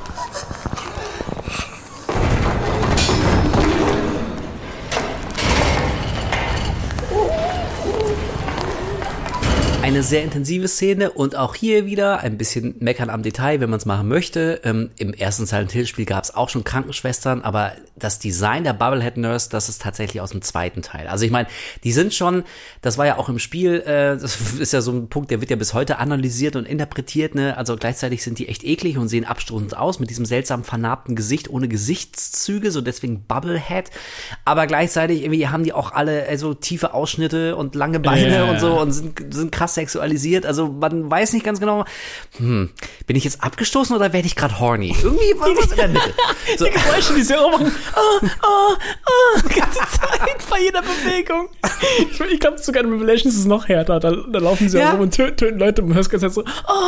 S1: Eine sehr intensive Szene und auch hier wieder ein bisschen meckern am Detail, wenn man es machen möchte. Im ersten Silent Hill Spiel gab es auch schon Krankenschwestern, aber das Design der Bubblehead Nurse, das ist tatsächlich aus dem zweiten Teil. Also ich meine, die sind schon, das war ja auch im Spiel, das ist ja so ein Punkt, der wird ja bis heute analysiert und interpretiert, ne? Also gleichzeitig sind die echt eklig und sehen abstoßend aus mit diesem seltsam vernarbten Gesicht ohne Gesichtszüge, so deswegen Bubblehead. Aber gleichzeitig irgendwie haben die auch alle so tiefe Ausschnitte und lange Beine und so und sind krass sexualisiert, also man weiß nicht ganz genau, bin ich jetzt abgestoßen oder werde ich gerade horny? Irgendwie war was in der Mitte. So.
S2: Die Geräusche, die sie auch machen, die ganze Zeit, bei jeder Bewegung. Ich glaube, sogar in Revelations ist es noch härter, da laufen sie auch rum und töten Leute und hörst ganz halt so,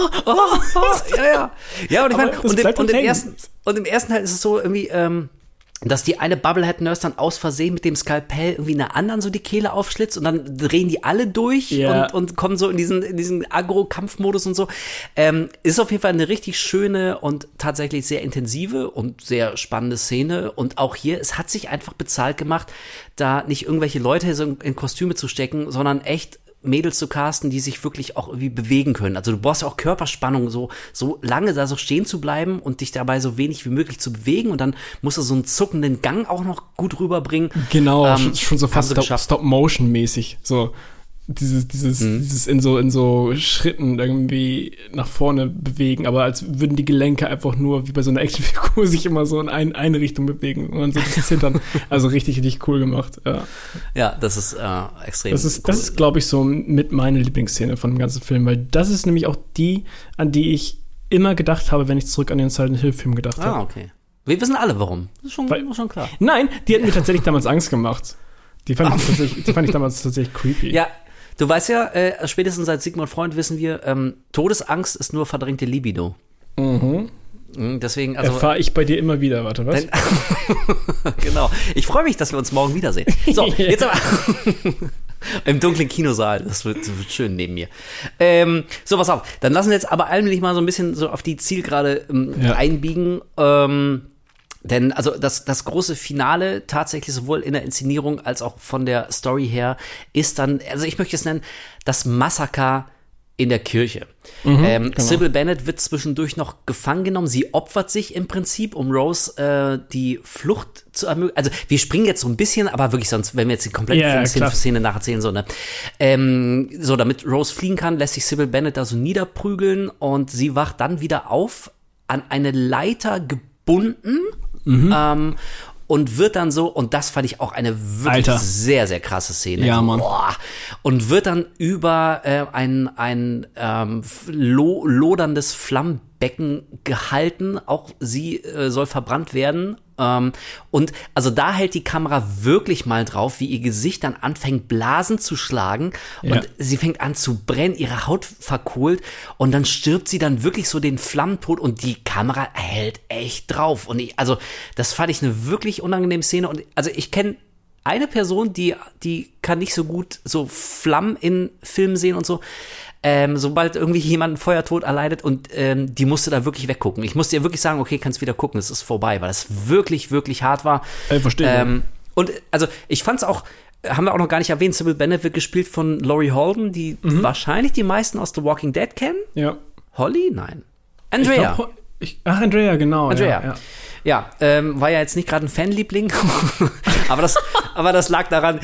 S1: Ja, und ich meine, und im ersten Teil ist es so irgendwie, dass die eine Bubblehead Nurse dann aus Versehen mit dem Skalpell irgendwie einer anderen so die Kehle aufschlitzt und dann drehen die alle durch und kommen so in diesen Agro-Kampfmodus und so. Ist auf jeden Fall eine richtig schöne und tatsächlich sehr intensive und sehr spannende Szene. Und auch hier, es hat sich einfach bezahlt gemacht, da nicht irgendwelche Leute so in Kostüme zu stecken, sondern echt Mädels zu casten, die sich wirklich auch irgendwie bewegen können. Also du brauchst ja auch Körperspannung, so lange da so stehen zu bleiben und dich dabei so wenig wie möglich zu bewegen und dann musst du so einen zuckenden Gang auch noch gut rüberbringen.
S2: Genau, schon so fast Stop-Motion-mäßig, so dieses in so Schritten irgendwie nach vorne bewegen, aber als würden die Gelenke einfach nur wie bei so einer Actionfigur sich immer so in eine Richtung bewegen und dann so das Hintern. Also richtig, richtig cool gemacht.
S1: Ja, das ist extrem
S2: Das ist, glaube ich, so mit meine Lieblingsszene von dem ganzen Film, weil das ist nämlich auch die, an die ich immer gedacht habe, wenn ich zurück an den Silent Hill Film gedacht habe.
S1: Ah, okay. Wir wissen alle, warum. Das ist schon klar.
S2: Nein, die hat mir tatsächlich damals Angst gemacht. Die fand ich damals tatsächlich creepy.
S1: Ja, du weißt ja, spätestens seit Sigmund Freud wissen wir, Todesangst ist nur verdrängte Libido. Deswegen, also
S2: erfahre ich bei dir immer wieder, warte, was?
S1: Genau. Ich freue mich, dass wir uns morgen wiedersehen. So, jetzt aber im dunklen Kinosaal, das wird schön neben mir. So, pass auf, dann lassen wir jetzt aber allmählich mal so ein bisschen so auf die Zielgerade einbiegen. Denn also das große Finale tatsächlich sowohl in der Inszenierung als auch von der Story her ist dann, also ich möchte es nennen, das Massaker in der Kirche. Genau. Sybil Bennett wird zwischendurch noch gefangen genommen. Sie opfert sich im Prinzip, um Rose die Flucht zu ermöglichen. Also wir springen jetzt so ein bisschen, aber wirklich sonst, wenn wir jetzt die komplette Szene nacherzählen, so, ne? So, damit Rose fliehen kann, lässt sich Sybil Bennett da so niederprügeln und sie wacht dann wieder auf, an eine Leiter gebunden, und wird dann so, und das fand ich auch eine wirklich sehr, sehr krasse Szene.
S2: Ja, Mann.
S1: Und wird dann über ein loderndes Flammenbecken gehalten. Auch sie soll verbrannt werden. Und also da hält die Kamera wirklich mal drauf, wie ihr Gesicht dann anfängt, Blasen zu schlagen. Und sie fängt an zu brennen, ihre Haut verkohlt. Und dann stirbt sie dann wirklich so den Flammentod. Und die Kamera hält echt drauf. Und also das fand ich eine wirklich unangenehme Szene. Und also ich kenne eine Person, die kann nicht so gut so Flammen in Filmen sehen und so. Sobald irgendwie jemand einen Feuertod erleidet und die musste da wirklich weggucken. Ich musste ihr wirklich sagen, okay, kannst wieder gucken, es ist vorbei, weil das wirklich, wirklich hart war.
S2: Verstehe.
S1: Und also ich fand's auch, haben wir auch noch gar nicht erwähnt, Sybil Bennett wird gespielt von Laurie Holden, die wahrscheinlich die meisten aus The Walking Dead kennen.
S2: Ja.
S1: Holly? Nein. Andrea.
S2: Andrea, genau.
S1: Andrea. Ja, war ja jetzt nicht gerade ein Fanliebling, aber das lag daran,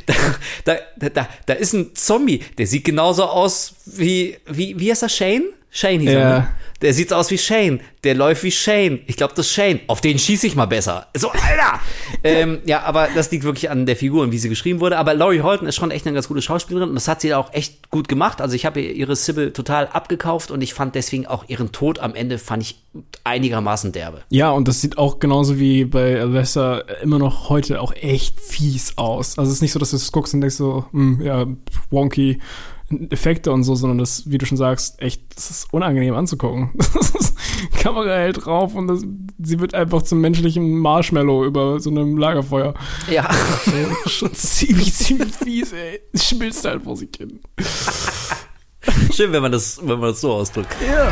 S1: da ist ein Zombie, der sieht genauso aus wie heißt das, Shane? Shane hieß er, ne? Der sieht aus wie Shane. Der läuft wie Shane. Ich glaube, das ist Shane. Auf den schieße ich mal besser. So, Alter! Ja, aber das liegt wirklich an der Figur und wie sie geschrieben wurde. Aber Laurie Holton ist schon echt eine ganz gute Schauspielerin und das hat sie auch echt gut gemacht. Also ich habe ihre Sybil total abgekauft und ich fand deswegen auch ihren Tod am Ende fand ich einigermaßen derbe.
S2: Ja, und das sieht auch genauso wie bei Alessa immer noch heute auch echt fies aus. Also es ist nicht so, dass du es guckst und denkst so, ja, wonky Effekte und so, sondern das, wie du schon sagst, echt, das ist unangenehm anzugucken. Kamera hält drauf und sie wird einfach zum menschlichen Marshmallow über so einem Lagerfeuer.
S1: Ja.
S2: Schon ziemlich fies, ey. Es schmilzt halt vor sich hin.
S1: Schön, wenn man das so ausdrückt.
S2: Ja.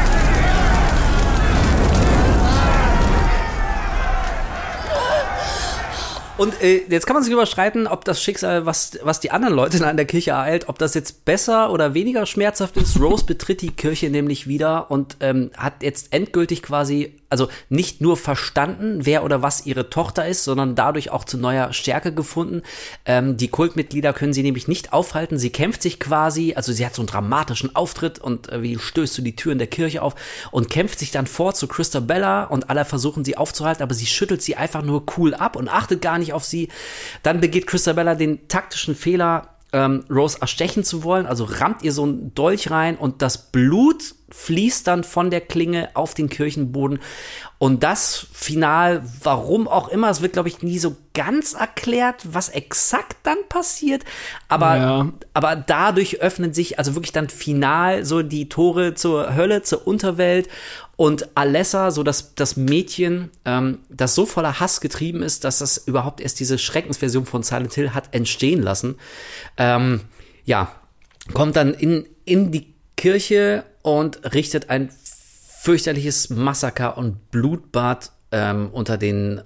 S1: Und jetzt kann man sich überstreiten, ob das Schicksal, was die anderen Leute an der Kirche ereilt, ob das jetzt besser oder weniger schmerzhaft ist. Rose betritt die Kirche nämlich wieder und hat jetzt endgültig quasi, also nicht nur verstanden, wer oder was ihre Tochter ist, sondern dadurch auch zu neuer Stärke gefunden. Die Kultmitglieder können sie nämlich nicht aufhalten. Sie kämpft sich quasi, also sie hat so einen dramatischen Auftritt und wie stößt du die Türen der Kirche auf und kämpft sich dann vor zu Christabella und alle versuchen sie aufzuhalten, aber sie schüttelt sie einfach nur cool ab und achtet gar nicht auf sie. Dann begeht Christabella den taktischen Fehler, Rose erstechen zu wollen, also rammt ihr so einen Dolch rein und das Blut fließt dann von der Klinge auf den Kirchenboden und das Final, warum auch immer, es wird, glaube ich, nie so ganz erklärt, was exakt dann passiert, aber dadurch öffnen sich also wirklich dann final so die Tore zur Hölle, zur Unterwelt und Alessa, so das Mädchen, das so voller Hass getrieben ist, dass das überhaupt erst diese Schreckensversion von Silent Hill hat entstehen lassen, kommt dann in die Kirche und richtet ein fürchterliches Massaker und Blutbad unter den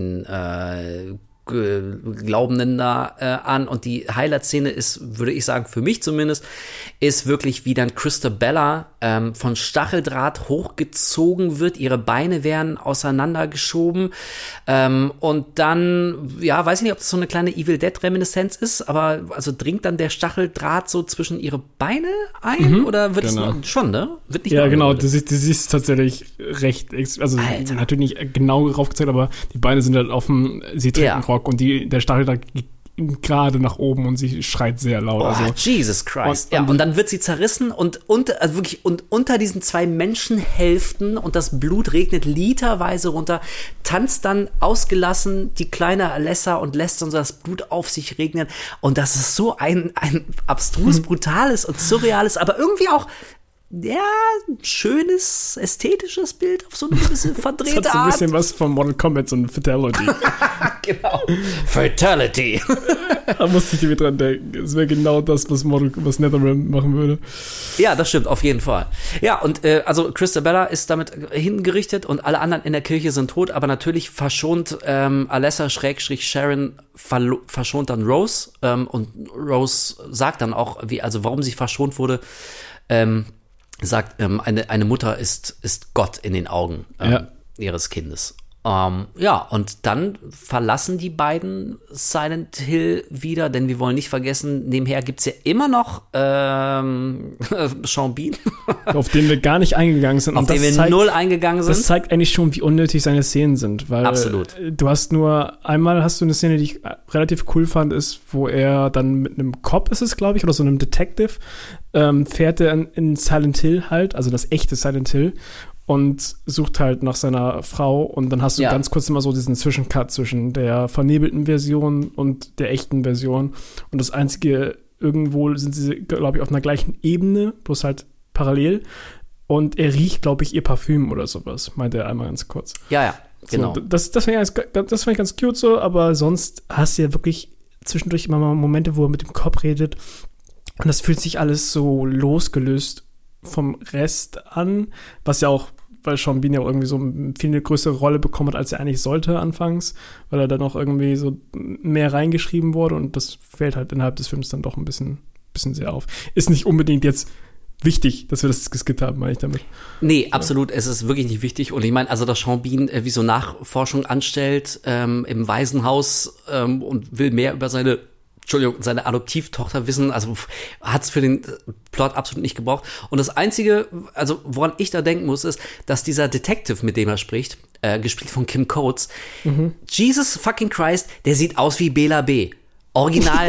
S1: Glaubenden da an und die Highlight-Szene ist, würde ich sagen, für mich zumindest, ist wirklich, wie dann Christabella von Stacheldraht hochgezogen wird, ihre Beine werden auseinandergeschoben und dann, ja, weiß ich nicht, ob das so eine kleine Evil Dead-Reminiszenz ist, aber also dringt dann der Stacheldraht so zwischen ihre Beine ein oder wird es schon, ne? Wird nicht
S2: genau, du siehst tatsächlich recht, also
S1: Alter.
S2: natürlich nicht genau raufgezeigt, aber die Beine sind halt auf dem, sie trägt einen Rock und der Stacheldraht geht gerade nach oben und sie schreit sehr laut.
S1: Oh, Jesus Christ. Und dann wird sie zerrissen und unter diesen zwei Menschenhälften und das Blut regnet literweise runter, tanzt dann ausgelassen die kleine Alessa und lässt uns das Blut auf sich regnen. Und das ist so ein abstrus, brutales und surreales, aber irgendwie auch schönes, ästhetisches Bild auf so eine gewisse verdrehte
S2: das hat so ein
S1: Art.
S2: bisschen was von Mortal Kombat, so ein Fatality.
S1: Genau. Fatality.
S2: Da musste ich irgendwie dran denken. Es wäre genau das, was NetherRealm machen würde.
S1: Ja, das stimmt, auf jeden Fall. Ja, und also Christabella ist damit hingerichtet und alle anderen in der Kirche sind tot, aber natürlich verschont Alessa-Sharon verschont dann Rose und Rose sagt dann auch, warum sie verschont wurde, sagt, eine Mutter ist Gott in den Augen ihres Kindes. Und dann verlassen die beiden Silent Hill wieder, denn wir wollen nicht vergessen, nebenher gibt's ja immer noch Sean Bean.
S2: Auf den wir gar nicht eingegangen sind.
S1: Auf den wir null eingegangen sind.
S2: Das zeigt eigentlich schon, wie unnötig seine Szenen sind. Weil
S1: absolut.
S2: Du hast einmal hast du eine Szene, die ich relativ cool fand, ist, wo er dann mit einem Cop ist es, glaube ich, oder so einem Detective, fährt er in Silent Hill halt, also das echte Silent Hill, und sucht halt nach seiner Frau und dann hast du ganz kurz immer so diesen Zwischencut zwischen der vernebelten Version und der echten Version und das einzige, irgendwo sind sie, glaube ich, auf einer gleichen Ebene, bloß halt parallel und er riecht, glaube ich, ihr Parfüm oder sowas, meinte er einmal ganz kurz.
S1: Ja, genau.
S2: So, das fand ich ganz cute so, aber sonst hast du ja wirklich zwischendurch immer mal Momente, wo er mit dem Cop redet und das fühlt sich alles so losgelöst vom Rest an, was ja auch, weil Sean Bean ja irgendwie so viel eine größere Rolle bekommen hat, als er eigentlich sollte anfangs, weil er dann auch irgendwie so mehr reingeschrieben wurde und das fällt halt innerhalb des Films dann doch ein bisschen sehr auf. Ist nicht unbedingt jetzt wichtig, dass wir das geskippt haben, meine ich damit.
S1: Nee, absolut, es ist wirklich nicht wichtig und ich meine, also dass Sean Bean wie so Nachforschung anstellt im Waisenhaus und will mehr über seine seine Adoptivtochter wissen, also hat es für den Plot absolut nicht gebraucht. Und das Einzige, also woran ich da denken muss, ist, dass dieser Detective, mit dem er spricht, gespielt von Kim Coates, Jesus fucking Christ, der sieht aus wie Bela B. Original.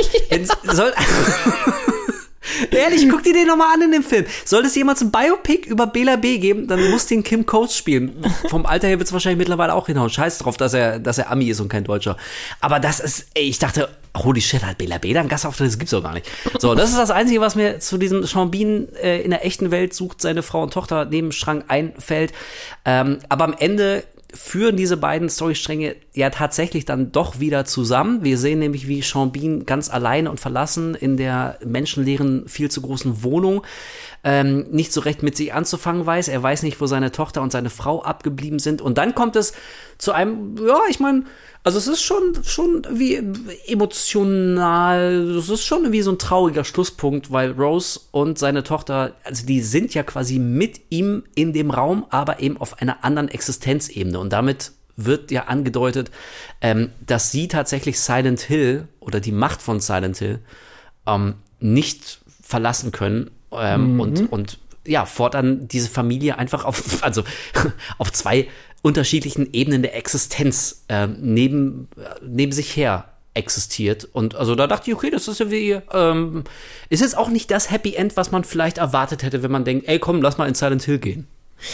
S1: Ehrlich, guck dir den nochmal an in dem Film. Sollte es jemals ein Biopic über Bela B geben, dann muss den Kim Coates spielen. Vom Alter her wird es wahrscheinlich mittlerweile auch hinhauen. Scheiß drauf, dass er Ami ist und kein Deutscher. Aber das ist, ich dachte, holy shit, hat Bela B da einen Gastauftritt? Das gibt's doch gar nicht. So, das ist das Einzige, was mir zu diesem Sean Bean in der echten Welt sucht, seine Frau und Tochter Nebenstrang einfällt. Aber am Ende führen diese beiden Storystränge ja tatsächlich dann doch wieder zusammen. Wir sehen nämlich, wie Sean Bean ganz alleine und verlassen in der menschenleeren, viel zu großen Wohnung nicht so recht mit sich anzufangen weiß. Er weiß nicht, wo seine Tochter und seine Frau abgeblieben sind. Und dann kommt es zu einem, ja, ich meine, also es ist schon wie emotional, es ist schon wie so ein trauriger Schlusspunkt, weil Rose und seine Tochter, also die sind ja quasi mit ihm in dem Raum, aber eben auf einer anderen Existenzebene. Und damit wird ja angedeutet, dass sie tatsächlich Silent Hill oder die Macht von Silent Hill nicht verlassen können und ja, fortan diese Familie einfach auf zwei unterschiedlichen Ebenen der Existenz neben sich her existiert. Und also da dachte ich, okay, das ist ja wie, ist jetzt auch nicht das Happy End, was man vielleicht erwartet hätte, wenn man denkt, ey, komm, lass mal in Silent Hill gehen.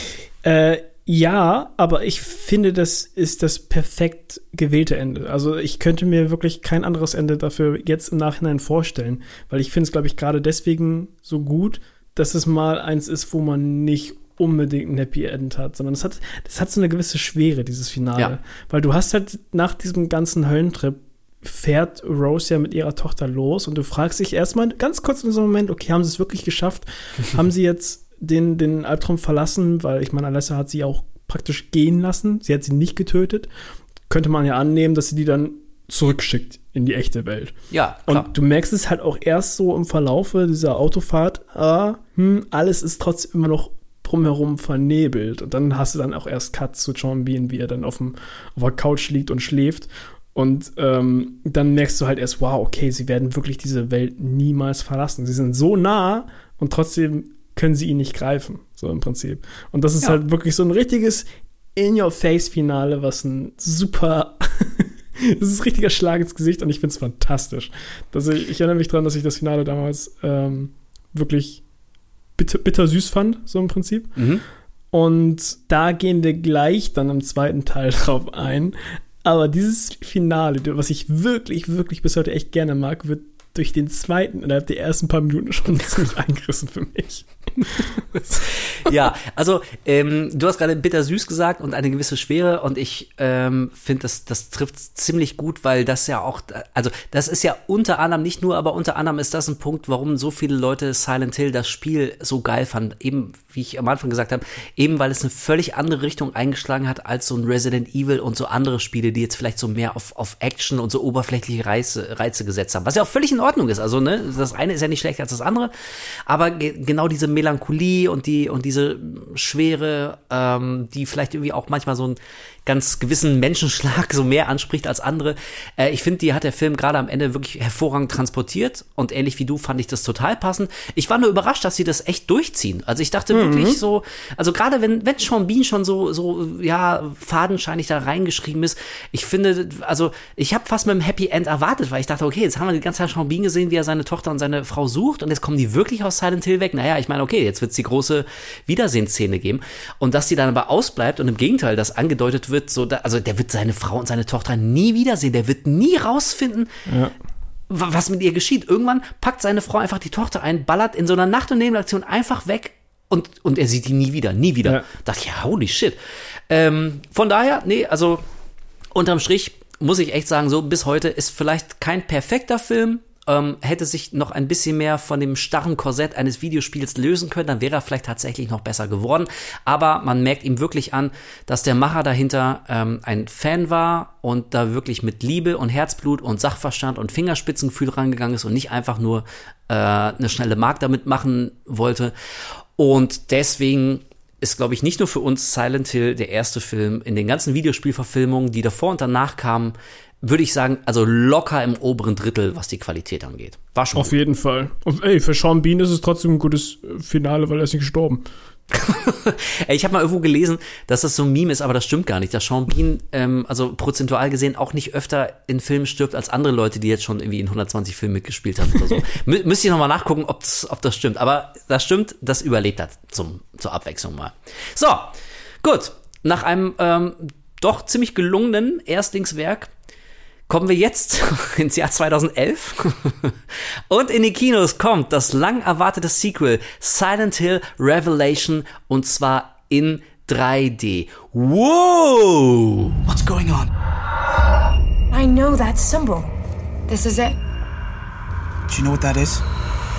S2: Ja, aber ich finde, das ist das perfekt gewählte Ende. Also ich könnte mir wirklich kein anderes Ende dafür jetzt im Nachhinein vorstellen, weil ich finde es, glaube ich, gerade deswegen so gut, dass es mal eins ist, wo man nicht unbedingt ein Happy End hat, sondern das hat so eine gewisse Schwere, dieses Finale. Ja. Weil du hast halt nach diesem ganzen Höllentrip fährt Rose ja mit ihrer Tochter los und du fragst dich erstmal ganz kurz in so einem Moment, okay, haben sie es wirklich geschafft? Haben sie jetzt den Albtraum verlassen? Weil ich meine, Alessa hat sie auch praktisch gehen lassen. Sie hat sie nicht getötet. Könnte man ja annehmen, dass sie die dann zurückschickt in die echte Welt.
S1: Ja, klar.
S2: Und du merkst es halt auch erst so im Verlaufe dieser Autofahrt, alles ist trotzdem immer noch drumherum vernebelt. Und dann hast du dann auch erst Cut zu Sean Bean, wie er dann auf der Couch liegt und schläft. Und dann merkst du halt erst, wow, okay, sie werden wirklich diese Welt niemals verlassen. Sie sind so nah und trotzdem können sie ihn nicht greifen, so im Prinzip. Und das ist halt wirklich so ein richtiges In-Your-Face-Finale, was ein super das ist ein richtiger Schlag ins Gesicht und ich finde es fantastisch. Also ich erinnere mich daran, dass ich das Finale damals wirklich bitter-süß fand, so im Prinzip. Mhm. Und da gehen wir gleich dann im zweiten Teil drauf ein. Aber dieses Finale, was ich wirklich, wirklich bis heute echt gerne mag, wird durch den zweiten, innerhalb der ersten paar Minuten schon ziemlich eingerissen für mich.
S1: Ja, also du hast gerade bittersüß gesagt und eine gewisse Schwere und ich finde, das trifft ziemlich gut, weil das ja auch, also das ist ja unter anderem, nicht nur, aber unter anderem ist das ein Punkt, warum so viele Leute Silent Hill, das Spiel, so geil fanden. Eben, wie ich am Anfang gesagt habe, eben weil es eine völlig andere Richtung eingeschlagen hat als so ein Resident Evil und so andere Spiele, die jetzt vielleicht so mehr auf Action und so oberflächliche Reize gesetzt haben. Was ja auch völlig in Ordnung ist. Also, ne, das eine ist ja nicht schlechter als das andere, aber genau diese Melancholie und diese Schwere, die vielleicht irgendwie auch manchmal so einen ganz gewissen Menschenschlag so mehr anspricht als andere. Ich finde, die hat der Film gerade am Ende wirklich hervorragend transportiert und ähnlich wie du fand ich das total passend. Ich war nur überrascht, dass sie das echt durchziehen. Also ich dachte wirklich so, also gerade wenn Sean Bean schon so ja fadenscheinig da reingeschrieben ist, ich finde, also ich habe fast mit einem Happy End erwartet, weil ich dachte, okay, jetzt haben wir die ganze Zeit Sean Bean gesehen, wie er seine Tochter und seine Frau sucht und jetzt kommen die wirklich aus Silent Hill weg. Naja, ich meine, okay, jetzt wird es die große Wiedersehensszene geben und dass die dann aber ausbleibt und im Gegenteil, dass angedeutet wird, also der wird seine Frau und seine Tochter nie wiedersehen, der wird nie rausfinden, was mit ihr geschieht. Irgendwann packt seine Frau einfach die Tochter ein, ballert in so einer Nacht- und Nebenaktion einfach weg und er sieht die nie wieder. Ja. Dachte ich, ja, holy shit. Von daher, nee, also unterm Strich muss ich echt sagen, so bis heute ist vielleicht kein perfekter Film, hätte sich noch ein bisschen mehr von dem starren Korsett eines Videospiels lösen können, dann wäre er vielleicht tatsächlich noch besser geworden. Aber man merkt ihm wirklich an, dass der Macher dahinter ein Fan war und da wirklich mit Liebe und Herzblut und Sachverstand und Fingerspitzengefühl rangegangen ist und nicht einfach nur eine schnelle Mark damit machen wollte. Und deswegen ist, glaube ich, nicht nur für uns Silent Hill der erste Film. In den ganzen Videospielverfilmungen, die davor und danach kamen, würde ich sagen, also locker im oberen Drittel, was die Qualität angeht. War schon
S2: auf jeden Fall. Und für Sean Bean ist es trotzdem ein gutes Finale, weil er ist nicht gestorben.
S1: Ich habe mal irgendwo gelesen, dass das so ein Meme ist, aber das stimmt gar nicht. Dass Sean Bean, also prozentual gesehen, auch nicht öfter in Filmen stirbt als andere Leute, die jetzt schon irgendwie in 120 Filmen mitgespielt haben oder so. Müsst ihr nochmal nachgucken, ob das stimmt. Aber das stimmt, das überlebt hat zur Abwechslung mal. So, gut. Nach einem doch ziemlich gelungenen Erstlingswerk kommen wir jetzt ins Jahr 2011 und in die Kinos kommt das lang erwartete Sequel Silent Hill Revelation und zwar in 3D. Wow!
S8: What's going on?
S5: I know that symbol. This is it.
S8: Do you know what that is?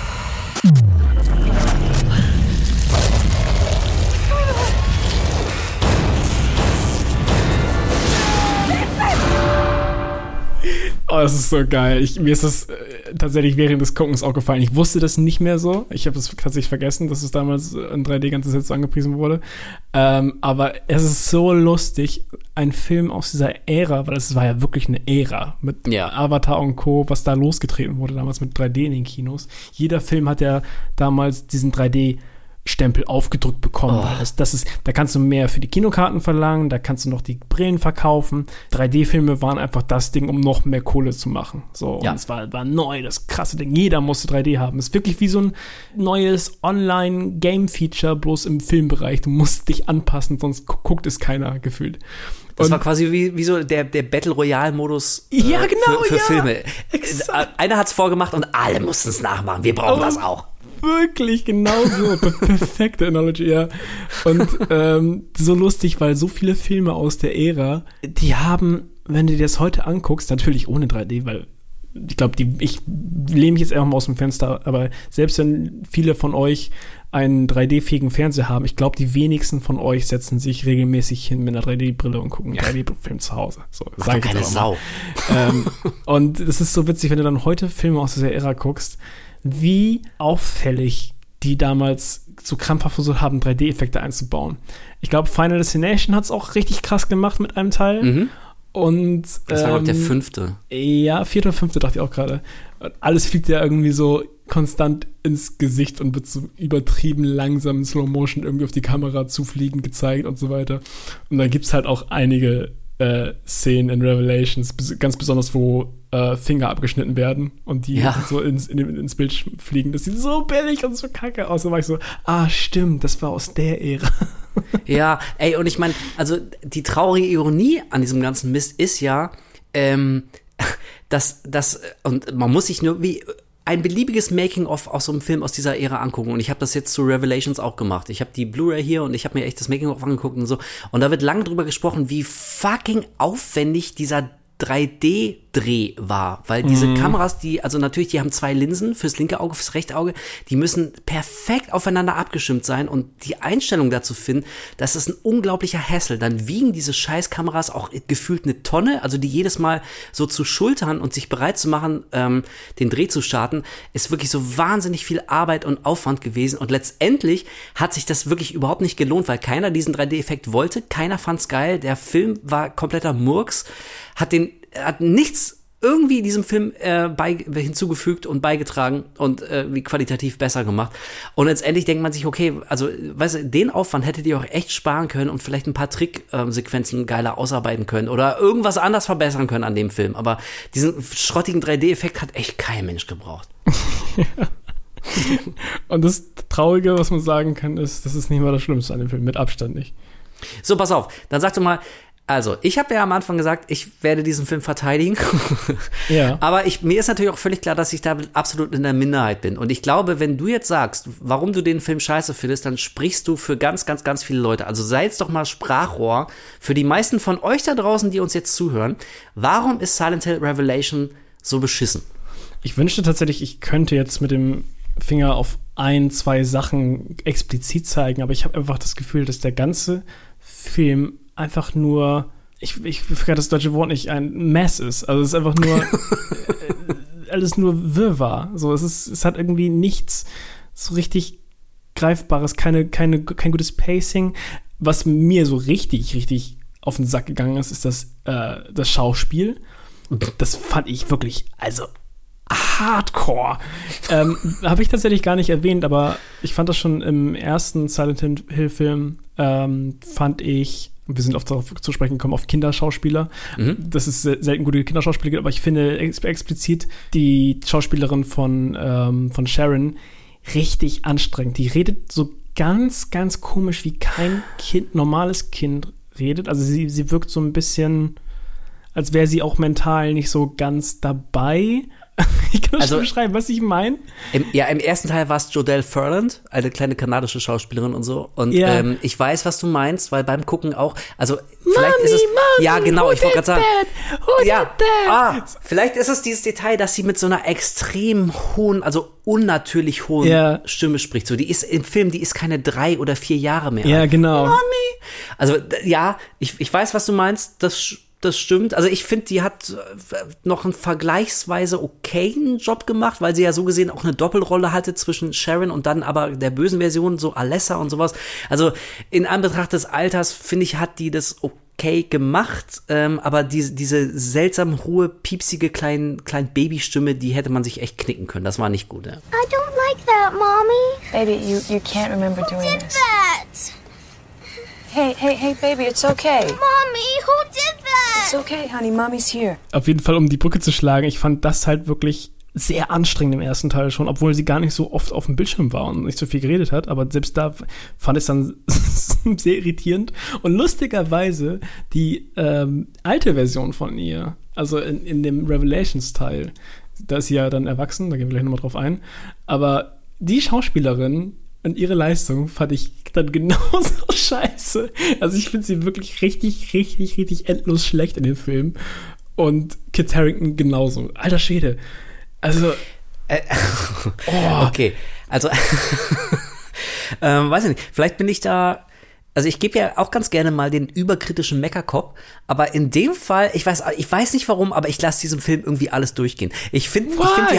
S2: Oh, das ist so geil. Mir ist das tatsächlich während des Guckens auch gefallen. Ich wusste das nicht mehr so. Ich habe das tatsächlich vergessen, dass es damals in 3D ganze Sätze angepriesen wurde. Aber es ist so lustig, ein Film aus dieser Ära, weil es war ja wirklich eine Ära mit Avatar und Co., was da losgetreten wurde damals mit 3D in den Kinos. Jeder Film hat ja damals diesen 3D-Stempel aufgedrückt bekommen. Weil das ist, da kannst du mehr für die Kinokarten verlangen, da kannst du noch die Brillen verkaufen. 3D-Filme waren einfach das Ding, um noch mehr Kohle zu machen. So, und es war neu, das krasse Ding. Jeder musste 3D haben. Es ist wirklich wie so ein neues Online-Game-Feature, bloß im Filmbereich. Du musst dich anpassen, sonst guckt es keiner gefühlt.
S1: Das war quasi wie so der Battle Royale-Modus für Filme. Exakt. Einer hat's vorgemacht und alle mussten es nachmachen. Wir brauchen das auch.
S2: Wirklich, genau so. Perfekte Analogy, ja. Und so lustig, weil so viele Filme aus der Ära, die haben, wenn du dir das heute anguckst, natürlich ohne 3D, weil ich glaube, ich lehne mich jetzt eher mal aus dem Fenster, aber selbst wenn viele von euch einen 3D-fähigen Fernseher haben, ich glaube, die wenigsten von euch setzen sich regelmäßig hin mit einer 3D-Brille und gucken einen 3D-Film zu Hause. So,
S1: sag keine Sau.
S2: Und es ist so witzig, wenn du dann heute Filme aus dieser Ära guckst, wie auffällig die damals so krampfhaft versucht haben, 3D-Effekte einzubauen. Ich glaube, Final Destination hat es auch richtig krass gemacht mit einem Teil.
S1: Mhm.
S2: Und
S1: das war, glaube ich, der 5.
S2: Ja, 4. oder 5. dachte ich auch gerade. Alles fliegt ja irgendwie so konstant ins Gesicht und wird so übertrieben langsam in Slow Motion irgendwie auf die Kamera zufliegen gezeigt und so weiter. Und da gibt's halt auch einige Szenen in Revelations, ganz besonders, wo Finger abgeschnitten werden und die so ins Bild fliegen. Das sieht so billig und so kacke aus. Da war ich so, stimmt, das war aus der Ära.
S1: Ja, ey, und ich meine, also die traurige Ironie an diesem ganzen Mist ist ja, dass und man muss sich nur wie ein beliebiges Making-of aus so einem Film aus dieser Ära angucken. Und ich habe das jetzt zu Revelations auch gemacht. Ich habe die Blu-ray hier und ich habe mir echt das Making-of angeguckt und so. Und da wird lange drüber gesprochen, wie fucking aufwendig dieser 3D-Dreh war, weil diese Kameras, die haben 2 Linsen fürs linke Auge, fürs rechte Auge, die müssen perfekt aufeinander abgestimmt sein und die Einstellung dazu finden, das ist ein unglaublicher Hassel. Dann wiegen diese Scheißkameras auch gefühlt eine Tonne, also die jedes Mal so zu schultern und sich bereit zu machen, den Dreh zu starten, ist wirklich so wahnsinnig viel Arbeit und Aufwand gewesen und letztendlich hat sich das wirklich überhaupt nicht gelohnt, weil keiner diesen 3D-Effekt wollte, keiner fand's geil, der Film war kompletter Murks, hat nichts irgendwie diesem Film hinzugefügt und beigetragen und wie qualitativ besser gemacht. Und letztendlich denkt man sich, okay, also weißt du, den Aufwand hättet ihr auch echt sparen können und vielleicht ein paar Tricksequenzen geiler ausarbeiten können oder irgendwas anders verbessern können an dem Film. Aber diesen schrottigen 3D-Effekt hat echt kein Mensch gebraucht.
S2: Und das Traurige, was man sagen kann, ist, das ist nicht mal das Schlimmste an dem Film, mit Abstand nicht.
S1: So, pass auf, dann sag doch mal, also, ich habe ja am Anfang gesagt, ich werde diesen Film verteidigen.
S2: Ja.
S1: Aber mir ist natürlich auch völlig klar, dass ich da absolut in der Minderheit bin. Und ich glaube, wenn du jetzt sagst, warum du den Film scheiße findest, dann sprichst du für ganz, ganz, ganz viele Leute. Also sei jetzt doch mal Sprachrohr für die meisten von euch da draußen, die uns jetzt zuhören. Warum ist Silent Hill Revelation so beschissen?
S2: Ich wünschte tatsächlich, ich könnte jetzt mit dem Finger auf 1, 2 Sachen explizit zeigen, aber ich habe einfach das Gefühl, dass der ganze Film einfach nur, ich vergesse das deutsche Wort nicht, ein Mess ist. Also es ist einfach nur alles nur Wirrwarr. So, es hat irgendwie nichts so richtig Greifbares, kein gutes Pacing. Was mir so richtig auf den Sack gegangen ist das Schauspiel. Das fand ich wirklich, also Hardcore. Habe ich tatsächlich gar nicht erwähnt, aber ich fand das schon im ersten Silent Hill-Film, fand ich, wir sind oft darauf zu sprechen gekommen, auf Kinderschauspieler, dass es selten gute Kinderschauspieler gibt, aber ich finde explizit die Schauspielerin von Sharon richtig anstrengend. Die redet so ganz, ganz komisch, wie kein normales Kind redet. Also sie wirkt so ein bisschen, als wäre sie auch mental nicht so ganz dabei. Ich kann das schon beschreiben, was ich meine.
S1: Im ersten Teil war es Jodelle Ferland, eine kleine kanadische Schauspielerin und so. Und ich weiß, was du meinst, weil beim Gucken auch, also vielleicht ist es, ja genau, ich wollte gerade sagen, vielleicht ist es dieses Detail, dass sie mit so einer extrem hohen, also unnatürlich hohen Stimme spricht. So, die ist im Film, die ist keine 3 oder 4 Jahre mehr.
S2: Ja, genau.
S1: Mommy. Also ich weiß, was du meinst, das stimmt. Also ich finde, die hat noch einen vergleichsweise okayen Job gemacht, weil sie ja so gesehen auch eine Doppelrolle hatte zwischen Sharon und dann aber der bösen Version, so Alessa und sowas. Also in Anbetracht des Alters, finde ich, hat die das okay gemacht, aber diese seltsam hohe, piepsige kleine Babystimme, die hätte man sich echt knicken können. Das war nicht gut. Ja.
S4: I don't like that, Mommy.
S9: Baby, you can't remember doing
S4: Who did
S9: this.
S4: that?
S9: Hey, baby, it's okay.
S4: Mommy, who did that?
S9: It's okay, honey, Mommy's here.
S2: Auf jeden Fall, um die Brücke zu schlagen, ich fand das halt wirklich sehr anstrengend im ersten Teil schon, obwohl sie gar nicht so oft auf dem Bildschirm war und nicht so viel geredet hat, aber selbst da fand ich es dann sehr irritierend. Und lustigerweise die alte Version von ihr, also in dem Revelations-Teil, da ist sie ja dann erwachsen, da gehen wir gleich nochmal drauf ein, aber die Schauspielerin und ihre Leistung fand ich dann genauso scheiße. Also ich finde sie wirklich richtig endlos schlecht in dem Film. Und Kit Harington genauso. Alter Schwede. Also
S1: okay, also weiß ich nicht, vielleicht bin ich da, also ich gebe ja auch ganz gerne mal den überkritischen Meckerkopf, aber in dem Fall, ich weiß nicht warum, aber ich lasse diesem Film irgendwie alles durchgehen. Ich finde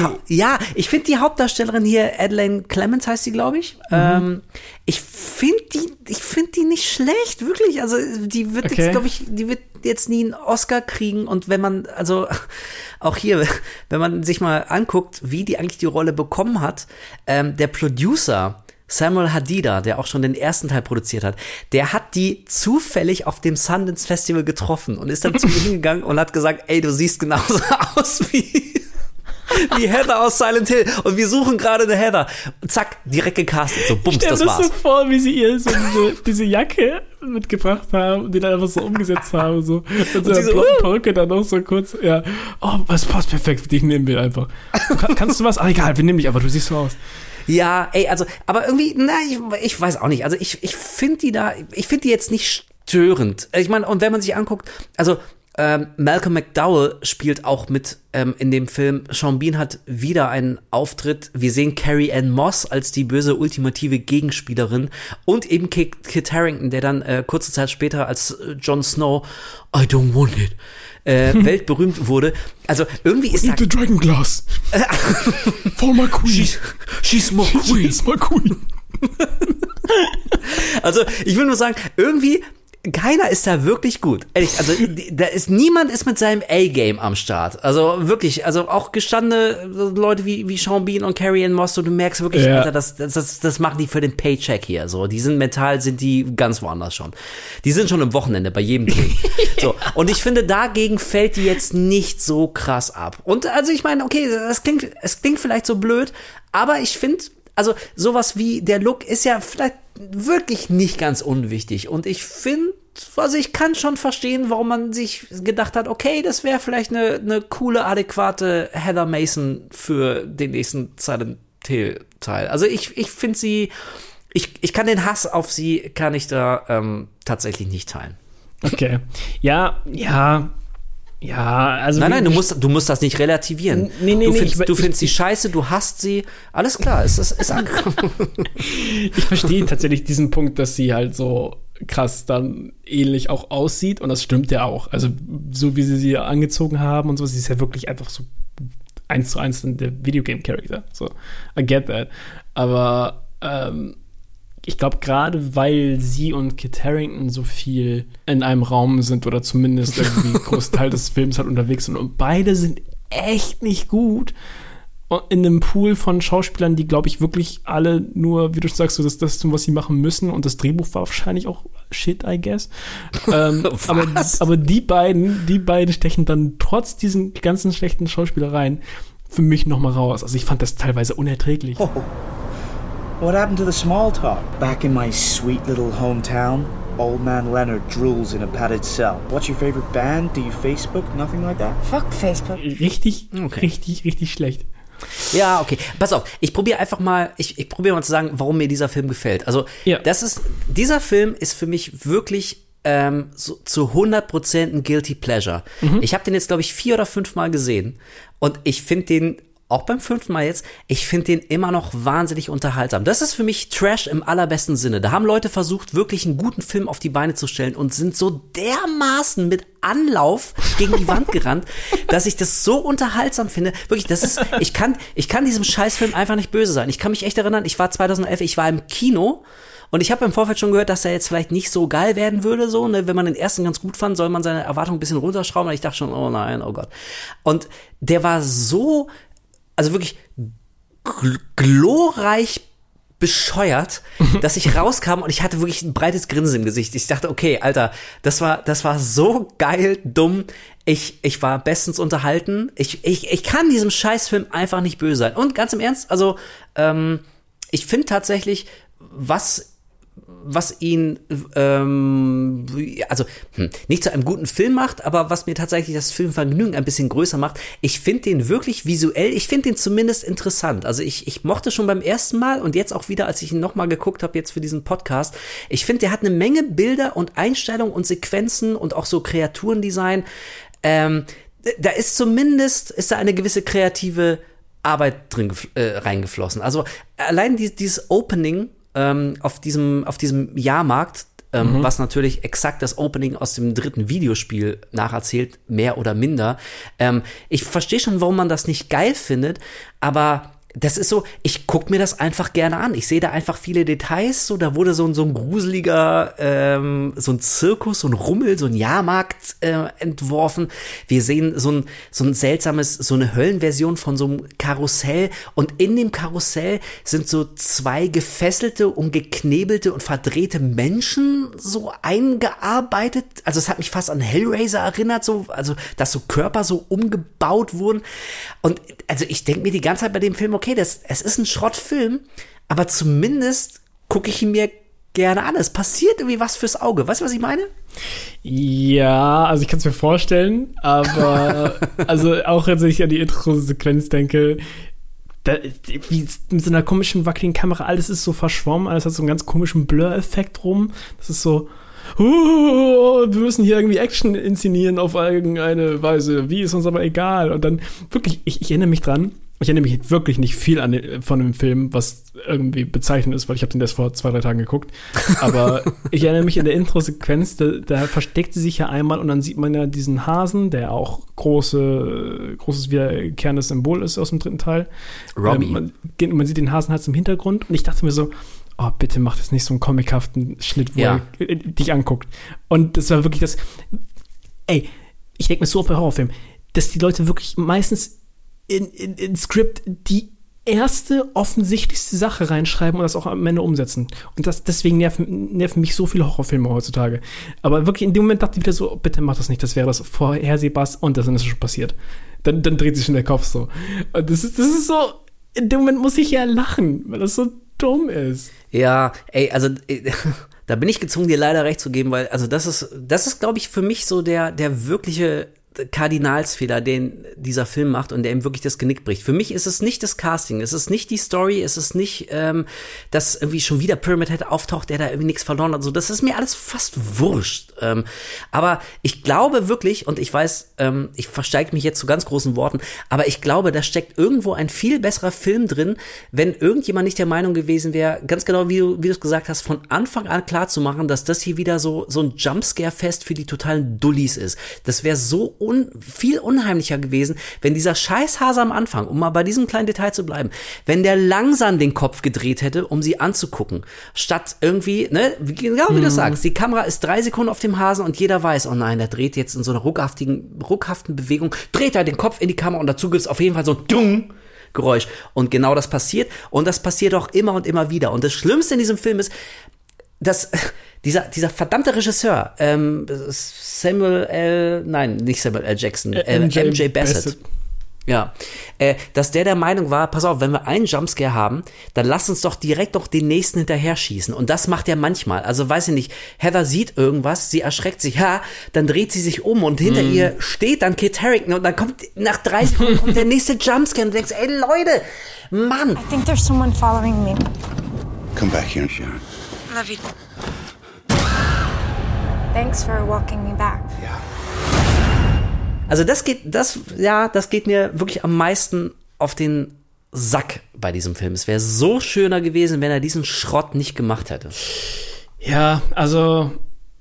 S1: die Hauptdarstellerin hier, Adelaine Clemens heißt sie, glaube ich. Ich finde die nicht schlecht, wirklich. Also die wird jetzt, glaube ich, die wird jetzt nie einen Oscar kriegen. Und wenn man, also auch hier, wenn man sich mal anguckt, wie die eigentlich die Rolle bekommen hat, der Producer Samuel Hadida, der auch schon den ersten Teil produziert hat, der hat die zufällig auf dem Sundance Festival getroffen und ist dann zu mir hingegangen und hat gesagt, ey, du siehst genauso aus wie Heather aus Silent Hill und wir suchen gerade eine Heather. Und zack, direkt gecastet, so bums, das war's.
S2: Ich stell mir so vor, wie sie ihr so diese Jacke mitgebracht haben und die dann einfach so umgesetzt haben, so. Und so eine blaue Perücke dann noch so kurz, ja. Oh, das passt perfekt, dich nehmen wir einfach. Kannst du was? Ah, egal, wir nehmen dich, aber du siehst so aus.
S1: Ja, ey, also, aber irgendwie, ich weiß auch nicht. Also ich finde die jetzt nicht störend. Ich meine, und wenn man sich anguckt, also Malcolm McDowell spielt auch mit in dem Film. Sean Bean hat wieder einen Auftritt. Wir sehen Carrie Ann Moss als die böse ultimative Gegenspielerin und eben Kit Harington, der dann kurze Zeit später als Jon Snow I don't want it weltberühmt wurde. Also irgendwie ist
S2: da... the Dragon Glass. For my queen.
S1: She's my queen.
S2: She's my queen.
S1: Also ich will nur sagen, irgendwie keiner ist da wirklich gut. Ehrlich, also niemand ist mit seinem A-Game am Start. Also wirklich, also auch gestandene Leute wie Sean Bean und Carrie Ann Moss, so, du merkst wirklich, Alter, das machen die für den Paycheck hier. So, die sind mental, sind die ganz woanders schon. Die sind schon am Wochenende bei jedem Dreh. So, und ich finde, dagegen fällt die jetzt nicht so krass ab. Und also ich meine, okay, es klingt vielleicht so blöd, aber ich finde, also sowas wie der Look ist ja vielleicht wirklich nicht ganz unwichtig. Und ich finde, also ich kann schon verstehen, warum man sich gedacht hat, okay, das wäre vielleicht eine coole, adäquate Heather Mason für den nächsten Silent Hill Teil. Also ich finde sie, ich kann den Hass auf sie, kann ich da tatsächlich nicht teilen.
S2: Okay. Ja, also...
S1: Nein, du musst das nicht relativieren. Nee, du findest sie scheiße, du hasst sie. Alles klar, es ist angekommen.
S2: Ich verstehe tatsächlich diesen Punkt, dass sie halt so krass dann ähnlich auch aussieht. Und das stimmt ja auch. Also so wie sie angezogen haben und so, sie ist ja wirklich einfach so 1:1 der Videogame-Charakter. So, I get that. Aber ich glaube, gerade weil sie und Kit Harington so viel in einem Raum sind oder zumindest irgendwie einen großen Teil des Films halt unterwegs sind und beide sind echt nicht gut in einem Pool von Schauspielern, die, glaube ich, wirklich alle nur, wie du sagst, so das tun, was sie machen müssen und das Drehbuch war wahrscheinlich auch shit, I guess. aber die beiden stechen dann trotz diesen ganzen schlechten Schauspielereien für mich noch mal raus. Also ich fand das teilweise unerträglich.
S8: Oh. What happened to the small talk? Back in my sweet little hometown, old man Leonard drools in a padded cell. What's your favorite band? Do you Facebook? Nothing like that?
S9: Fuck Facebook.
S2: Richtig schlecht.
S1: Ja, okay. Pass auf, ich probiere mal zu sagen, warum mir dieser Film gefällt. Also, dieser Film ist für mich wirklich so, zu 100% ein Guilty Pleasure. Ich habe den jetzt, glaube ich, 4 oder 5 Mal gesehen und ich finde den auch beim 5. Mal jetzt, ich finde den immer noch wahnsinnig unterhaltsam. Das ist für mich Trash im allerbesten Sinne. Da haben Leute versucht, wirklich einen guten Film auf die Beine zu stellen und sind so dermaßen mit Anlauf gegen die Wand gerannt, dass ich das so unterhaltsam finde. Wirklich, ich kann diesem Scheißfilm einfach nicht böse sein. Ich kann mich echt erinnern, ich war 2011, ich war im Kino und ich habe im Vorfeld schon gehört, dass er jetzt vielleicht nicht so geil werden würde, so, ne? Wenn man den ersten ganz gut fand, soll man seine Erwartungen ein bisschen runterschrauben. Und ich dachte schon, oh nein, oh Gott. Und der war so, also wirklich glorreich bescheuert, dass ich rauskam und ich hatte wirklich ein breites Grinsen im Gesicht. Ich dachte, okay, Alter, das war so geil, dumm. Ich war bestens unterhalten. Ich kann diesem Scheißfilm einfach nicht böse sein. Und ganz im Ernst, also ich finde tatsächlich, was ihn nicht zu einem guten Film macht, aber was mir tatsächlich das Filmvergnügen ein bisschen größer macht, ich finde den wirklich visuell, ich finde den zumindest interessant. Also ich mochte schon beim ersten Mal und jetzt auch wieder, als ich ihn nochmal geguckt habe, jetzt für diesen Podcast, ich finde, der hat eine Menge Bilder und Einstellungen und Sequenzen und auch so Kreaturendesign. Da ist da eine gewisse kreative Arbeit drin reingeflossen. Also allein dieses Opening auf diesem Jahrmarkt, was natürlich exakt das Opening aus dem 3. Videospiel nacherzählt, mehr oder minder. Ich verstehe schon, warum man das nicht geil findet, aber das ist so, ich guck mir das einfach gerne an. Ich sehe da einfach viele Details, so, da wurde so ein gruseliger, so ein Zirkus, so ein Rummel, so ein Jahrmarkt entworfen. Wir sehen so ein seltsames, so eine Höllenversion von so einem Karussell und in dem Karussell sind so 2 gefesselte und geknebelte und verdrehte Menschen so eingearbeitet. Also es hat mich fast an Hellraiser erinnert, so, also dass so Körper so umgebaut wurden. Und also ich denke mir die ganze Zeit bei dem Film, okay, es ist ein Schrottfilm, aber zumindest gucke ich ihn mir gerne an. Es passiert irgendwie was fürs Auge. Weißt du, was ich meine?
S2: Ja, also ich kann es mir vorstellen, aber also auch als ich an die Intro-Sequenz denke, wie mit so einer komischen, wackeligen Kamera, alles ist so verschwommen, alles hat so einen ganz komischen Blur-Effekt rum. Das ist so, wir müssen hier irgendwie Action inszenieren auf irgendeine Weise. Wie, ist uns aber egal. Und dann wirklich, ich erinnere mich dran, ich erinnere mich wirklich nicht viel von dem Film, was irgendwie bezeichnend ist, weil ich habe den erst vor 2-3 Tagen geguckt. Aber ich erinnere mich in der Intro-Sequenz, da versteckt sie sich ja einmal und dann sieht man ja diesen Hasen, der auch großes wiederkehrendes Symbol ist aus dem 3. Teil.
S1: Robbie.
S2: Man sieht den Hasenhals im Hintergrund und ich dachte mir so, oh, bitte mach das nicht so einen comichaften Schnitt, wo er dich anguckt. Und das war wirklich das, ich denke mir so oft bei Horrorfilmen, dass die Leute wirklich meistens in Skript die erste offensichtlichste Sache reinschreiben und das auch am Ende umsetzen. Und deswegen nerven mich so viele Horrorfilme heutzutage. Aber wirklich in dem Moment dachte ich wieder so, bitte mach das nicht, das wäre das Vorhersehbarste und dann ist es schon passiert. Dann dreht sich schon der Kopf so. Und das ist so, in dem Moment muss ich ja lachen, weil das so dumm ist.
S1: Ja, also da bin ich gezwungen, dir leider recht zu geben, weil also das ist, glaube ich, für mich so der wirkliche Kardinalsfehler, den dieser Film macht und der ihm wirklich das Genick bricht. Für mich ist es nicht das Casting, es ist nicht die Story, es ist nicht, dass irgendwie schon wieder Pyramid Head auftaucht, der da irgendwie nichts verloren hat. So, das ist mir alles fast wurscht. Aber ich glaube wirklich, und ich weiß, ich versteige mich jetzt zu ganz großen Worten, aber ich glaube, da steckt irgendwo ein viel besserer Film drin, wenn irgendjemand nicht der Meinung gewesen wäre, ganz genau wie du es gesagt hast, von Anfang an klar zu machen, dass das hier wieder so ein Jumpscare-Fest für die totalen Dullis ist. Das wäre so viel unheimlicher gewesen, wenn dieser Scheißhase am Anfang, um mal bei diesem kleinen Detail zu bleiben, wenn der langsam den Kopf gedreht hätte, um sie anzugucken, statt irgendwie, ne, genau wie du sagst, die Kamera ist 3 Sekunden auf dem Hasen und jeder weiß, oh nein, der dreht jetzt in so einer ruckhaften Bewegung, dreht er den Kopf in die Kamera und dazu gibt es auf jeden Fall so ein Geräusch. Und genau das passiert. Und das passiert auch immer und immer wieder. Und das Schlimmste in diesem Film ist, dass dieser verdammte Regisseur, nicht Samuel L. Jackson, MJ Bassett. Ja, dass der Meinung war, pass auf, wenn wir einen Jumpscare haben, dann lass uns doch direkt noch den nächsten hinterher schießen. Und das macht er manchmal. Also weiß ich nicht, Heather sieht irgendwas, sie erschreckt sich, dann dreht sie sich um und hinter ihr steht dann Kit Harington und dann kommt nach 3 Sekunden kommt der nächste Jumpscare und du denkst, ey Leute, Mann.
S5: I think there's someone following me.
S10: Come back here, Sharon.
S5: Love you. Thanks for walking me back.
S10: Yeah.
S1: Also das geht mir wirklich am meisten auf den Sack bei diesem Film. Es wäre so schöner gewesen, wenn er diesen Schrott nicht gemacht hätte.
S2: Ja, also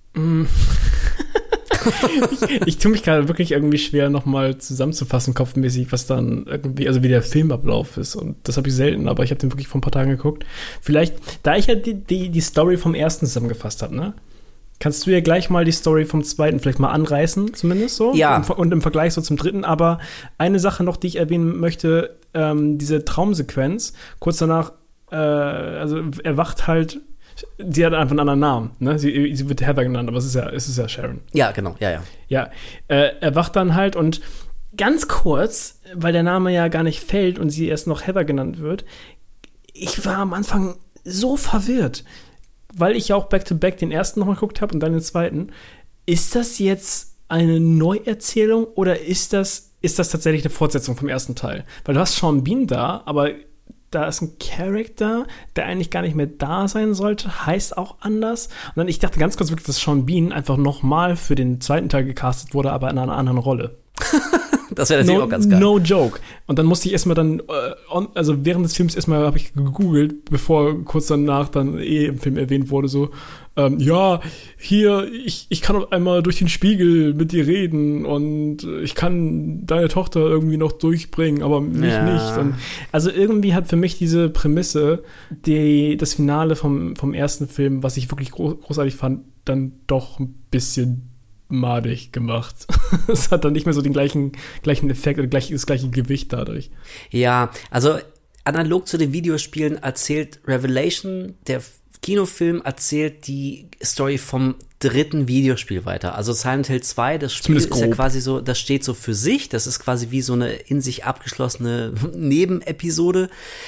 S2: ich tue mich gerade wirklich irgendwie schwer, nochmal zusammenzufassen, kopfmäßig, was dann irgendwie, also wie der Filmablauf ist. Und das habe ich selten, aber ich habe den wirklich vor ein paar Tagen geguckt. Vielleicht, da ich ja die Story vom ersten zusammengefasst habe, ne? Kannst du ja gleich mal die Story vom zweiten vielleicht mal anreißen, zumindest so?
S1: Ja.
S2: Und im Vergleich so zum dritten. Aber eine Sache noch, die ich erwähnen möchte, diese Traumsequenz, kurz danach, also er wacht halt, sie hat einfach einen anderen Namen, ne? Sie wird Heather genannt, aber es ist ja Sharon.
S1: Ja, genau, ja.
S2: Ja, er wacht dann halt und ganz kurz, weil der Name ja gar nicht fällt und sie erst noch Heather genannt wird, ich war am Anfang so verwirrt, weil ich ja auch Back-to-Back den ersten nochmal geguckt habe und dann den zweiten. Ist das jetzt eine Neuerzählung oder ist das tatsächlich eine Fortsetzung vom ersten Teil? Weil du hast Sean Bean da, aber da ist ein Charakter, der eigentlich gar nicht mehr da sein sollte, heißt auch anders. Und dann, ich dachte ganz kurz wirklich, dass Sean Bean einfach nochmal für den zweiten Teil gecastet wurde, aber in einer anderen Rolle.
S1: Das wäre natürlich auch ganz geil.
S2: No joke. Und dann musste ich erstmal dann, also während des Films erstmal habe ich gegoogelt, bevor kurz danach dann im Film erwähnt wurde, so, ja, hier, ich kann auf einmal durch den Spiegel mit dir reden und ich kann deine Tochter irgendwie noch durchbringen, aber mich nicht. Und also irgendwie hat für mich diese Prämisse, das Finale vom ersten Film, was ich wirklich großartig fand, dann doch ein bisschen madig gemacht. Es hat dann nicht mehr so den gleichen Effekt oder das gleiche Gewicht dadurch.
S1: Ja, also analog zu den Videospielen erzählt Revelation, der Kinofilm erzählt die Story vom dritten Videospiel weiter. Also Silent Hill 2, das Spiel ist ja quasi so, das steht so für sich, das ist quasi wie so eine in sich abgeschlossene Nebenepisode.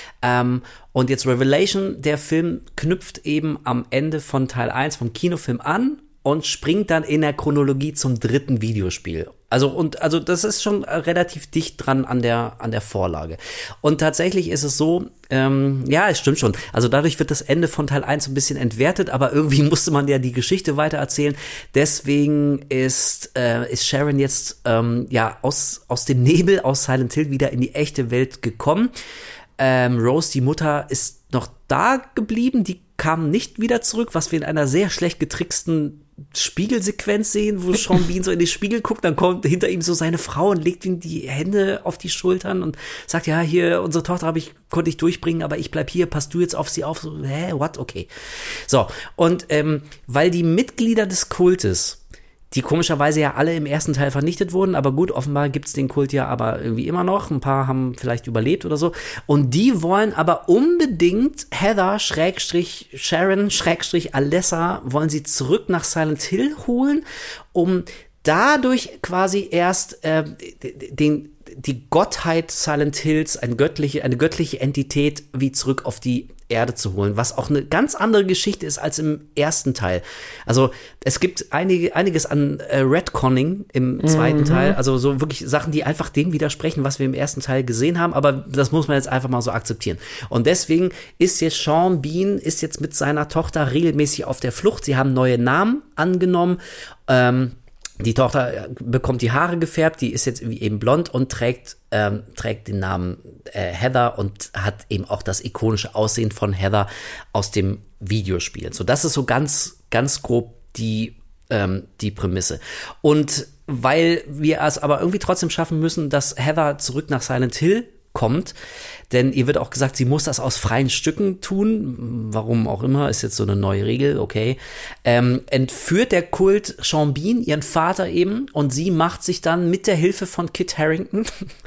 S1: Und jetzt Revelation, der Film knüpft eben am Ende von Teil 1 vom Kinofilm an und springt dann in der Chronologie zum dritten Videospiel. Also das ist schon relativ dicht dran an der Vorlage. Und tatsächlich ist es so, ja, es stimmt schon. Also dadurch wird das Ende von Teil 1 ein bisschen entwertet, aber irgendwie musste man ja die Geschichte weitererzählen. Deswegen ist Sharon jetzt aus dem Nebel aus Silent Hill wieder in die echte Welt gekommen. Rose, die Mutter, ist noch da geblieben, die kam nicht wieder zurück, was wir in einer sehr schlecht getricksten Spiegelsequenz sehen, wo Sean Bean so in den Spiegel guckt, dann kommt hinter ihm so seine Frau und legt ihm die Hände auf die Schultern und sagt, ja, hier, unsere Tochter konnte ich durchbringen, aber ich bleib hier, pass du jetzt auf sie auf. So, what? Okay. So, und weil die Mitglieder des Kultes, die komischerweise ja alle im ersten Teil vernichtet wurden, aber gut, offenbar gibt's den Kult ja aber irgendwie immer noch. Ein paar haben vielleicht überlebt oder so. Und die wollen aber unbedingt Heather, Sharon, Alessa, wollen sie zurück nach Silent Hill holen, um dadurch quasi erst die Gottheit Silent Hills, eine göttliche Entität wie zurück auf die Erde zu holen, was auch eine ganz andere Geschichte ist als im ersten Teil. Also es gibt einiges an Retconning im zweiten Teil, also so wirklich Sachen, die einfach dem widersprechen, was wir im ersten Teil gesehen haben, aber das muss man jetzt einfach mal so akzeptieren. Und deswegen ist jetzt Sean Bean mit seiner Tochter regelmäßig auf der Flucht. Sie haben neue Namen angenommen. Die Tochter bekommt die Haare gefärbt, die ist jetzt eben blond und trägt den Namen Heather und hat eben auch das ikonische Aussehen von Heather aus dem Videospiel. So, das ist so ganz, ganz grob die Prämisse. Und weil wir es aber irgendwie trotzdem schaffen müssen, dass Heather zurück nach Silent Hill kommt, denn ihr wird auch gesagt, sie muss das aus freien Stücken tun, warum auch immer, ist jetzt so eine neue Regel, okay, entführt der Kult Sean Bean, ihren Vater eben, und sie macht sich dann mit der Hilfe von Kit Harington,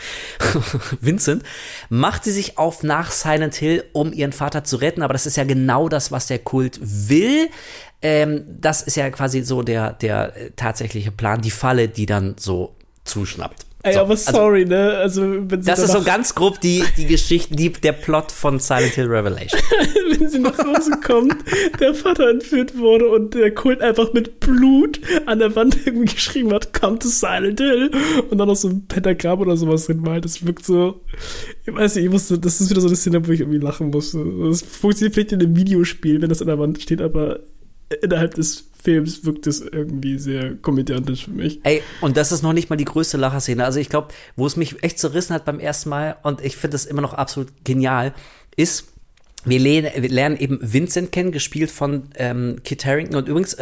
S1: Vincent, macht sie sich auf nach Silent Hill, um ihren Vater zu retten, aber das ist ja genau das, was der Kult will. Das ist ja quasi so der tatsächliche Plan, die Falle, die dann so zuschnappt.
S2: Ey,
S1: so,
S2: aber sorry, ne? Also, wenn sie
S1: das ist so ganz grob die Geschichte, der Plot von Silent Hill Revelation.
S2: Wenn sie nach Hause kommt, der Vater entführt wurde und der Kult einfach mit Blut an der Wand irgendwie geschrieben hat, come to Silent Hill, und dann noch so ein Pentagramm oder sowas drin war. Das wirkt so, ich weiß nicht, das ist wieder so eine Szene, wo ich irgendwie lachen musste. Das funktioniert vielleicht in einem Videospiel, wenn das an der Wand steht, aber innerhalb des Films wirkt es irgendwie sehr komödiantisch für mich.
S1: Ey, und das ist noch nicht mal die größte Lacherszene. Also ich glaube, wo es mich echt zerrissen hat beim ersten Mal, und ich finde es immer noch absolut genial, ist, wir lernen eben Vincent kennen, gespielt von Kit Harington. Und übrigens,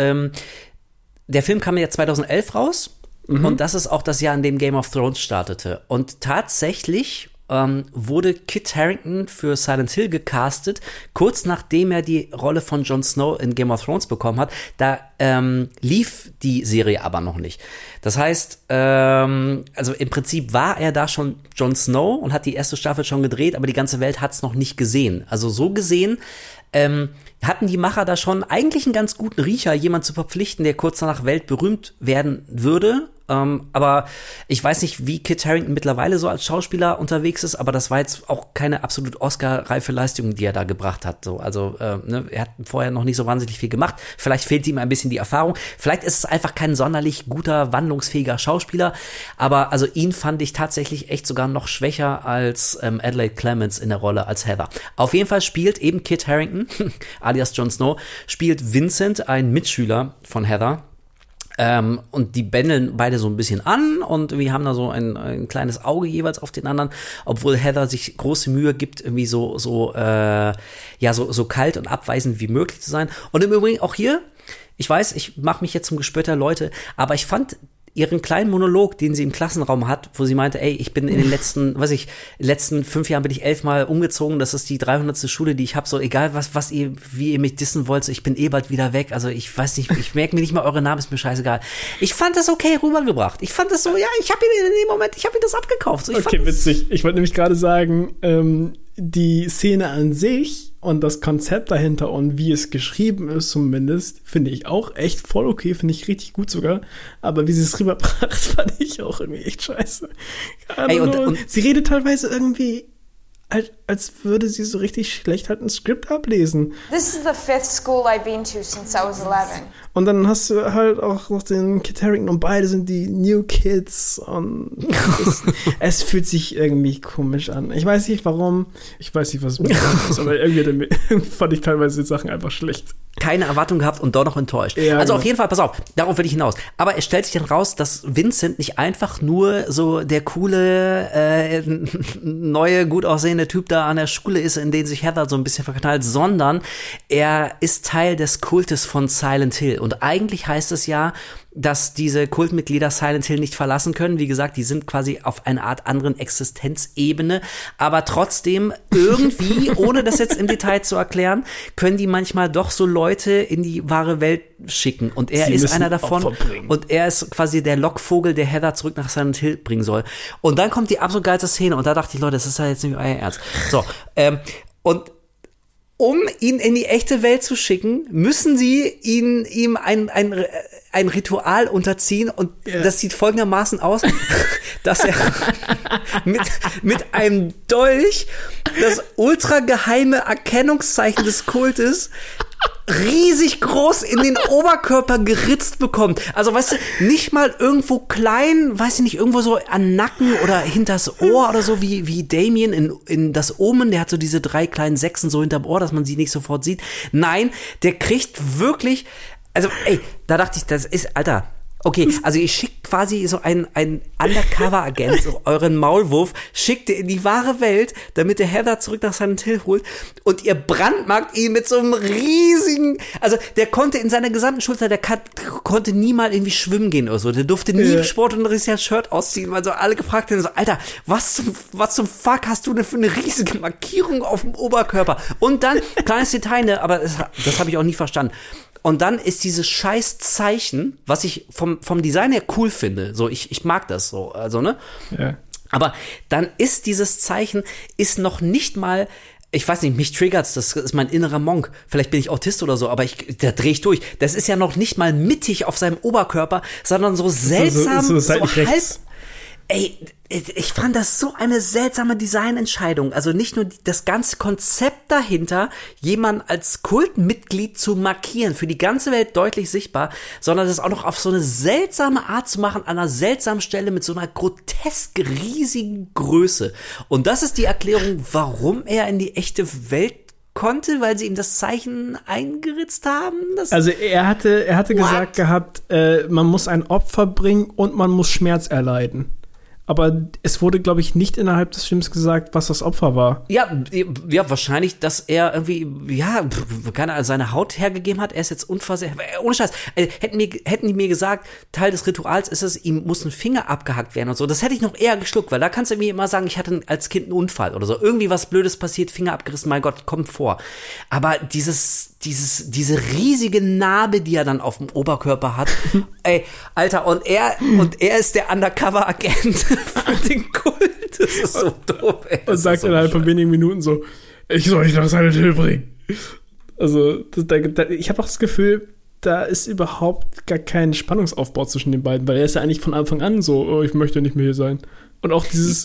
S1: der Film kam ja 2011 raus, und das ist auch das Jahr, in dem Game of Thrones startete. Und tatsächlich wurde Kit Harington für Silent Hill gecastet, kurz nachdem er die Rolle von Jon Snow in Game of Thrones bekommen hat. Da lief die Serie aber noch nicht. Das heißt, also im Prinzip war er da schon Jon Snow und hat die erste Staffel schon gedreht, aber die ganze Welt hat es noch nicht gesehen. Also so gesehen hatten die Macher da schon eigentlich einen ganz guten Riecher, jemanden zu verpflichten, der kurz danach weltberühmt werden würde. Aber ich weiß nicht, wie Kit Harington mittlerweile so als Schauspieler unterwegs ist, aber das war jetzt auch keine absolut Oscar-reife Leistung, die er da gebracht hat. So, also er hat vorher noch nicht so wahnsinnig viel gemacht. Vielleicht fehlt ihm ein bisschen die Erfahrung. Vielleicht ist es einfach kein sonderlich guter, wandlungsfähiger Schauspieler. Aber also ihn fand ich tatsächlich echt sogar noch schwächer als Adelaide Clemens in der Rolle als Heather. Auf jeden Fall spielt eben Kit Harington, alias Jon Snow, spielt Vincent, ein Mitschüler von Heather. Und die bändeln beide so ein bisschen an, und wir haben da so ein kleines Auge jeweils auf den anderen, obwohl Heather sich große Mühe gibt, irgendwie so kalt und abweisend wie möglich zu sein. Und im Übrigen auch hier, ich weiß, ich mache mich jetzt zum Gespött der Leute, aber ich fand ihren kleinen Monolog, den sie im Klassenraum hat, wo sie meinte, ey, ich bin in den letzten 5 Jahren bin ich 11 Mal umgezogen, das ist die 300. Schule, die ich habe, so egal wie ihr mich dissen wollt, so, ich bin bald wieder weg, also ich weiß nicht, ich merke mir nicht mal eure Namen, ist mir scheißegal. Ich fand das okay rübergebracht. Ich fand das so, ja, ich habe ihn in dem Moment, ich habe ihn das abgekauft. So,
S2: okay, witzig. Ich wollte nämlich gerade sagen, die Szene an sich und das Konzept dahinter und wie es geschrieben ist zumindest, finde ich auch echt voll okay, finde ich richtig gut sogar. Aber wie sie es rüberbracht, fand ich auch irgendwie echt scheiße. Ey, und sie redet teilweise irgendwie, als würde sie so richtig schlecht halt ein Skript ablesen.
S11: This is the 5th school I've been to since I was 11.
S2: Und dann hast du halt auch noch den Kit Harington und beide sind die New Kids und es fühlt sich irgendwie komisch an. Ich weiß nicht warum, ich weiß nicht, was es mit ist, aber irgendwie fand ich teilweise die Sachen einfach schlecht.
S1: Keine Erwartung gehabt und doch noch enttäuscht.
S2: Ja,
S1: also
S2: genau.
S1: Auf jeden Fall, pass auf, darauf will ich hinaus. Aber es stellt sich dann raus, dass Vincent nicht einfach nur so der coole, neue, gut aussehende Typ da an der Schule ist, in den sich Heather so ein bisschen verknallt, sondern er ist Teil des Kultes von Silent Hill. Und eigentlich heißt es ja, dass diese Kultmitglieder Silent Hill nicht verlassen können. Wie gesagt, die sind quasi auf einer Art anderen Existenzebene. Aber trotzdem irgendwie, ohne das jetzt im Detail zu erklären, können die manchmal doch so Leute in die wahre Welt schicken. Und er ist einer davon. Und er ist quasi der Lockvogel, der Heather zurück nach Silent Hill bringen soll. Und dann kommt die absolut geilste Szene. Und da dachte ich, Leute, das ist ja jetzt nicht euer Ernst. So, und um ihn in die echte Welt zu schicken, müssen sie ihm ein Ritual unterziehen, und das sieht folgendermaßen aus, dass er mit einem Dolch das ultra geheime Erkennungszeichen des Kultes riesig groß in den Oberkörper geritzt bekommt. Also, weißt du, nicht mal irgendwo klein, weiß ich nicht, irgendwo so an Nacken oder hinters Ohr oder so, wie Damien in das Omen, der hat so diese 3 kleinen Sechsen so hinterm Ohr, dass man sie nicht sofort sieht. Nein, der kriegt wirklich, also, ey, da dachte ich, das ist, Alter, Okay, also ihr schickt quasi so einen Undercover-Agent, so euren Maulwurf, schickt ihr in die wahre Welt, damit der Heather zurück nach Silent Hill holt und ihr brandmarkt ihn mit so einem riesigen, also der konnte in seiner gesamten Schulzeit, konnte nie mal irgendwie schwimmen gehen oder so, der durfte nie im Sportunterricht das Shirt ausziehen, weil so alle gefragt haben, so, Alter, was zum Fuck hast du denn für eine riesige Markierung auf dem Oberkörper? Und dann, kleines Detail, ne, aber das habe ich auch nie verstanden. Und dann ist dieses scheiß Zeichen, was ich vom Design her cool finde, so ich mag das so, also ne? Ja. Aber dann ist dieses Zeichen noch nicht mal, ich weiß nicht, mich triggert's, das ist mein innerer Monk, vielleicht bin ich Autist oder so, aber da drehe ich durch. Das ist ja noch nicht mal mittig auf seinem Oberkörper, sondern so seltsam, so halb. Ey, ich fand das so eine seltsame Designentscheidung. Also nicht nur das ganze Konzept dahinter, jemanden als Kultmitglied zu markieren, für die ganze Welt deutlich sichtbar, sondern das auch noch auf so eine seltsame Art zu machen, an einer seltsamen Stelle mit so einer grotesk riesigen Größe. Und das ist die Erklärung, warum er in die echte Welt konnte, weil sie ihm das Zeichen eingeritzt haben?
S2: Also er hatte gesagt gehabt, man muss ein Opfer bringen und man muss Schmerz erleiden. Aber es wurde, glaube ich, nicht innerhalb des Films gesagt, was das Opfer war.
S1: Ja, wahrscheinlich, dass er irgendwie, keine Ahnung, seine Haut hergegeben hat. Er ist jetzt unversehrt. Ohne Scheiß. Hätten die mir gesagt, Teil des Rituals ist es, ihm muss ein Finger abgehackt werden und so. Das hätte ich noch eher geschluckt, weil da kannst du irgendwie immer sagen, ich hatte als Kind einen Unfall oder so. Irgendwie was Blödes passiert, Finger abgerissen, mein Gott, kommt vor. Aber diese riesige Narbe, die er dann auf dem Oberkörper hat, ey, Alter, und er ist der Undercover-Agent für den Kult. Das ist so doof, ey.
S2: Und sagt innerhalb von wenigen Minuten so, ich soll dich nach Silent Hill bringen. Also, ich habe auch das Gefühl, da ist überhaupt gar kein Spannungsaufbau zwischen den beiden, weil er ist ja eigentlich von Anfang an so, oh, ich möchte nicht mehr hier sein. Und auch dieses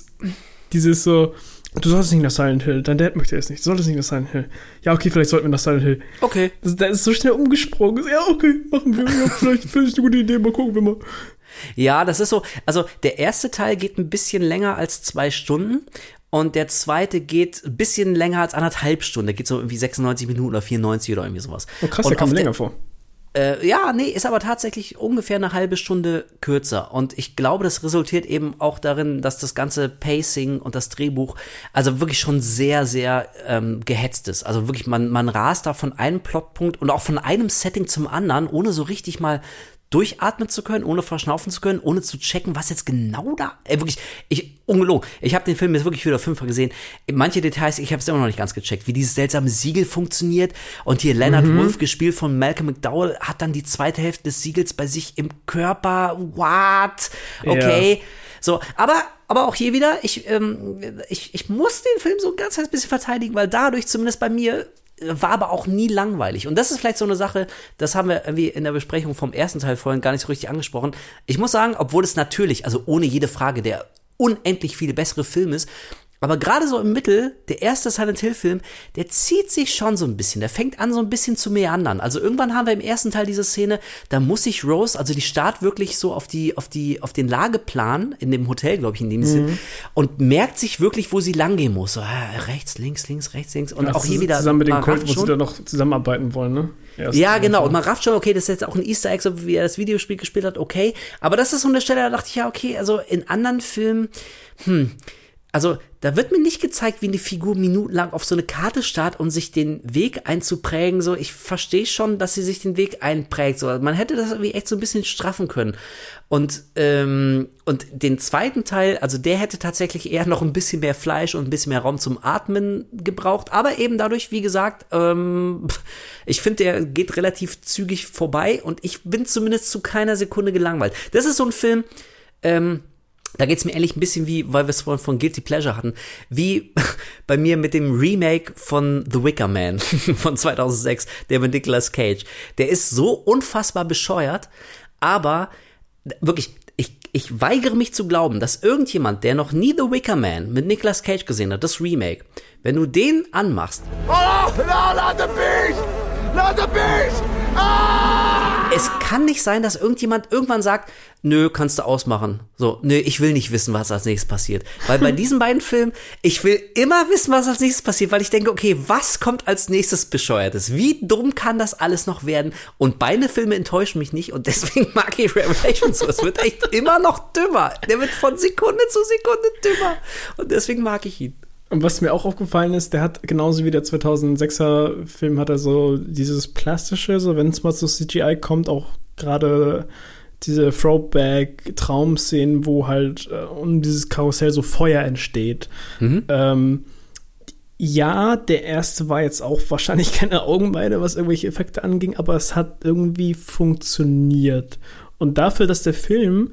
S2: so, du solltest nicht nach Silent Hill, dein Dad möchte es nicht, du solltest nicht nach Silent Hill. Ja, okay, vielleicht sollten wir nach Silent Hill.
S1: Okay.
S2: Da ist so schnell umgesprungen. Ja, okay, machen wir. Ja, vielleicht ist eine gute Idee, mal gucken wir mal.
S1: Ja, das ist so, also der erste Teil geht ein bisschen länger als 2 Stunden und der zweite geht ein bisschen länger als 1,5 Stunden. Der geht so irgendwie 96 Minuten oder 94 oder irgendwie sowas.
S2: Oh krass, der kam länger vor.
S1: Ja, nee, ist aber tatsächlich ungefähr eine halbe Stunde kürzer. Und ich glaube, das resultiert eben auch darin, dass das ganze Pacing und das Drehbuch also wirklich schon sehr, sehr gehetzt ist. Also wirklich, man rast da von einem Plotpunkt und auch von einem Setting zum anderen, ohne so richtig mal durchatmen zu können, ohne verschnaufen zu können, ohne zu checken, was jetzt genau da, wirklich, ungelogen. Ich habe den Film jetzt wirklich wieder 5-mal gesehen. Manche Details, ich habe es immer noch nicht ganz gecheckt, wie dieses seltsame Siegel funktioniert. Und hier Leonard Wolf, gespielt von Malcolm McDowell, hat dann die zweite Hälfte des Siegels bei sich im Körper. What? Okay. Ja. So, aber auch hier wieder, ich muss den Film so ein ganz kleines bisschen verteidigen, weil dadurch zumindest bei mir war aber auch nie langweilig. Und das ist vielleicht so eine Sache, das haben wir irgendwie in der Besprechung vom ersten Teil vorhin gar nicht so richtig angesprochen. Ich muss sagen, obwohl es natürlich, also ohne jede Frage, der unendlich viel bessere Film ist, aber gerade so im Mittel, der erste Silent Hill Film, der zieht sich schon so ein bisschen, der fängt an so ein bisschen zu meandern. Also irgendwann haben wir im ersten Teil diese Szene, da muss sich Rose, also die starrt wirklich so auf den Lageplan in dem Hotel, glaube ich, in dem sie sind, und merkt sich wirklich, wo sie langgehen muss. So, rechts, links, rechts, links. Und ja, auch hier wieder.
S2: Zusammen mit den Kult, wo sie da noch zusammenarbeiten wollen, ne?
S1: Ja, genau. Und man rafft schon, okay, das ist jetzt auch ein Easter Egg, so wie er das Videospiel gespielt hat, okay. Aber das ist so eine Stelle, da dachte ich, ja, okay, also in anderen Filmen, also da wird mir nicht gezeigt, wie eine Figur minutenlang auf so eine Karte starrt, um sich den Weg einzuprägen. So, ich verstehe schon, dass sie sich den Weg einprägt. So, man hätte das irgendwie echt so ein bisschen straffen können. Und den zweiten Teil, also der hätte tatsächlich eher noch ein bisschen mehr Fleisch und ein bisschen mehr Raum zum Atmen gebraucht. Aber eben dadurch, wie gesagt, ich finde, der geht relativ zügig vorbei und ich bin zumindest zu keiner Sekunde gelangweilt. Das ist so ein Film, da geht's mir ehrlich ein bisschen wie, weil wir es vorhin von Guilty Pleasure hatten, wie bei mir mit dem Remake von The Wicker Man von 2006, der mit Nicolas Cage. Der ist so unfassbar bescheuert, aber wirklich, ich weigere mich zu glauben, dass irgendjemand, der noch nie The Wicker Man mit Nicolas Cage gesehen hat, das Remake, wenn du den anmachst.
S12: Oh, no, not the beast! Not the beast!
S1: Es kann nicht sein, dass irgendjemand irgendwann sagt, nö, kannst du ausmachen. So, nö, ich will nicht wissen, was als nächstes passiert. Weil bei diesen beiden Filmen, ich will immer wissen, was als nächstes passiert, weil ich denke, okay, was kommt als nächstes Bescheuertes? Wie dumm kann das alles noch werden? Und beide Filme enttäuschen mich nicht und deswegen mag ich Revelations so. Es wird echt immer noch dümmer. Der wird von Sekunde zu Sekunde dümmer. Und deswegen mag ich ihn.
S2: Und was mir auch aufgefallen ist, der hat genauso wie der 2006er Film hat er so dieses Plastische, so wenn es mal zu CGI kommt, auch gerade diese Throwback-Traumszenen, wo halt um dieses Karussell so Feuer entsteht. Ja, der erste war jetzt auch wahrscheinlich keine Augenweide, was irgendwelche Effekte anging, aber es hat irgendwie funktioniert. Und dafür, dass der Film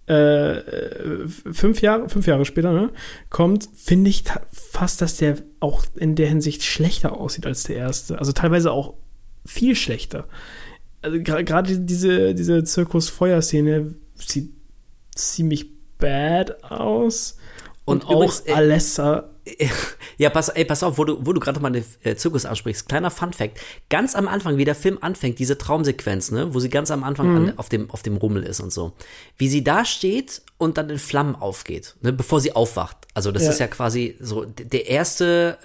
S2: 5 Jahre später, ne, kommt, finde ich fast, dass der auch in der Hinsicht schlechter aussieht als der erste. Also teilweise auch viel schlechter. Also gerade diese Zirkus-Feuer-Szene sieht ziemlich bad aus. Und übrigens, auch Alessa.
S1: Ja, pass auf, wo du gerade mal den Zirkus ansprichst. Kleiner Funfact. Ganz am Anfang, wie der Film anfängt, diese Traumsequenz, ne, wo sie ganz am Anfang auf dem Rummel ist und so. Wie sie da steht und dann in Flammen aufgeht, ne, bevor sie aufwacht. Also das ist ja quasi so die erste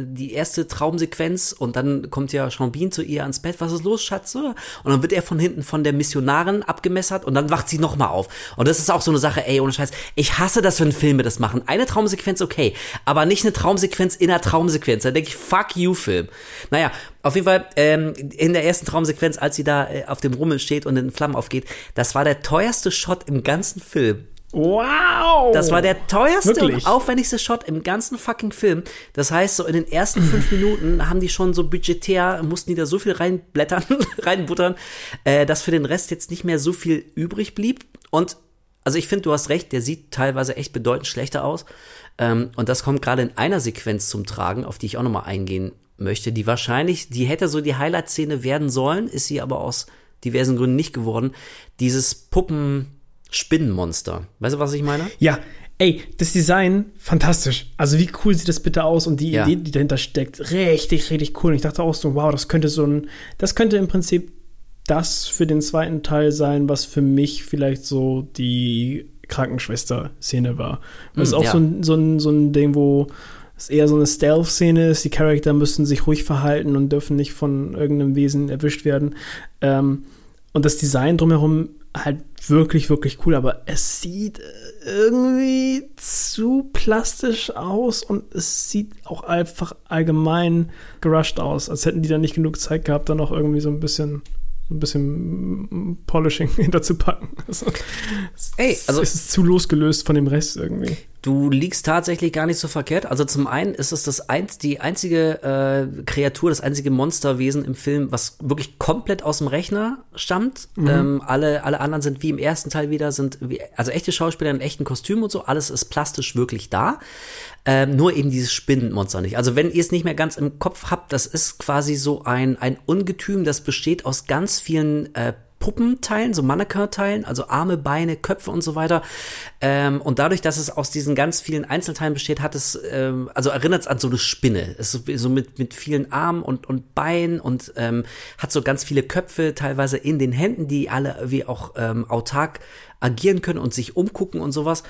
S1: Traumsequenz und dann kommt ja Sean Bean zu ihr ans Bett. Was ist los, Schatze? Und dann wird er von hinten von der Missionarin abgemessert und dann wacht sie nochmal auf. Und das ist auch so eine Sache, ey, ohne Scheiß. Ich hasse das, wenn Filme das machen. Eine Traumsequenz, okay, aber nicht eine Traumsequenz in einer Traumsequenz. Da denke ich, fuck you, Film. Naja, auf jeden Fall, in der ersten Traumsequenz, als sie da auf dem Rummel steht und in Flammen aufgeht, das war der teuerste Shot im ganzen Film.
S2: Wow!
S1: Das war der teuerste
S2: Wirklich?
S1: und aufwendigste Shot im ganzen fucking Film. Das heißt, so in den ersten 5 Minuten haben die schon so budgetär, mussten die da so viel reinbuttern, dass für den Rest jetzt nicht mehr so viel übrig blieb. Und also ich finde, du hast recht, der sieht teilweise echt bedeutend schlechter aus. Und das kommt gerade in einer Sequenz zum Tragen, auf die ich auch nochmal eingehen möchte, die hätte so die Highlight-Szene werden sollen, ist sie aber aus diversen Gründen nicht geworden. Dieses Puppen-Spinnenmonster. Weißt du, was ich meine?
S2: Ja, ey, das Design, fantastisch. Also wie cool sieht das bitte aus und die Idee, die dahinter steckt, richtig, richtig cool. Und ich dachte auch so, wow, das könnte im Prinzip das für den zweiten Teil sein, was für mich vielleicht so die Krankenschwester-Szene war. Das ist auch so ein Ding, wo es eher so eine Stealth-Szene ist. Die Charakter müssen sich ruhig verhalten und dürfen nicht von irgendeinem Wesen erwischt werden. Und das Design drumherum halt wirklich, wirklich cool, aber es sieht irgendwie zu plastisch aus und es sieht auch einfach allgemein gerusht aus, als hätten die da nicht genug Zeit gehabt, da noch irgendwie so ein bisschen Polishing hinterzupacken. Also es ist zu losgelöst von dem Rest irgendwie.
S1: Du liegst tatsächlich gar nicht so verkehrt. Also zum einen ist es die einzige Kreatur, das einzige Monsterwesen im Film, was wirklich komplett aus dem Rechner stammt. Alle anderen sind wie im ersten Teil wieder, also echte Schauspieler in echten Kostümen und so. Alles ist plastisch wirklich da. Nur eben dieses Spinnenmonster nicht. Also wenn ihr es nicht mehr ganz im Kopf habt, das ist quasi so ein Ungetüm, das besteht aus ganz vielen Puppenteilen, so Mannequin-Teilen, also Arme, Beine, Köpfe und so weiter. Und dadurch, dass es aus diesen ganz vielen Einzelteilen besteht, hat es, also erinnert es an so eine Spinne. Es ist so mit vielen Armen und Beinen und hat so ganz viele Köpfe, teilweise in den Händen, die alle wie auch autark agieren können und sich umgucken und sowas.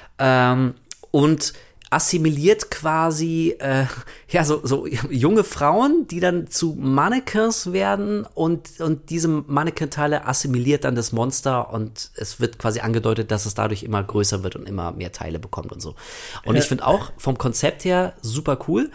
S1: Und assimiliert quasi so junge Frauen, die dann zu Mannequins werden und diese Mannequin-Teile assimiliert dann das Monster und es wird quasi angedeutet, dass es dadurch immer größer wird und immer mehr Teile bekommt und so. Und ich finde auch vom Konzept her super cool.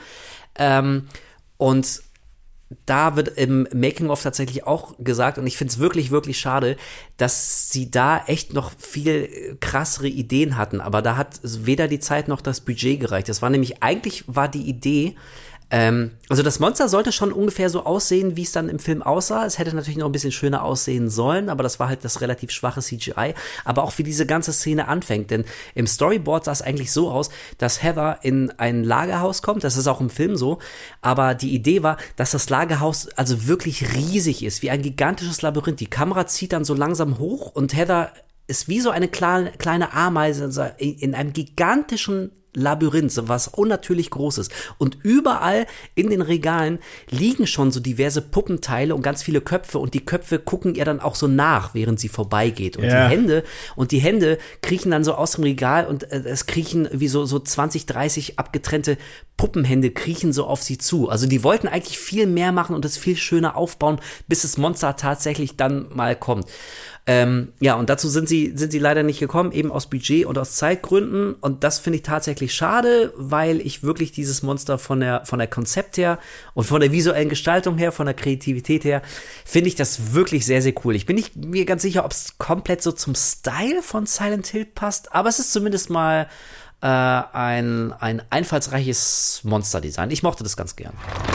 S1: Und da wird im Making-of tatsächlich auch gesagt, und ich finde es wirklich, wirklich schade, dass sie da echt noch viel krassere Ideen hatten, aber da hat weder die Zeit noch das Budget gereicht. Das war nämlich, eigentlich war die Idee, also das Monster sollte schon ungefähr so aussehen, wie es dann im Film aussah. Es hätte natürlich noch ein bisschen schöner aussehen sollen, aber das war halt das relativ schwache CGI. Aber auch wie diese ganze Szene anfängt, denn im Storyboard sah es eigentlich so aus, dass Heather in ein Lagerhaus kommt. Das ist auch im Film so. Aber die Idee war, dass das Lagerhaus also wirklich riesig ist, wie ein gigantisches Labyrinth. Die Kamera zieht dann so langsam hoch und Heather ist wie so eine kleine Ameise in einem gigantischen Labyrinth, was unnatürlich groß ist. Und überall in den Regalen liegen schon so diverse Puppenteile und ganz viele Köpfe und die Köpfe gucken ihr dann auch so nach, während sie vorbeigeht. Und die Hände kriechen dann so aus dem Regal und es kriechen wie so 20, 30 abgetrennte Puppenhände kriechen so auf sie zu. Also die wollten eigentlich viel mehr machen und es viel schöner aufbauen, bis das Monster tatsächlich dann mal kommt. Und dazu sind sie leider nicht gekommen, eben aus Budget- und aus Zeitgründen. Und das finde ich tatsächlich schade, weil ich wirklich dieses Monster von der Konzept her und von der visuellen Gestaltung her, von der Kreativität her, finde ich das wirklich sehr, sehr cool. Ich bin nicht mir ganz sicher, ob es komplett so zum Style von Silent Hill passt, aber es ist zumindest mal ein einfallsreiches Monsterdesign. Ich mochte das ganz gern.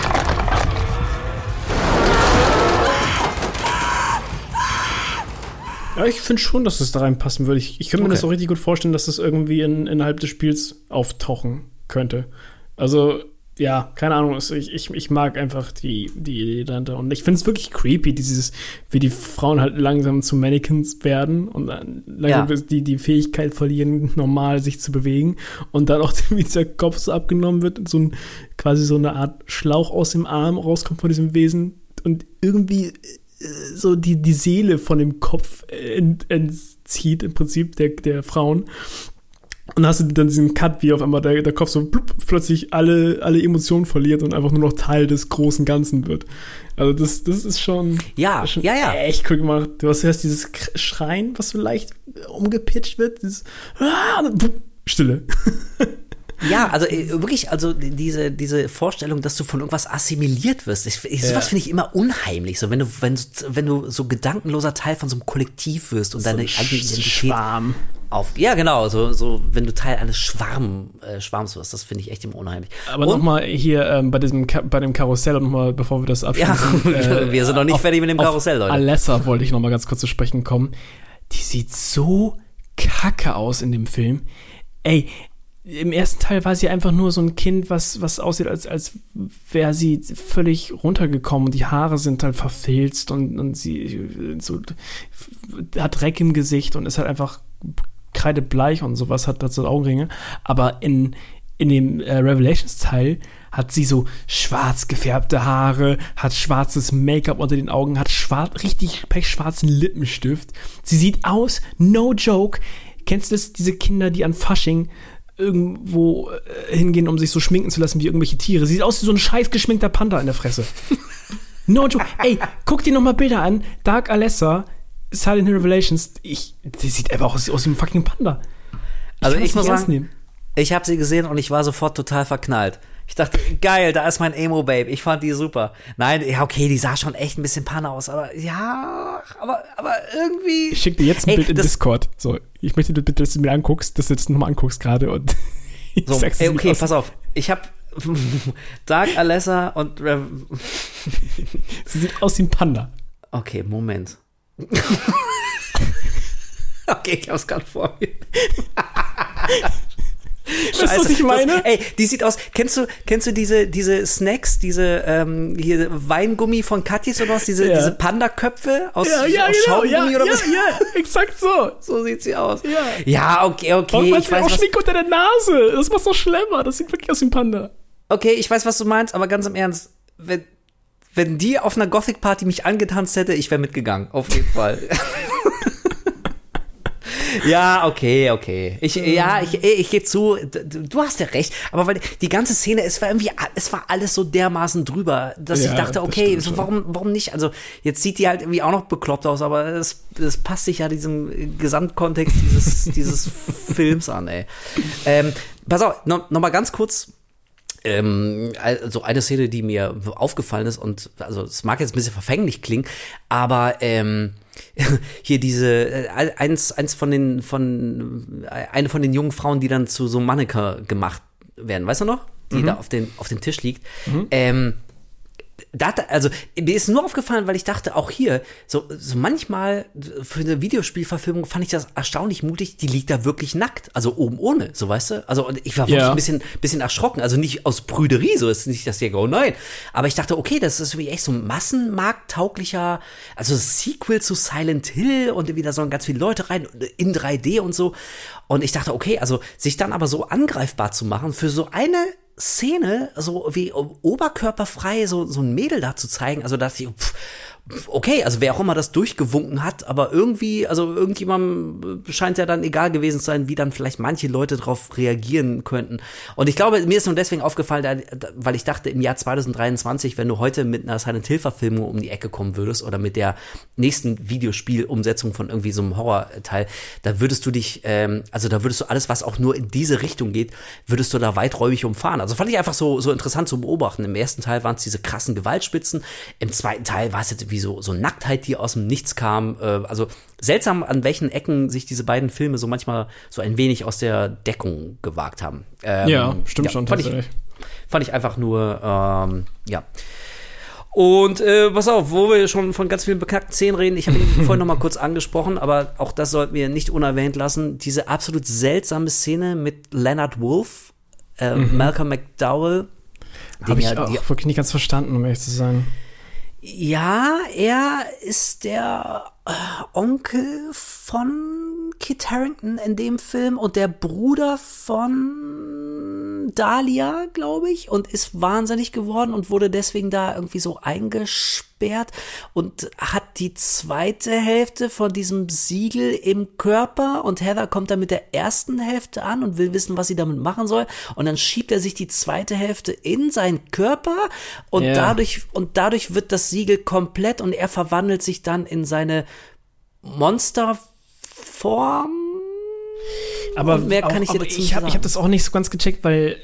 S2: Ja, ich finde schon, dass es da reinpassen würde. Ich könnte mir das auch richtig gut vorstellen, dass das irgendwie innerhalb des Spiels auftauchen könnte. Also, ja, keine Ahnung. Ich mag einfach die Idee dahinter. Und ich finde es wirklich creepy, wie die Frauen halt langsam zu Mannequins werden und dann langsam die Fähigkeit verlieren, normal sich zu bewegen. Und dann auch wie der Kopf so abgenommen wird und quasi so eine Art Schlauch aus dem Arm rauskommt von diesem Wesen. Und irgendwie so die Seele von dem Kopf entzieht im Prinzip der Frauen. Und dann hast du dann diesen Cut, wie auf einmal der Kopf so plötzlich alle Emotionen verliert und einfach nur noch Teil des großen Ganzen wird. Also das ist schon echt cool gemacht. Du hörst dieses Schreien, was so leicht umgepitcht wird, dieses Stille.
S1: Ja, also wirklich, also diese Vorstellung, dass du von irgendwas assimiliert wirst, sowas finde ich immer unheimlich. So, wenn du so gedankenloser Teil von so einem Kollektiv wirst und so deine eigene Identität
S2: Schwarm.
S1: Ja, genau, so wenn du Teil eines Schwarms wirst, das finde ich echt immer unheimlich.
S2: Aber nochmal hier bei dem Karussell, und nochmal, bevor wir das abschließen.
S1: Ja, wir sind noch nicht fertig mit dem Karussell, Leute.
S2: Alessa wollte ich nochmal ganz kurz zu sprechen kommen. Die sieht so kacke aus in dem Film. Ey, im ersten Teil war sie einfach nur so ein Kind, was aussieht, als wäre sie völlig runtergekommen und die Haare sind halt verfilzt und sie so, hat Dreck im Gesicht und ist halt einfach kreidebleich und sowas, hat so Augenringe. Aber in dem Revelations-Teil hat sie so schwarz gefärbte Haare, hat schwarzes Make-up unter den Augen, hat richtig pechschwarzen Lippenstift. Sie sieht aus, no joke. Kennst du das, diese Kinder, die an Fasching irgendwo hingehen, um sich so schminken zu lassen wie irgendwelche Tiere? Sie sieht aus wie so ein scheiß geschminkter Panda in der Fresse. No joke. Ey, guck dir nochmal Bilder an. Dark Alessa, Silent Hill Revelations. Die sieht einfach aus wie ein fucking Panda.
S1: Also ich muss sagen, ich habe sie gesehen und ich war sofort total verknallt. Ich dachte, geil, da ist mein Emo-Babe. Ich fand die super. Nein, ja, okay, die sah schon echt ein bisschen Panne aus, aber ja, aber irgendwie.
S2: Ich schick dir jetzt ein Bild in Discord. So, ich möchte bitte, dass du mir anguckst, dass du jetzt nochmal anguckst gerade und
S1: so, okay, pass auf. Ich hab Dark Alessa und
S2: sie sieht aus wie ein Panda.
S1: Okay, Moment. Okay, ich hab's gerade vor mir.
S2: Weißt du, was ich meine?
S1: Ey, die sieht aus, kennst du diese Snacks, diese hier Weingummi von Katjes oder was, diese Panda-Köpfe aus Schaumgummi oder was?
S2: Ja, exakt so.
S1: So sieht sie aus. Ja, okay.
S2: Warum ich weiß, auch Schmink unter der Nase? Das macht doch schlimmer. Das sieht wirklich aus wie ein Panda.
S1: Okay, ich weiß, was du meinst, aber ganz im Ernst, wenn die auf einer Gothic-Party mich angetanzt hätte, ich wäre mitgegangen, auf jeden Fall. Ja, okay. Ich gebe zu, du hast ja recht, aber weil die ganze Szene, es war alles so dermaßen drüber, dass ich dachte, okay, so, warum nicht? Also jetzt sieht die halt irgendwie auch noch bekloppt aus, aber es passt sich ja diesem Gesamtkontext dieses Films an, ey. Pass auf, noch mal ganz kurz. Also eine Szene, die mir aufgefallen ist und also es mag jetzt ein bisschen verfänglich klingen, aber hier eine von den jungen Frauen, die dann zu so einem Mannequin gemacht werden, weißt du noch? Die da auf dem Tisch liegt. Also mir ist nur aufgefallen, weil ich dachte, auch hier, so manchmal für eine Videospielverfilmung fand ich das erstaunlich mutig, die liegt da wirklich nackt, also oben ohne, so weißt du, also und ich war wirklich ein bisschen erschrocken, also nicht aus Prüderie, so ist nicht das hier, oh nein, aber ich dachte, okay, das ist wie echt so ein massenmarkttauglicher, also Sequel zu Silent Hill und wieder so ganz viele Leute rein in 3D und so und ich dachte, okay, also sich dann aber so angreifbar zu machen für so eine Szene, so wie oberkörperfrei so ein Mädel da zu zeigen, also dachte ich, okay, also wer auch immer das durchgewunken hat, aber irgendwie, also irgendjemandem scheint ja dann egal gewesen zu sein, wie dann vielleicht manche Leute drauf reagieren könnten. Und ich glaube, mir ist nur deswegen aufgefallen, weil ich dachte, im Jahr 2023, wenn du heute mit einer Silent Hill-Verfilmung um die Ecke kommen würdest oder mit der nächsten Videospielumsetzung von irgendwie so einem Horrorteil, da würdest du dich, also da würdest du alles, was auch nur in diese Richtung geht, würdest du da weiträumig umfahren. Also fand ich einfach so interessant zu beobachten. Im ersten Teil waren es diese krassen Gewaltspitzen, im zweiten Teil war es jetzt wie so Nacktheit, die aus dem Nichts kam. Also seltsam, an welchen Ecken sich diese beiden Filme so manchmal so ein wenig aus der Deckung gewagt haben.
S2: Stimmt schon.
S1: Fand ich einfach nur, ja. Und pass auf, wo wir schon von ganz vielen beknackten Szenen reden, ich habe ihn vorhin noch mal kurz angesprochen, aber auch das sollten wir nicht unerwähnt lassen, diese absolut seltsame Szene mit Leonard Wolf, Malcolm McDowell.
S2: Habe ich auch wirklich nicht ganz verstanden, um ehrlich zu sein.
S1: Ja, er ist der Onkel von Kit Harington in dem Film und der Bruder von Dahlia, glaube ich, und ist wahnsinnig geworden und wurde deswegen da irgendwie so eingesperrt und hat die zweite Hälfte von diesem Siegel im Körper und Heather kommt dann mit der ersten Hälfte an und will wissen, was sie damit machen soll und dann schiebt er sich die zweite Hälfte in seinen Körper und dadurch wird das Siegel komplett und er verwandelt sich dann in seine Monsterform.
S2: Aber mehr kann ich dazu nicht sagen. Ich habe das auch nicht so ganz gecheckt, weil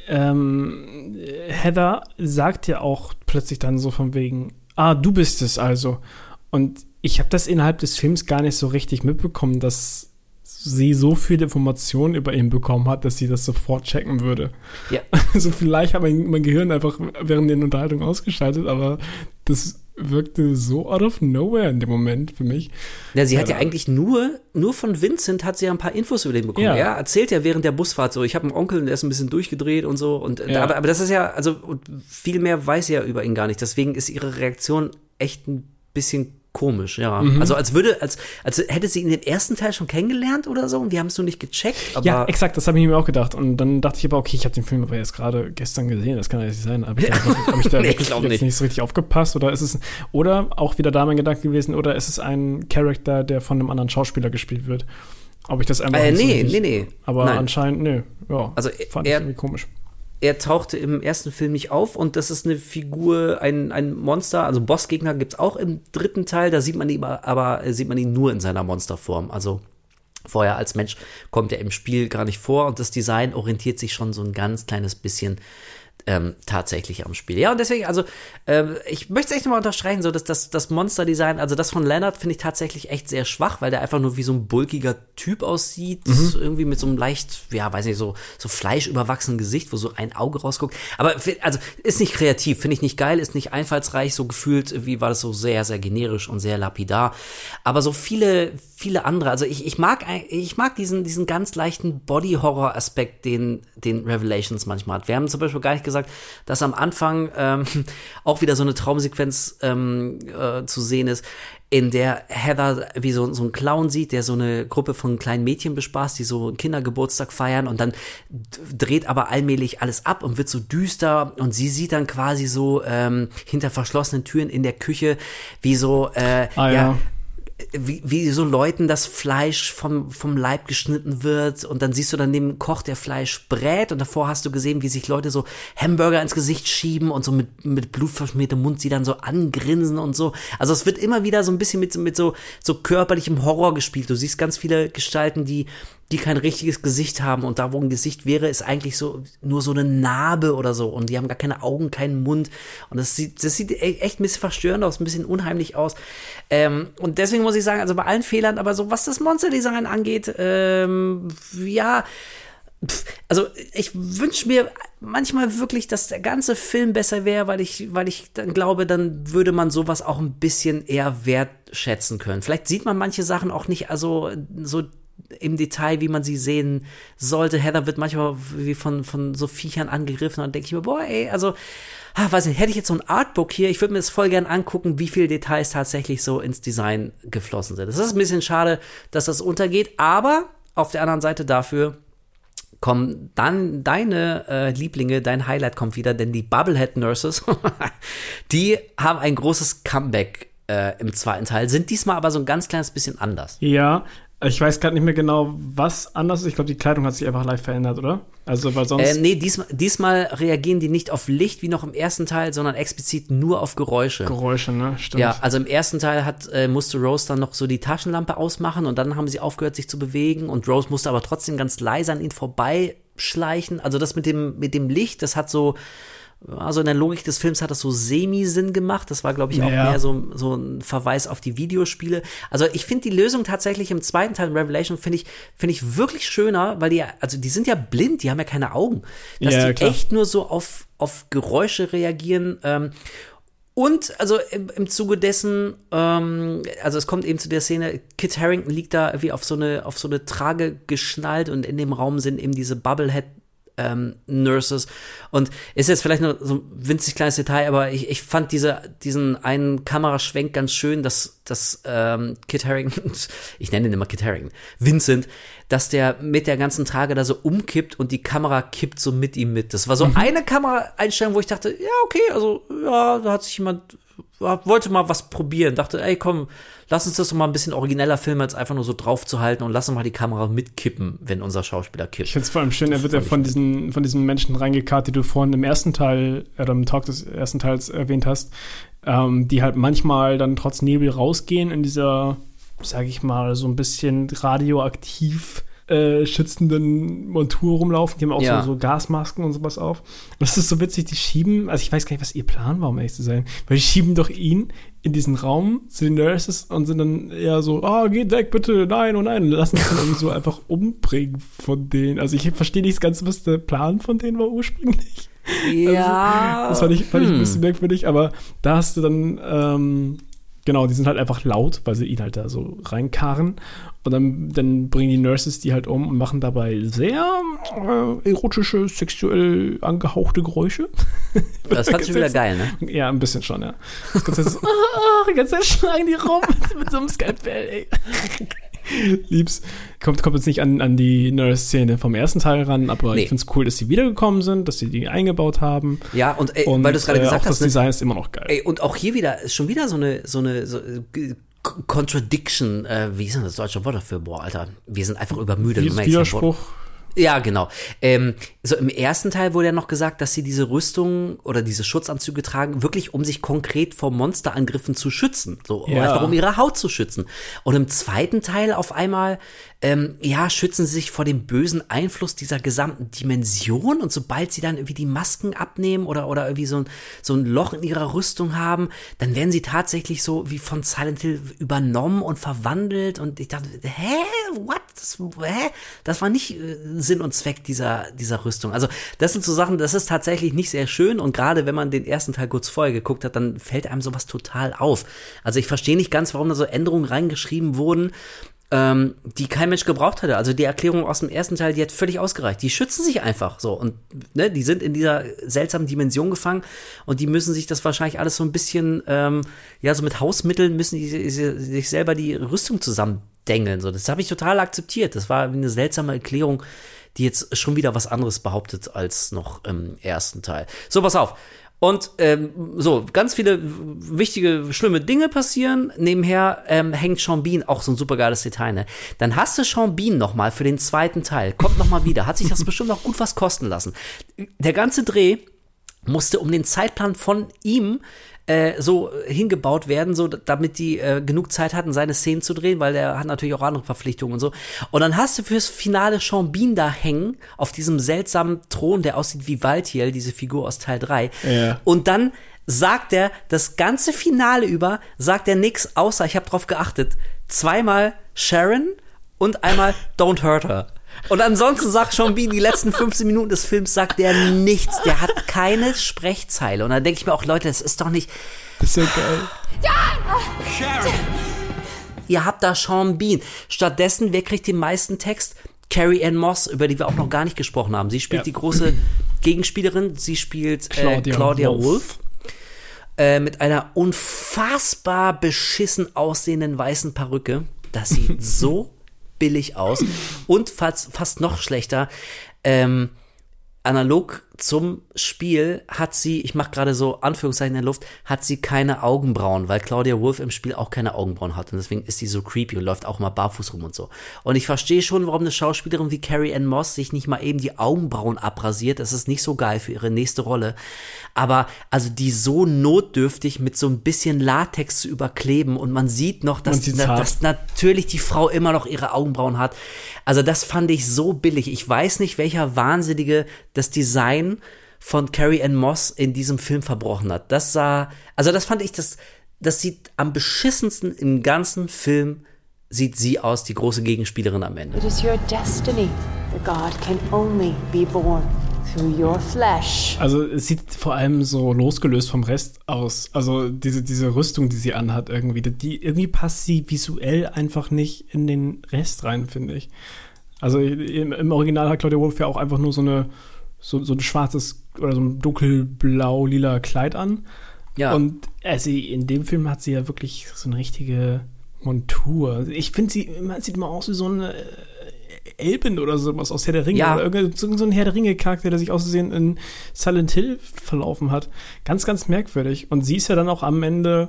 S2: Heather sagt ja auch plötzlich dann so von wegen, du bist es also. Und ich habe das innerhalb des Films gar nicht so richtig mitbekommen, dass sie so viele Informationen über ihn bekommen hat, dass sie das sofort checken würde. Ja. Also vielleicht hat mein Gehirn einfach während der Unterhaltung ausgeschaltet, aber das wirkte so out of nowhere in dem Moment für mich.
S1: Ja, sie hat ja eigentlich nur von Vincent hat sie ja ein paar Infos über den bekommen. Ja. Er erzählt ja während der Busfahrt so, ich habe einen Onkel, der ist ein bisschen durchgedreht und so. Und aber das ist ja, also viel mehr weiß sie ja über ihn gar nicht. Deswegen ist ihre Reaktion echt ein bisschen komisch, ja. Also als hätte sie ihn den ersten Teil schon kennengelernt oder so und wir haben es nur nicht gecheckt. Aber
S2: ja, exakt, das habe ich mir auch gedacht. Und dann dachte ich aber, okay, ich habe den Film aber jetzt gerade gestern gesehen, das kann ja nicht sein. Habe ich da
S1: nee,
S2: jetzt nicht so richtig aufgepasst? Oder auch wieder da mein Gedanke gewesen, oder ist es ein Charakter, der von einem anderen Schauspieler gespielt wird? Ob ich das einfach
S1: nee.
S2: Aber
S1: Nein.
S2: Anscheinend, nö. Ja,
S1: also
S2: fand ich irgendwie komisch.
S1: Er tauchte im ersten Film nicht auf und das ist eine Figur, ein Monster, also Bossgegner gibt's auch im dritten Teil, da sieht man ihn nur in seiner Monsterform, also vorher als Mensch kommt er im Spiel gar nicht vor und das Design orientiert sich schon so ein ganz kleines bisschen tatsächlich am Spiel. Ja, und deswegen, also ich möchte es echt nochmal unterstreichen, so dass das Monster-Design, also das von Leonard finde ich tatsächlich echt sehr schwach, weil der einfach nur wie so ein bulkiger Typ aussieht, irgendwie mit so einem leicht, ja, weiß nicht, so fleischüberwachsenen Gesicht, wo so ein Auge rausguckt. Aber also ist nicht kreativ, finde ich nicht geil, ist nicht einfallsreich, so gefühlt, wie war das so sehr, sehr generisch und sehr lapidar. Aber so viele andere, also ich mag diesen ganz leichten Body-Horror-Aspekt, den Revelations manchmal hat. Wir haben zum Beispiel gar nicht gesagt, dass am Anfang auch wieder so eine Traumsequenz zu sehen ist, in der Heather wie so ein Clown sieht, der so eine Gruppe von kleinen Mädchen bespaßt, die so einen Kindergeburtstag feiern und dann dreht aber allmählich alles ab und wird so düster und sie sieht dann quasi so hinter verschlossenen Türen in der Küche, wie so wie so Leuten das Fleisch vom Leib geschnitten wird und dann siehst du dann neben dem Koch, der Fleisch brät und davor hast du gesehen, wie sich Leute so Hamburger ins Gesicht schieben und so mit blutverschmiertem Mund sie dann so angrinsen und so. Also es wird immer wieder so ein bisschen mit so körperlichem Horror gespielt. Du siehst ganz viele Gestalten, die kein richtiges Gesicht haben und da, wo ein Gesicht wäre, ist eigentlich so nur so eine Narbe oder so und die haben gar keine Augen, keinen Mund und das sieht echt ein bisschen verstörend aus, ein bisschen unheimlich aus und deswegen muss ich sagen, also bei allen Fehlern, aber so was das Monster-Design angeht, also ich wünsche mir manchmal wirklich, dass der ganze Film besser wäre, weil ich dann glaube, dann würde man sowas auch ein bisschen eher wertschätzen können. Vielleicht sieht man manche Sachen auch nicht also so im Detail, wie man sie sehen sollte. Heather wird manchmal wie von so Viechern angegriffen und denke ich mir, boah, ey, also weiß nicht, hätte ich jetzt so ein Artbook hier, ich würde mir das voll gern angucken, wie viele Details tatsächlich so ins Design geflossen sind. Das ist ein bisschen schade, dass das untergeht, aber auf der anderen Seite dafür kommen dann deine Lieblinge, dein Highlight kommt wieder, denn die Bubblehead Nurses, die haben ein großes Comeback im zweiten Teil, sind diesmal aber so ein ganz kleines bisschen anders.
S2: Ja, ich weiß gerade nicht mehr genau, was anders ist. Ich glaube, die Kleidung hat sich einfach live verändert, oder? Also, weil sonst.
S1: Nee, diesmal reagieren die nicht auf Licht wie noch im ersten Teil, sondern explizit nur auf Geräusche.
S2: Geräusche, ne? Stimmt.
S1: Ja, also im ersten Teil musste Rose dann noch so die Taschenlampe ausmachen und dann haben sie aufgehört, sich zu bewegen und Rose musste aber trotzdem ganz leise an ihn vorbeischleichen. Also das mit dem Licht, das hat so. Also in der Logik des Films hat das so Semi-Sinn gemacht. Das war, glaube ich, auch mehr so ein Verweis auf die Videospiele. Also ich finde die Lösung tatsächlich im zweiten Teil Revelation finde ich wirklich schöner, weil die sind ja blind, die haben ja keine Augen. Dass die klar. Echt nur so auf Geräusche reagieren. Und also im Zuge dessen, also es kommt eben zu der Szene, Kit Harington liegt da wie auf so eine Trage geschnallt und in dem Raum sind eben diese Bubblehead Nurses und ist jetzt vielleicht nur so ein winzig kleines Detail, aber ich fand diesen einen Kameraschwenk ganz schön, dass Kit Harington, ich nenne ihn immer Kit Harington, Vincent, dass der mit der ganzen Trage da so umkippt und die Kamera kippt so mit ihm mit. Das war so eine Kameraeinstellung, wo ich dachte, ja, okay, also ja, da hat sich jemand wollte mal was probieren, dachte, ey, komm, lass uns das doch mal ein bisschen origineller filmen, als einfach nur so drauf zu halten und lass uns mal die Kamera mitkippen, wenn unser Schauspieler kippt.
S2: Ich finde es vor allem schön, er wird ja von diesen Menschen reingekarrt, die du vorhin im ersten Teil, oder im Talk des ersten Teils erwähnt hast, die halt manchmal dann trotz Nebel rausgehen in dieser, sag ich mal, so ein bisschen radioaktiv schützenden Montur rumlaufen. Die haben auch so Gasmasken und sowas auf. Und das ist so witzig, die schieben, also ich weiß gar nicht, was ihr Plan war, um ehrlich zu sein, weil die schieben doch ihn in diesen Raum zu den Nurses und sind dann eher so, geht weg, bitte, nein, oh nein, und lassen sich dann irgendwie so einfach umbringen von denen. Also ich verstehe nicht ganz, was der Plan von denen war ursprünglich.
S1: Ja.
S2: Also, das fand ich ein bisschen merkwürdig, aber da hast du dann, genau, die sind halt einfach laut, weil sie ihn halt da so reinkarren. Und dann bringen die Nurses die halt um und machen dabei sehr erotische, sexuell angehauchte Geräusche.
S1: Das fand ich wieder geil, ne?
S2: Ja, ein bisschen schon, ja. Das ganze Zeit so, die ganze Zeit schreien die rum mit so einem Skalpell, ey. Lieb's. Kommt jetzt nicht an die Nurse-Szene vom ersten Teil ran, aber ich find's cool, dass sie wiedergekommen sind, dass sie die eingebaut haben.
S1: Ja, und weil du es gerade gesagt
S2: auch
S1: hast.
S2: Das Design ist immer noch geil.
S1: Ey, und auch hier wieder, ist schon wieder so eine Contradiction, wie ist denn das deutsche Wort dafür? Boah, Alter, wir sind einfach übermüdet.
S2: Widerspruch.
S1: Ja, genau. So im ersten Teil wurde ja noch gesagt, dass sie diese Rüstung oder diese Schutzanzüge tragen, wirklich um sich konkret vor Monsterangriffen zu schützen. So, einfach um ihre Haut zu schützen. Und im zweiten Teil auf einmal, schützen sie sich vor dem bösen Einfluss dieser gesamten Dimension. Und sobald sie dann irgendwie die Masken abnehmen oder irgendwie so ein Loch in ihrer Rüstung haben, dann werden sie tatsächlich so wie von Silent Hill übernommen und verwandelt. Und ich dachte, what? Das war nicht Sinn und Zweck dieser Rüstung. Also das sind so Sachen, das ist tatsächlich nicht sehr schön und gerade wenn man den ersten Teil kurz vorher geguckt hat, dann fällt einem sowas total auf. Also ich verstehe nicht ganz, warum da so Änderungen reingeschrieben wurden, die kein Mensch gebraucht hatte. Also die Erklärung aus dem ersten Teil, die hat völlig ausgereicht. Die schützen sich einfach so und ne, die sind in dieser seltsamen Dimension gefangen und die müssen sich das wahrscheinlich alles so ein bisschen, so mit Hausmitteln müssen die sich selber die Rüstung zusammendengeln. So, das habe ich total akzeptiert. Das war eine seltsame Erklärung, die jetzt schon wieder was anderes behauptet als noch im ersten Teil. So, pass auf. Und ganz viele wichtige, schlimme Dinge passieren. Nebenher hängt Sean Bean, auch so ein super geiles Detail, ne? Dann hast du Sean Bean nochmal für den zweiten Teil. Kommt nochmal wieder. Hat sich das bestimmt noch gut was kosten lassen. Der ganze Dreh musste um den Zeitplan von ihm so hingebaut werden, so damit die genug Zeit hatten, seine Szenen zu drehen, weil der hat natürlich auch andere Verpflichtungen und so. Und dann hast du fürs Finale Sean Bean da hängen, auf diesem seltsamen Thron, der aussieht wie Valtiel, diese Figur aus Teil 3. Ja. Und dann sagt er, das ganze Finale über, sagt er nix, außer, ich habe drauf geachtet, zweimal Sharon und einmal Don't Hurt Her. Und ansonsten sagt Sean Bean, die letzten 15 Minuten des Films sagt der nichts. Der hat keine Sprechzeile. Und dann denke ich mir auch, Leute, das ist doch nicht...
S2: Das ist ja geil.
S4: Sharon!
S1: Ihr habt da Sean Bean. Stattdessen, wer kriegt den meisten Text? Carrie-Anne Moss, über die wir auch noch gar nicht gesprochen haben. Sie spielt die große Gegenspielerin. Sie spielt Claudia Wolf. Mit einer unfassbar beschissen aussehenden weißen Perücke. Das sieht so billig aus. Und fast noch schlechter, analog zum Spiel hat sie, ich mache gerade so Anführungszeichen in der Luft, hat sie keine Augenbrauen, weil Claudia Wolf im Spiel auch keine Augenbrauen hat und deswegen ist sie so creepy und läuft auch mal barfuß rum und so. Und ich verstehe schon, warum eine Schauspielerin wie Carrie-Anne Moss sich nicht mal eben die Augenbrauen abrasiert. Das ist nicht so geil für ihre nächste Rolle. Aber also die so notdürftig mit so ein bisschen Latex zu überkleben und man sieht noch, dass natürlich die Frau immer noch ihre Augenbrauen hat. Also das fand ich so billig. Ich weiß nicht, welcher Wahnsinnige das Design von Carrie-Anne Moss in diesem Film verbrochen hat. Das fand ich, das sieht am beschissensten im ganzen Film, sieht sie aus, die große Gegenspielerin am Ende.
S12: It is your destiny. The God can only be born through your flesh.
S2: Also es sieht vor allem so losgelöst vom Rest aus. Also diese Rüstung, die sie anhat irgendwie, irgendwie passt sie visuell einfach nicht in den Rest rein, finde ich. Also im Original hat Claudia Wolf ja auch einfach nur so ein schwarzes oder so ein dunkelblau-lila Kleid an. Ja. Und in dem Film hat sie ja wirklich so eine richtige Montur. Ich finde, man sieht immer aus wie so eine Elben oder sowas aus Herr der Ringe. Ja. Oder so ein Herr der Ringe-Charakter, der sich auszusehen in Silent Hill verlaufen hat. Ganz, ganz merkwürdig. Und sie ist ja dann auch am Ende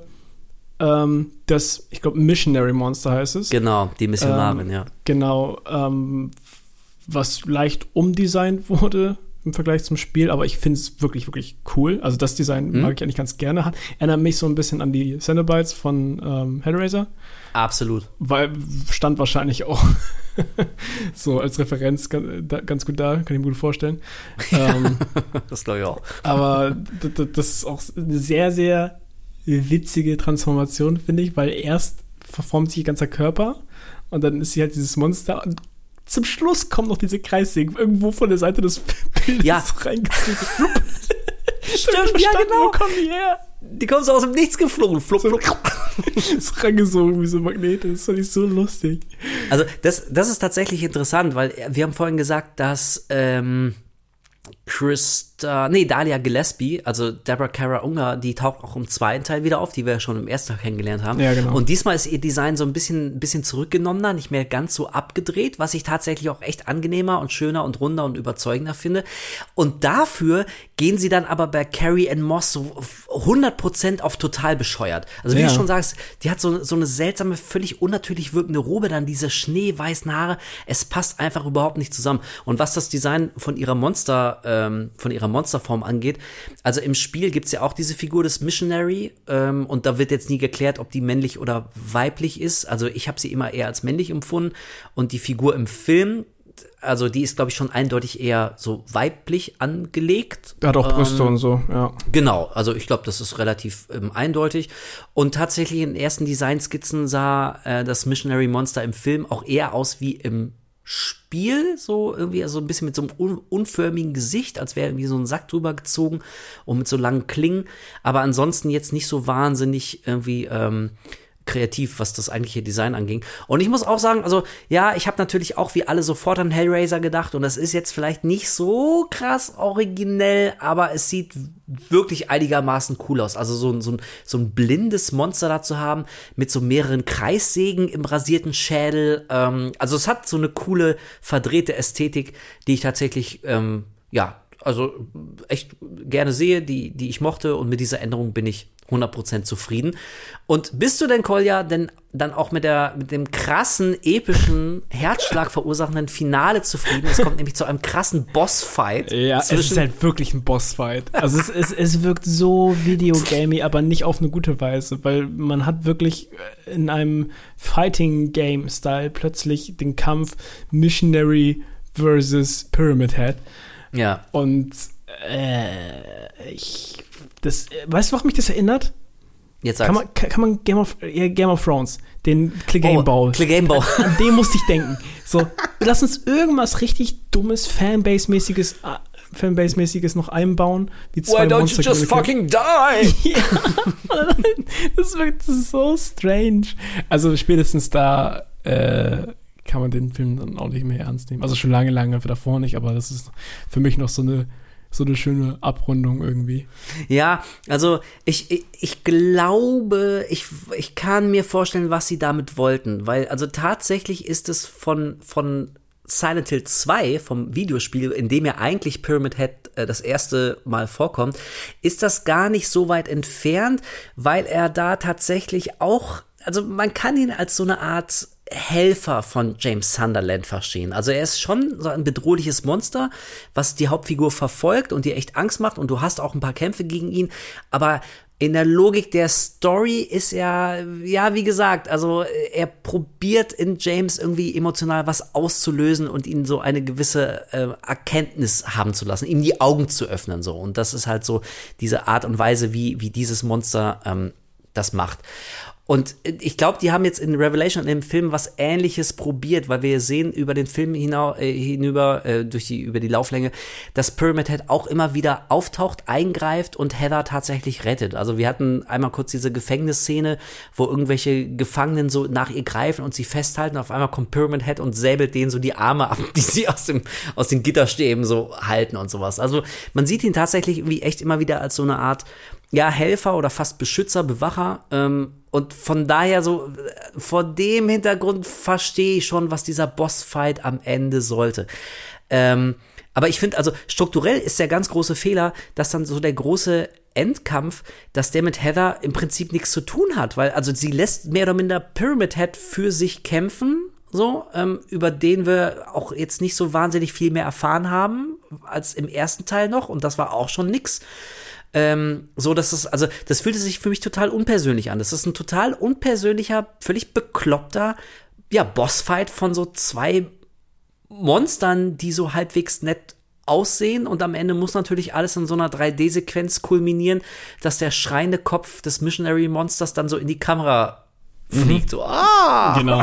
S2: das, ich glaube, Missionary Monster heißt es.
S1: Genau, die Missionarin, ja.
S2: Genau, was leicht umdesignt wurde im Vergleich zum Spiel, aber ich finde es wirklich, wirklich cool. Also das Design mag ich eigentlich ganz gerne. Erinnert mich so ein bisschen an die Cenobites von Hellraiser.
S1: Absolut.
S2: Weil stand wahrscheinlich auch so als Referenz ganz gut da, kann ich mir gut vorstellen.
S1: Das glaube ich auch.
S2: Aber das ist auch eine sehr, sehr witzige Transformation, finde ich, weil erst verformt sich ihr ganzer Körper und dann ist sie halt dieses Monster und zum Schluss kommt noch diese Kreissäge irgendwo von der Seite des Bildes reingezogen.
S1: Stimmt, ja genau.
S2: Wo kommen die her?
S1: Die kommen so aus dem Nichts geflogen. Flupp, flupp.
S2: Ist reingesogen wie so Magnete. Das fand ich so lustig.
S1: Also das ist tatsächlich interessant, weil wir haben vorhin gesagt, dass Dahlia Gillespie, also Deborah Kara Unger, die taucht auch im zweiten Teil wieder auf, die wir ja schon im ersten Teil kennengelernt haben.
S2: Ja, genau.
S1: Und diesmal ist ihr Design so ein bisschen zurückgenommener, nicht mehr ganz so abgedreht, was ich tatsächlich auch echt angenehmer und schöner und runder und überzeugender finde. Und dafür gehen sie dann aber bei Carrie-Anne Moss so 100% auf total bescheuert. Also wie du schon sagst, die hat so eine seltsame, völlig unnatürlich wirkende Robe, dann diese schneeweißen Haare. Es passt einfach überhaupt nicht zusammen. Und was das Design von ihrer Monsterform angeht. Also im Spiel gibt's ja auch diese Figur des Missionary und da wird jetzt nie geklärt, ob die männlich oder weiblich ist. Also ich habe sie immer eher als männlich empfunden und die Figur im Film, also die ist, glaube ich, schon eindeutig eher so weiblich angelegt.
S2: Hat auch Brüste und so, ja.
S1: Genau, also ich glaube, das ist relativ eindeutig. Und tatsächlich in den ersten Designskizzen sah das Missionary Monster im Film auch eher aus wie im Spiel, so irgendwie, also ein bisschen mit so einem unförmigen Gesicht, als wäre irgendwie so ein Sack drüber gezogen und mit so langen Klingen, aber ansonsten jetzt nicht so wahnsinnig irgendwie kreativ, was das eigentliche Design anging. Und ich muss auch sagen, also ja, ich habe natürlich auch wie alle sofort an Hellraiser gedacht und das ist jetzt vielleicht nicht so krass originell, aber es sieht wirklich einigermaßen cool aus. Also so ein blindes Monster da zu haben mit so mehreren Kreissägen im rasierten Schädel. Also es hat so eine coole, verdrehte Ästhetik, die ich tatsächlich, also echt gerne sehe, die ich mochte und mit dieser Änderung bin ich 100% zufrieden. Und bist du denn, Kolja, denn dann auch mit dem krassen, epischen, Herzschlag verursachenden Finale zufrieden? Es kommt nämlich zu einem krassen Bossfight.
S2: Ja, es ist halt wirklich ein Bossfight. Also es wirkt so videogamey, aber nicht auf eine gute Weise, weil man hat wirklich in einem Fighting-Game-Style plötzlich den Kampf Missionary versus Pyramid Head.
S1: Ja.
S2: Und weißt du, worauf mich das erinnert?
S1: Jetzt sag's.
S2: Kann man Game of Thrones, den Clegane-Bau. An den musste ich denken. So, lass uns irgendwas richtig dummes, Fanbase-mäßiges noch einbauen. Wie zwei
S1: Why don't you just fucking die?
S2: Ja. Das ist so strange. Also spätestens da kann man den Film dann auch nicht mehr ernst nehmen. Also schon lange davor nicht, aber das ist für mich noch so eine schöne Abrundung irgendwie.
S1: Ja, also ich glaube, ich kann mir vorstellen, was sie damit wollten, weil also tatsächlich ist es von Silent Hill 2, vom Videospiel, in dem ja eigentlich Pyramid Head das erste Mal vorkommt, ist das gar nicht so weit entfernt, weil er da tatsächlich auch, also man kann ihn als so eine Art Helfer von James Sunderland verstehen. Also er ist schon so ein bedrohliches Monster, was die Hauptfigur verfolgt und dir echt Angst macht und du hast auch ein paar Kämpfe gegen ihn, aber in der Logik der Story ist er, ja, wie gesagt, also er probiert in James irgendwie emotional was auszulösen und ihn so eine gewisse Erkenntnis haben zu lassen, ihm die Augen zu öffnen, so. Und das ist halt so diese Art und Weise, wie dieses Monster das macht. Und ich glaube, die haben jetzt in Revelation, in dem Film, was Ähnliches probiert, weil wir sehen über den Film hinüber, über die Lauflänge, dass Pyramid Head auch immer wieder auftaucht, eingreift und Heather tatsächlich rettet. Also wir hatten einmal kurz diese Gefängnisszene, wo irgendwelche Gefangenen so nach ihr greifen und sie festhalten. Auf einmal kommt Pyramid Head und säbelt denen so die Arme ab, die sie aus den Gitterstäben so halten und sowas. Also man sieht ihn tatsächlich irgendwie echt immer wieder als so eine Art, ja, Helfer oder fast Beschützer, Bewacher, und von daher so, vor dem Hintergrund verstehe ich schon, was dieser Bossfight am Ende sollte. Aber ich finde, also strukturell ist der ganz große Fehler, dass dann so der große Endkampf, dass der mit Heather im Prinzip nichts zu tun hat, weil also sie lässt mehr oder minder Pyramid Head für sich kämpfen, so, über den wir auch jetzt nicht so wahnsinnig viel mehr erfahren haben, als im ersten Teil noch, und das war auch schon nix. So, dass es, also, das fühlte sich für mich total unpersönlich an. Das ist ein total unpersönlicher, völlig bekloppter, ja, Bossfight von so zwei Monstern, die so halbwegs nett aussehen, und am Ende muss natürlich alles in so einer 3D-Sequenz kulminieren, dass der schreiende Kopf des Missionary-Monsters dann so in die Kamera fliegt, so,
S2: Genau,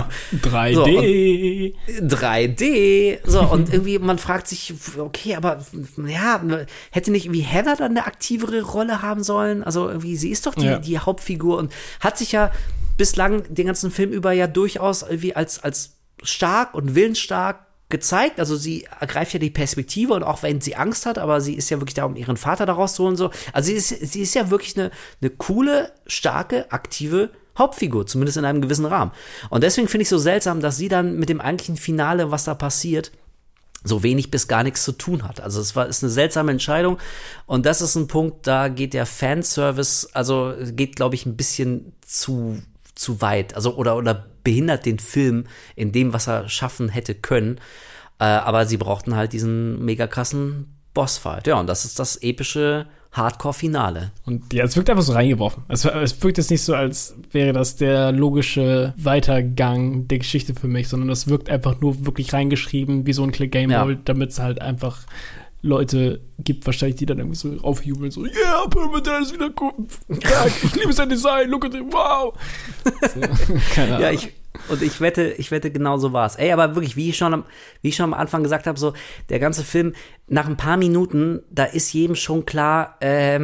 S2: 3D.
S1: So, 3D. So, und irgendwie, man fragt sich, okay, aber ja, hätte nicht irgendwie Heather dann eine aktivere Rolle haben sollen? Also irgendwie, sie ist doch die Hauptfigur und hat sich ja bislang den ganzen Film über ja durchaus irgendwie als stark und willensstark gezeigt. Also sie ergreift ja die Perspektive, und auch wenn sie Angst hat, aber sie ist ja wirklich da, um ihren Vater da rauszuholen, so. Also sie ist ja wirklich eine coole, starke, aktive Hauptfigur, zumindest in einem gewissen Rahmen. Und deswegen finde ich so seltsam, dass sie dann mit dem eigentlichen Finale, was da passiert, so wenig bis gar nichts zu tun hat. Also ist eine seltsame Entscheidung, und das ist ein Punkt, da geht der Fanservice, also geht, glaube ich, ein bisschen zu weit, also oder behindert den Film in dem, was er schaffen hätte können. Aber sie brauchten halt diesen mega krassen Bossfight. Ja, und das ist das epische Hardcore-Finale.
S2: Und ja, es wirkt einfach so reingeworfen. Es wirkt jetzt nicht so, als wäre das der logische Weitergang der Geschichte für mich, sondern das wirkt einfach nur wirklich reingeschrieben, wie so ein Click-Game-Roll, damit es halt einfach Leute gibt, wahrscheinlich, die dann irgendwie so aufjubeln, so, yeah, Pyramid Head ist wieder cool. Ja, ich liebe sein Design, look at it, wow. So, keine Ahnung.
S1: Ja, ich wette, genau so war's. Ey, aber wirklich, wie ich schon am Anfang gesagt habe, so, der ganze Film, nach ein paar Minuten, da ist jedem schon klar,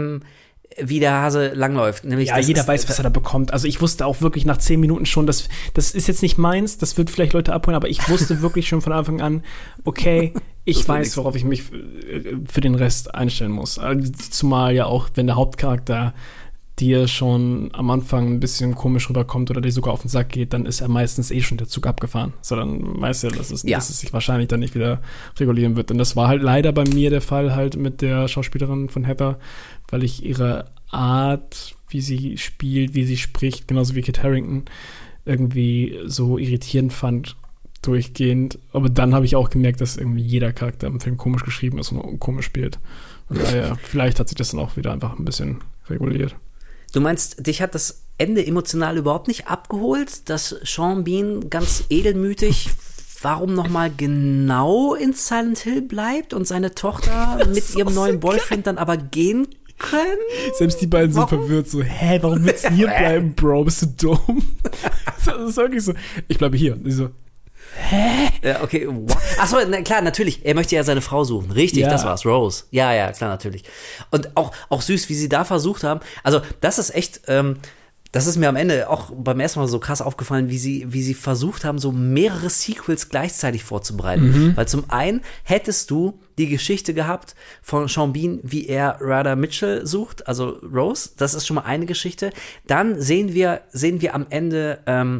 S1: wie der Hase langläuft. Nämlich,
S2: ja, jeder weiß, was er da bekommt. Also ich wusste auch wirklich nach 10 Minuten schon, das ist jetzt nicht meins, das wird vielleicht Leute abholen, aber ich wusste wirklich schon von Anfang an, okay, ich weiß, worauf ich mich für den Rest einstellen muss. Zumal ja auch, wenn der Hauptcharakter dir schon am Anfang ein bisschen komisch rüberkommt oder dir sogar auf den Sack geht, dann ist er meistens schon der Zug abgefahren. So, dann weißt du, dass es sich wahrscheinlich dann nicht wieder regulieren wird. Und das war halt leider bei mir der Fall halt mit der Schauspielerin von Heather, weil ich ihre Art, wie sie spielt, wie sie spricht, genauso wie Kit Harington, irgendwie so irritierend fand, durchgehend. Aber dann habe ich auch gemerkt, dass irgendwie jeder Charakter im Film komisch geschrieben ist und komisch spielt. Und daher, vielleicht hat sich das dann auch wieder einfach ein bisschen reguliert.
S1: Du meinst, dich hat das Ende emotional überhaupt nicht abgeholt, dass Sean Bean ganz edelmütig, warum nochmal genau in Silent Hill bleibt und seine Tochter mit ihrem neuen Boyfriend dann aber gehen
S2: Selbst die beiden sind verwirrt, so, hä, warum willst du hier bleiben, Bro, bist du dumm? Das ist wirklich so, ich bleibe hier. Und die so, hä?
S1: Ja, okay, what? Achso, klar, natürlich, er möchte ja seine Frau suchen, richtig, das war's, Rose. Ja, klar, natürlich. Und auch süß, wie sie da versucht haben, also das ist echt, das ist mir am Ende auch beim ersten Mal so krass aufgefallen, wie sie versucht haben, so mehrere Sequels gleichzeitig vorzubereiten. Weil zum einen hättest du die Geschichte gehabt von Sean Bean, wie er Radha Mitchell sucht, also Rose. Das ist schon mal eine Geschichte. Dann sehen wir am Ende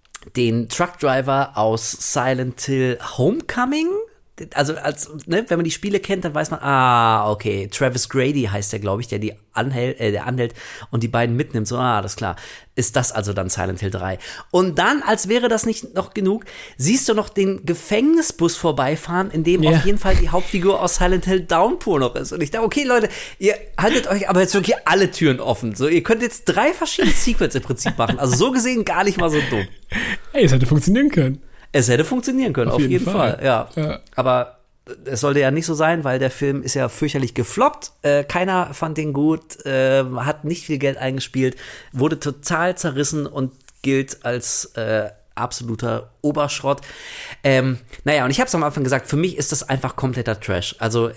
S1: den Truckdriver aus Silent Hill Homecoming. Also wenn man die Spiele kennt, dann weiß man, okay, Travis Grady heißt der, glaube ich, der anhält und die beiden mitnimmt. So, das ist klar. Ist das also dann Silent Hill 3? Und dann, als wäre das nicht noch genug, siehst du noch den Gefängnisbus vorbeifahren, in dem auf jeden Fall die Hauptfigur aus Silent Hill Downpour noch ist. Und ich dachte, okay, Leute, ihr haltet euch aber jetzt wirklich alle Türen offen. So, ihr könnt jetzt 3 verschiedene Sequels im Prinzip machen. Also so gesehen gar nicht mal so dumm.
S2: Ey, es hätte funktionieren können.
S1: Es hätte funktionieren können, auf jeden Fall. Ja. Aber es sollte ja nicht so sein, weil der Film ist ja fürchterlich gefloppt. Keiner fand den gut, hat nicht viel Geld eingespielt, wurde total zerrissen und gilt als absoluter Oberschrott. Und ich habe es am Anfang gesagt, für mich ist das einfach kompletter Trash. Also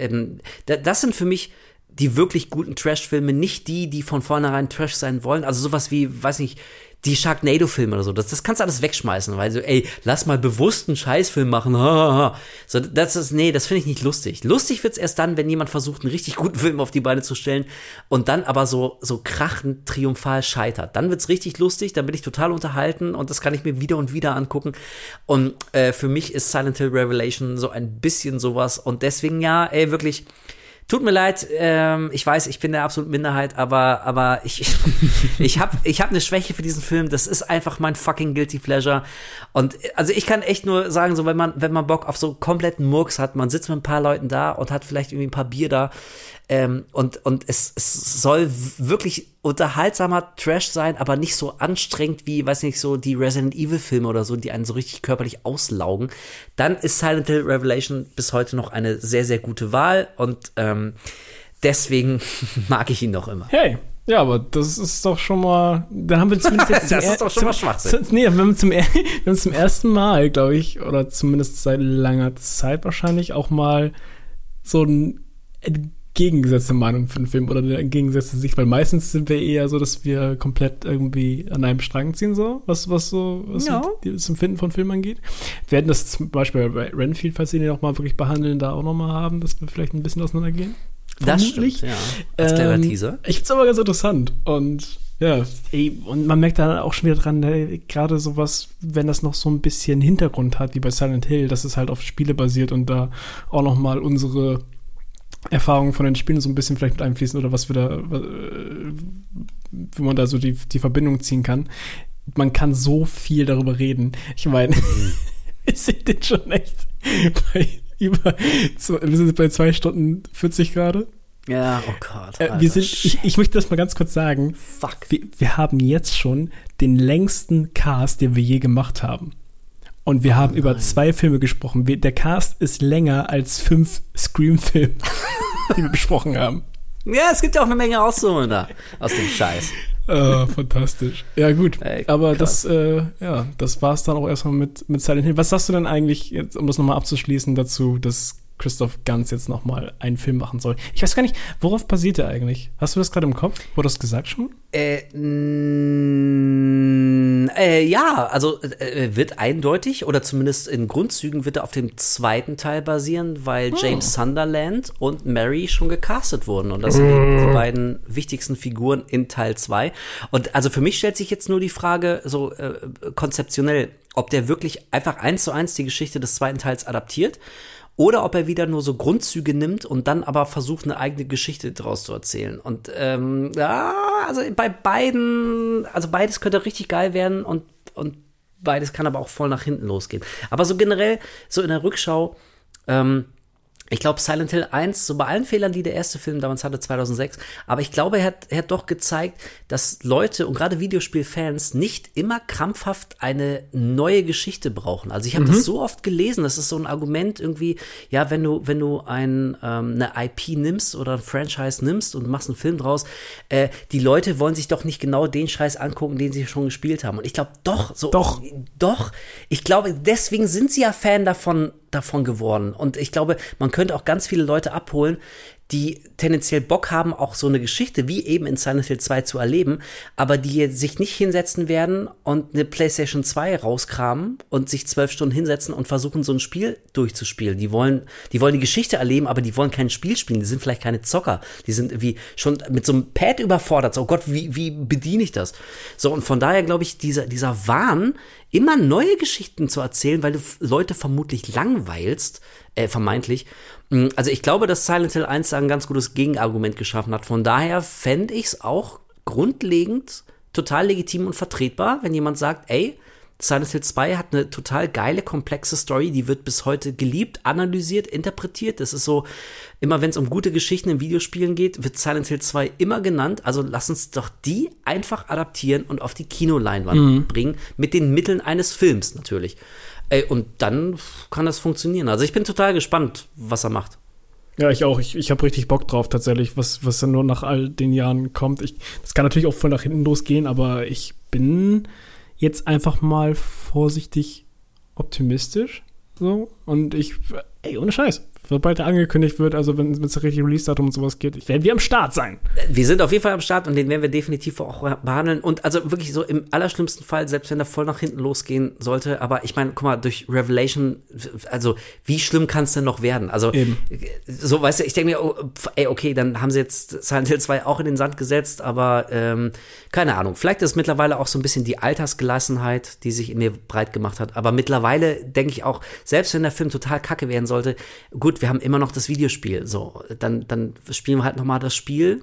S1: das sind für mich die wirklich guten Trash-Filme, nicht die von vornherein Trash sein wollen. Also sowas wie, weiß nicht, die Sharknado-Filme oder so, das kannst du alles wegschmeißen, weil so, lass mal bewusst einen Scheißfilm machen, So, das finde ich nicht lustig. Lustig wird's erst dann, wenn jemand versucht, einen richtig guten Film auf die Beine zu stellen und dann aber so krachend triumphal scheitert. Dann wird's richtig lustig, dann bin ich total unterhalten und das kann ich mir wieder und wieder angucken. Und für mich ist Silent Hill Revelation so ein bisschen sowas und deswegen wirklich. Tut mir leid, ich weiß, ich bin der absoluten Minderheit, aber ich hab eine Schwäche für diesen Film. Das ist einfach mein fucking Guilty Pleasure. Und also ich kann echt nur sagen, so wenn man Bock auf so kompletten Murks hat, man sitzt mit ein paar Leuten da und hat vielleicht irgendwie ein paar Bier da, und es soll wirklich unterhaltsamer Trash sein, aber nicht so anstrengend wie, weiß nicht, so die Resident Evil Filme oder so, die einen so richtig körperlich auslaugen, dann ist Silent Hill Revelation bis heute noch eine sehr, sehr gute Wahl und deswegen mag ich ihn noch immer.
S2: Hey, ja, aber das ist doch schon mal, da haben wir zumindest jetzt
S1: das ist doch schon mal Schwachsinn.
S2: Nee, wir haben zum ersten Mal, glaube ich, oder zumindest seit langer Zeit wahrscheinlich auch mal so ein entgegengesetzte Meinung für einen Film oder eine entgegengesetzte Sicht, weil meistens sind wir eher so, dass wir komplett irgendwie an einem Strang ziehen, so, was das Empfinden von Filmen angeht. Wir werden das zum Beispiel bei Renfield, falls wir den noch mal wirklich behandeln, da auch noch mal haben, dass wir vielleicht ein bisschen auseinandergehen.
S1: Das stimmt, ja. Als kleiner Teaser.
S2: Ich find's aber ganz interessant und ja, und man merkt da auch schon wieder dran, gerade sowas, wenn das noch so ein bisschen Hintergrund hat, wie bei Silent Hill, dass es halt auf Spiele basiert und da auch noch mal unsere Erfahrungen von den Spielen so ein bisschen vielleicht mit einfließen oder was wir da, wie man da so die Verbindung ziehen kann. Man kann so viel darüber reden. Ich meine, wir sind jetzt schon echt wir sind bei 2 Stunden 40 gerade.
S1: Ja, oh Gott.
S2: Ich möchte das mal ganz kurz sagen.
S1: Fuck.
S2: Wir haben jetzt schon den längsten Cast, den wir je gemacht haben. Und wir haben über 2 Filme gesprochen. Der Cast ist länger als 5 Scream-Filme, die wir besprochen haben.
S1: Ja, es gibt ja auch eine Menge auszuholen da aus dem Scheiß.
S2: Fantastisch. Ja, gut. Aber krass. Das war's dann auch erstmal mit Silent Hill. Was sagst du denn eigentlich, jetzt, um das nochmal abzuschließen, dazu, dass Christoph Gans jetzt nochmal einen Film machen soll? Ich weiß gar nicht, worauf basiert er eigentlich? Hast du das gerade im Kopf? Wurde das gesagt schon?
S1: Ja, also wird eindeutig, oder zumindest in Grundzügen wird er auf dem 2. Teil basieren, weil James Sunderland und Mary schon gecastet wurden. Und das sind die beiden wichtigsten Figuren in Teil 2. Und also für mich stellt sich jetzt nur die Frage, so konzeptionell, ob der wirklich einfach 1:1 die Geschichte des 2. Teils adaptiert, oder ob er wieder nur so Grundzüge nimmt und dann aber versucht, eine eigene Geschichte daraus zu erzählen. Und also bei beiden, also beides könnte richtig geil werden und beides kann aber auch voll nach hinten losgehen. Aber so generell, so in der Rückschau, Ich glaube, Silent Hill 1, so bei allen Fehlern, die der erste Film damals hatte, 2006, aber ich glaube, er hat doch gezeigt, dass Leute und gerade Videospielfans nicht immer krampfhaft eine neue Geschichte brauchen. Also ich habe das so oft gelesen, das ist so ein Argument irgendwie, ja, wenn du eine IP nimmst oder ein Franchise nimmst und machst einen Film draus, die Leute wollen sich doch nicht genau den Scheiß angucken, den sie schon gespielt haben. Und ich glaube, doch. Ich glaube, deswegen sind sie ja Fan davon geworden. Und ich glaube, man könnte auch ganz viele Leute abholen, die tendenziell Bock haben, auch so eine Geschichte wie eben in Silent Hill 2 zu erleben, aber die sich nicht hinsetzen werden und eine PlayStation 2 rauskramen und sich 12 Stunden hinsetzen und versuchen, so ein Spiel durchzuspielen. Die wollen die Geschichte erleben, aber die wollen kein Spiel spielen. Die sind vielleicht keine Zocker. Die sind irgendwie schon mit so einem Pad überfordert. So, oh Gott, wie bediene ich das? So, und von daher glaube ich, dieser Wahn, immer neue Geschichten zu erzählen, weil du Leute vermutlich langweilst, vermeintlich. Also ich glaube, dass Silent Hill 1 da ein ganz gutes Gegenargument geschaffen hat. Von daher fände ich es auch grundlegend total legitim und vertretbar, wenn jemand sagt, ey, Silent Hill 2 hat eine total geile, komplexe Story, die wird bis heute geliebt, analysiert, interpretiert. Das ist so, immer wenn es um gute Geschichten in Videospielen geht, wird Silent Hill 2 immer genannt. Also lass uns doch die einfach adaptieren und auf die Kinoleinwand bringen, mit den Mitteln eines Films natürlich. Und dann kann das funktionieren. Also ich bin total gespannt, was er macht.
S2: Ja, ich auch. Ich habe richtig Bock drauf tatsächlich, was dann nur nach all den Jahren kommt. Das kann natürlich auch voll nach hinten losgehen, aber ich bin jetzt einfach mal vorsichtig optimistisch. So. Und ohne Scheiß. Sobald er angekündigt wird, also wenn es richtig Release-Datum und sowas geht, werden wir am Start sein.
S1: Wir sind auf jeden Fall am Start und den werden wir definitiv auch behandeln. Und also wirklich so im allerschlimmsten Fall, selbst wenn er voll nach hinten losgehen sollte, aber ich meine, guck mal, durch Revelation, also wie schlimm kann es denn noch werden? Also so, weißt du, ich denke mir, okay, dann haben sie jetzt Silent Hill 2 auch in den Sand gesetzt, aber keine Ahnung, vielleicht ist es mittlerweile auch so ein bisschen die Altersgelassenheit, die sich in mir breit gemacht hat, aber mittlerweile denke ich auch, selbst wenn der Film total kacke werden sollte, gut, wir haben immer noch das Videospiel, so, dann spielen wir halt nochmal das Spiel,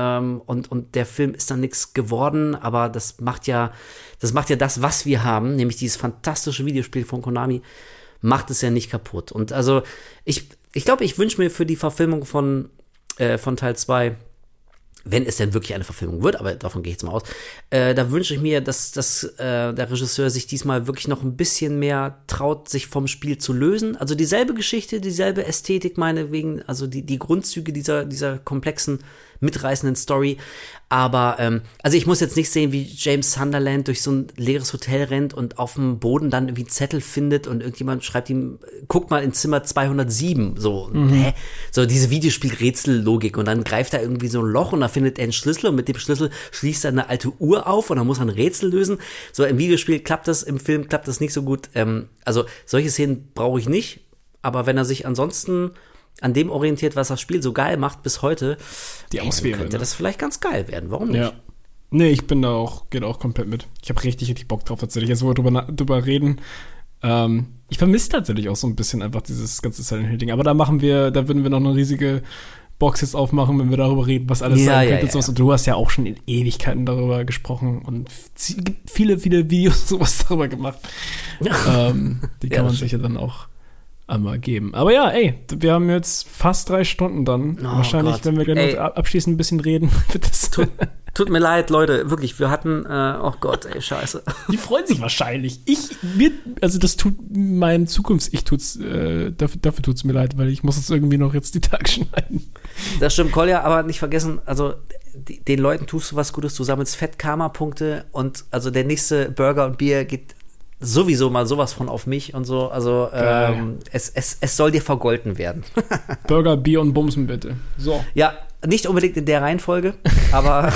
S1: und der Film ist dann nichts geworden, aber das macht ja das, was wir haben, nämlich dieses fantastische Videospiel von Konami, macht es ja nicht kaputt. Und also, ich glaube, ich wünsche mir für die Verfilmung von Teil 2, wenn es denn wirklich eine Verfilmung wird, aber davon gehe ich jetzt mal aus, da wünsche ich mir, dass der Regisseur sich diesmal wirklich noch ein bisschen mehr traut, sich vom Spiel zu lösen. Also dieselbe Geschichte, dieselbe Ästhetik, meinetwegen, also die Grundzüge dieser komplexen, mitreißenden Story. Aber, also ich muss jetzt nicht sehen, wie James Sunderland durch so ein leeres Hotel rennt und auf dem Boden dann irgendwie einen Zettel findet und irgendjemand schreibt ihm, guck mal in Zimmer 207, so, so diese Videospiel-Rätsel-Logik und dann greift er irgendwie so ein Loch und da findet er einen Schlüssel und mit dem Schlüssel schließt er eine alte Uhr auf und dann muss er ein Rätsel lösen. So, im Videospiel klappt das, im Film klappt das nicht so gut. Also, solche Szenen brauche ich nicht, aber wenn er sich ansonsten an dem orientiert, was das Spiel so geil macht bis heute, könnte das vielleicht ganz geil werden. Warum nicht?
S2: Ja. Nee, ich bin geht auch komplett mit. Ich habe richtig Bock drauf tatsächlich. Jetzt, wo wir drüber reden, ich vermisse tatsächlich auch so ein bisschen einfach dieses ganze Silent Hill Ding. Aber da würden wir noch eine riesige Box jetzt aufmachen, wenn wir darüber reden, was alles sein könnte. Ja. Und du hast ja auch schon in Ewigkeiten darüber gesprochen und viele, viele Videos sowas darüber gemacht. Die kann man sich ja dann auch einmal geben. Aber ja, wir haben jetzt fast 3 Stunden dann. Wahrscheinlich, wenn wir gleich noch abschließend ein bisschen reden.
S1: Tut mir leid, Leute, wirklich, wir hatten, oh Gott, scheiße.
S2: Die freuen sich wahrscheinlich. Das tut meinem Zukunfts-Ich dafür tut's mir leid, weil ich muss jetzt irgendwie noch jetzt die Tage schneiden.
S1: Das stimmt, Kolja, aber nicht vergessen, also den Leuten tust du was Gutes, du sammelst Fett-Karma-Punkte und also der nächste Burger und Bier geht sowieso mal sowas von auf mich und so, also es soll dir vergolten werden.
S2: Burger, Bier und Bumsen bitte. So.
S1: Ja, nicht unbedingt in der Reihenfolge, aber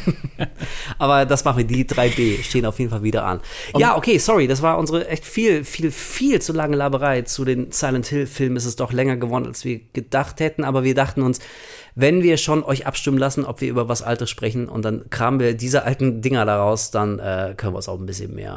S1: das machen wir, die 3B stehen auf jeden Fall wieder an. Ja, okay, sorry, das war unsere echt viel zu lange Laberei zu den Silent Hill Filmen. Ist es doch länger geworden, als wir gedacht hätten, aber wir dachten uns, wenn wir schon euch abstimmen lassen, ob wir über was Altes sprechen und dann kramen wir diese alten Dinger daraus, dann können wir uns auch ein bisschen mehr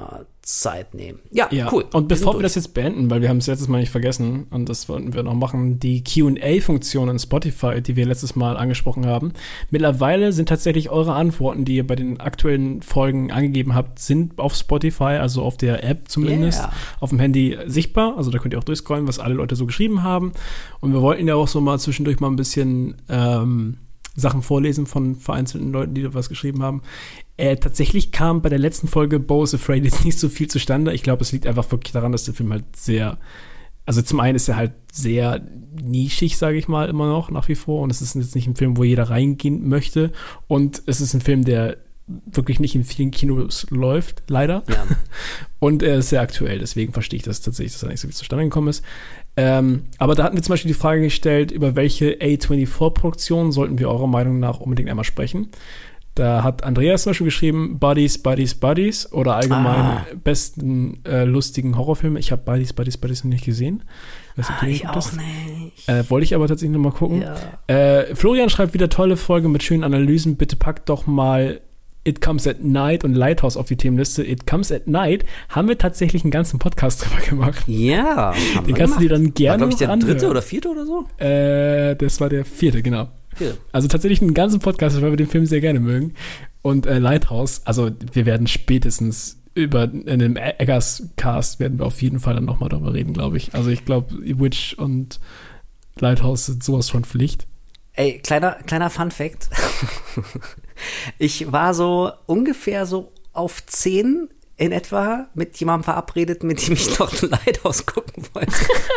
S1: Zeit nehmen. Ja,
S2: Ja,
S1: cool.
S2: und bevor wir das jetzt beenden, weil wir haben es letztes Mal nicht vergessen und das wollten wir noch machen, die Q&A-Funktion in Spotify, die wir letztes Mal angesprochen haben. Mittlerweile sind tatsächlich eure Antworten, die ihr bei den aktuellen Folgen angegeben habt, sind auf Spotify, also auf der App zumindest, auf dem Handy sichtbar. Also da könnt ihr auch durchscrollen, was alle Leute so geschrieben haben. Und wir wollten ja auch so mal zwischendurch mal ein bisschen Sachen vorlesen von vereinzelten Leuten, die da was geschrieben haben. Tatsächlich kam bei der letzten Folge Beau is Afraid jetzt nicht so viel zustande. Ich glaube, es liegt einfach wirklich daran, dass der Film halt sehr, also zum einen ist er halt sehr nischig, sage ich mal, immer noch, nach wie vor. Und es ist jetzt nicht ein Film, wo jeder reingehen möchte. Und es ist ein Film, der wirklich nicht in vielen Kinos läuft, leider. Ja. Und er ist sehr aktuell, deswegen verstehe ich das tatsächlich, dass er nicht so viel zustande gekommen ist. Aber da hatten wir zum Beispiel die Frage gestellt, über welche A24-Produktion sollten wir eurer Meinung nach unbedingt einmal sprechen. Da hat Andreas zum Beispiel geschrieben, Buddies, Buddies, Buddies oder allgemein besten lustigen Horrorfilme. Ich habe Buddies, Buddies, Buddies noch nicht gesehen.
S1: Ich auch nicht.
S2: Wollte ich aber tatsächlich noch mal gucken. Ja. Florian schreibt wieder, tolle Folge mit schönen Analysen. Bitte packt doch mal It Comes at Night und Lighthouse auf die Themenliste. It Comes at Night haben wir tatsächlich einen ganzen Podcast drüber gemacht.
S1: Ja.
S2: Den kannst du dir dann gerne noch anhören.
S1: War, glaube ich, der 3. oder 4. oder so?
S2: Das war der 4., genau. Also tatsächlich einen ganzen Podcast, weil wir den Film sehr gerne mögen. Und Lighthouse, also wir werden spätestens in dem Eggers-Cast werden wir auf jeden Fall dann nochmal darüber reden, glaube ich. Also ich glaube, Witch und Lighthouse sind sowas von Pflicht.
S1: Ey, kleiner Fun-Fact. Ich war so ungefähr so auf 10 in etwa mit jemandem verabredet, mit dem ich noch Lighthouse gucken wollte.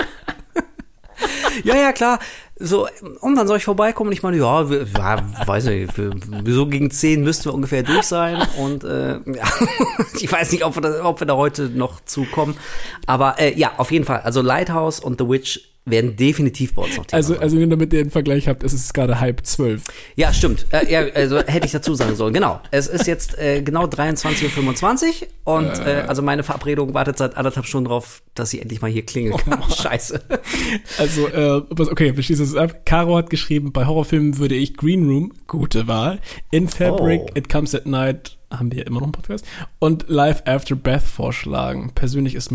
S1: Ja, klar. So, und dann soll ich vorbeikommen und ich meine, weiß nicht, so gegen 10 müssten wir ungefähr durch sein und ich weiß nicht, ob wir da heute noch zukommen, aber ja, auf jeden Fall, also Lighthouse und The Witch werden definitiv bei uns noch Thema sein.
S2: Also nur damit ihr den Vergleich habt, es ist gerade 11:30.
S1: Ja, stimmt. Also hätte ich dazu sagen sollen. Genau. Es ist jetzt genau 23:25 Uhr und also meine Verabredung wartet seit 1,5 Stunden drauf, dass sie endlich mal hier klingeln kann. Oh, scheiße.
S2: Also, okay, wir schließen es ab. Caro hat geschrieben, bei Horrorfilmen würde ich Green Room, gute Wahl, In Fabric, It Comes at Night, haben wir immer noch einen Podcast, und Life After Beth vorschlagen. Persönlich ist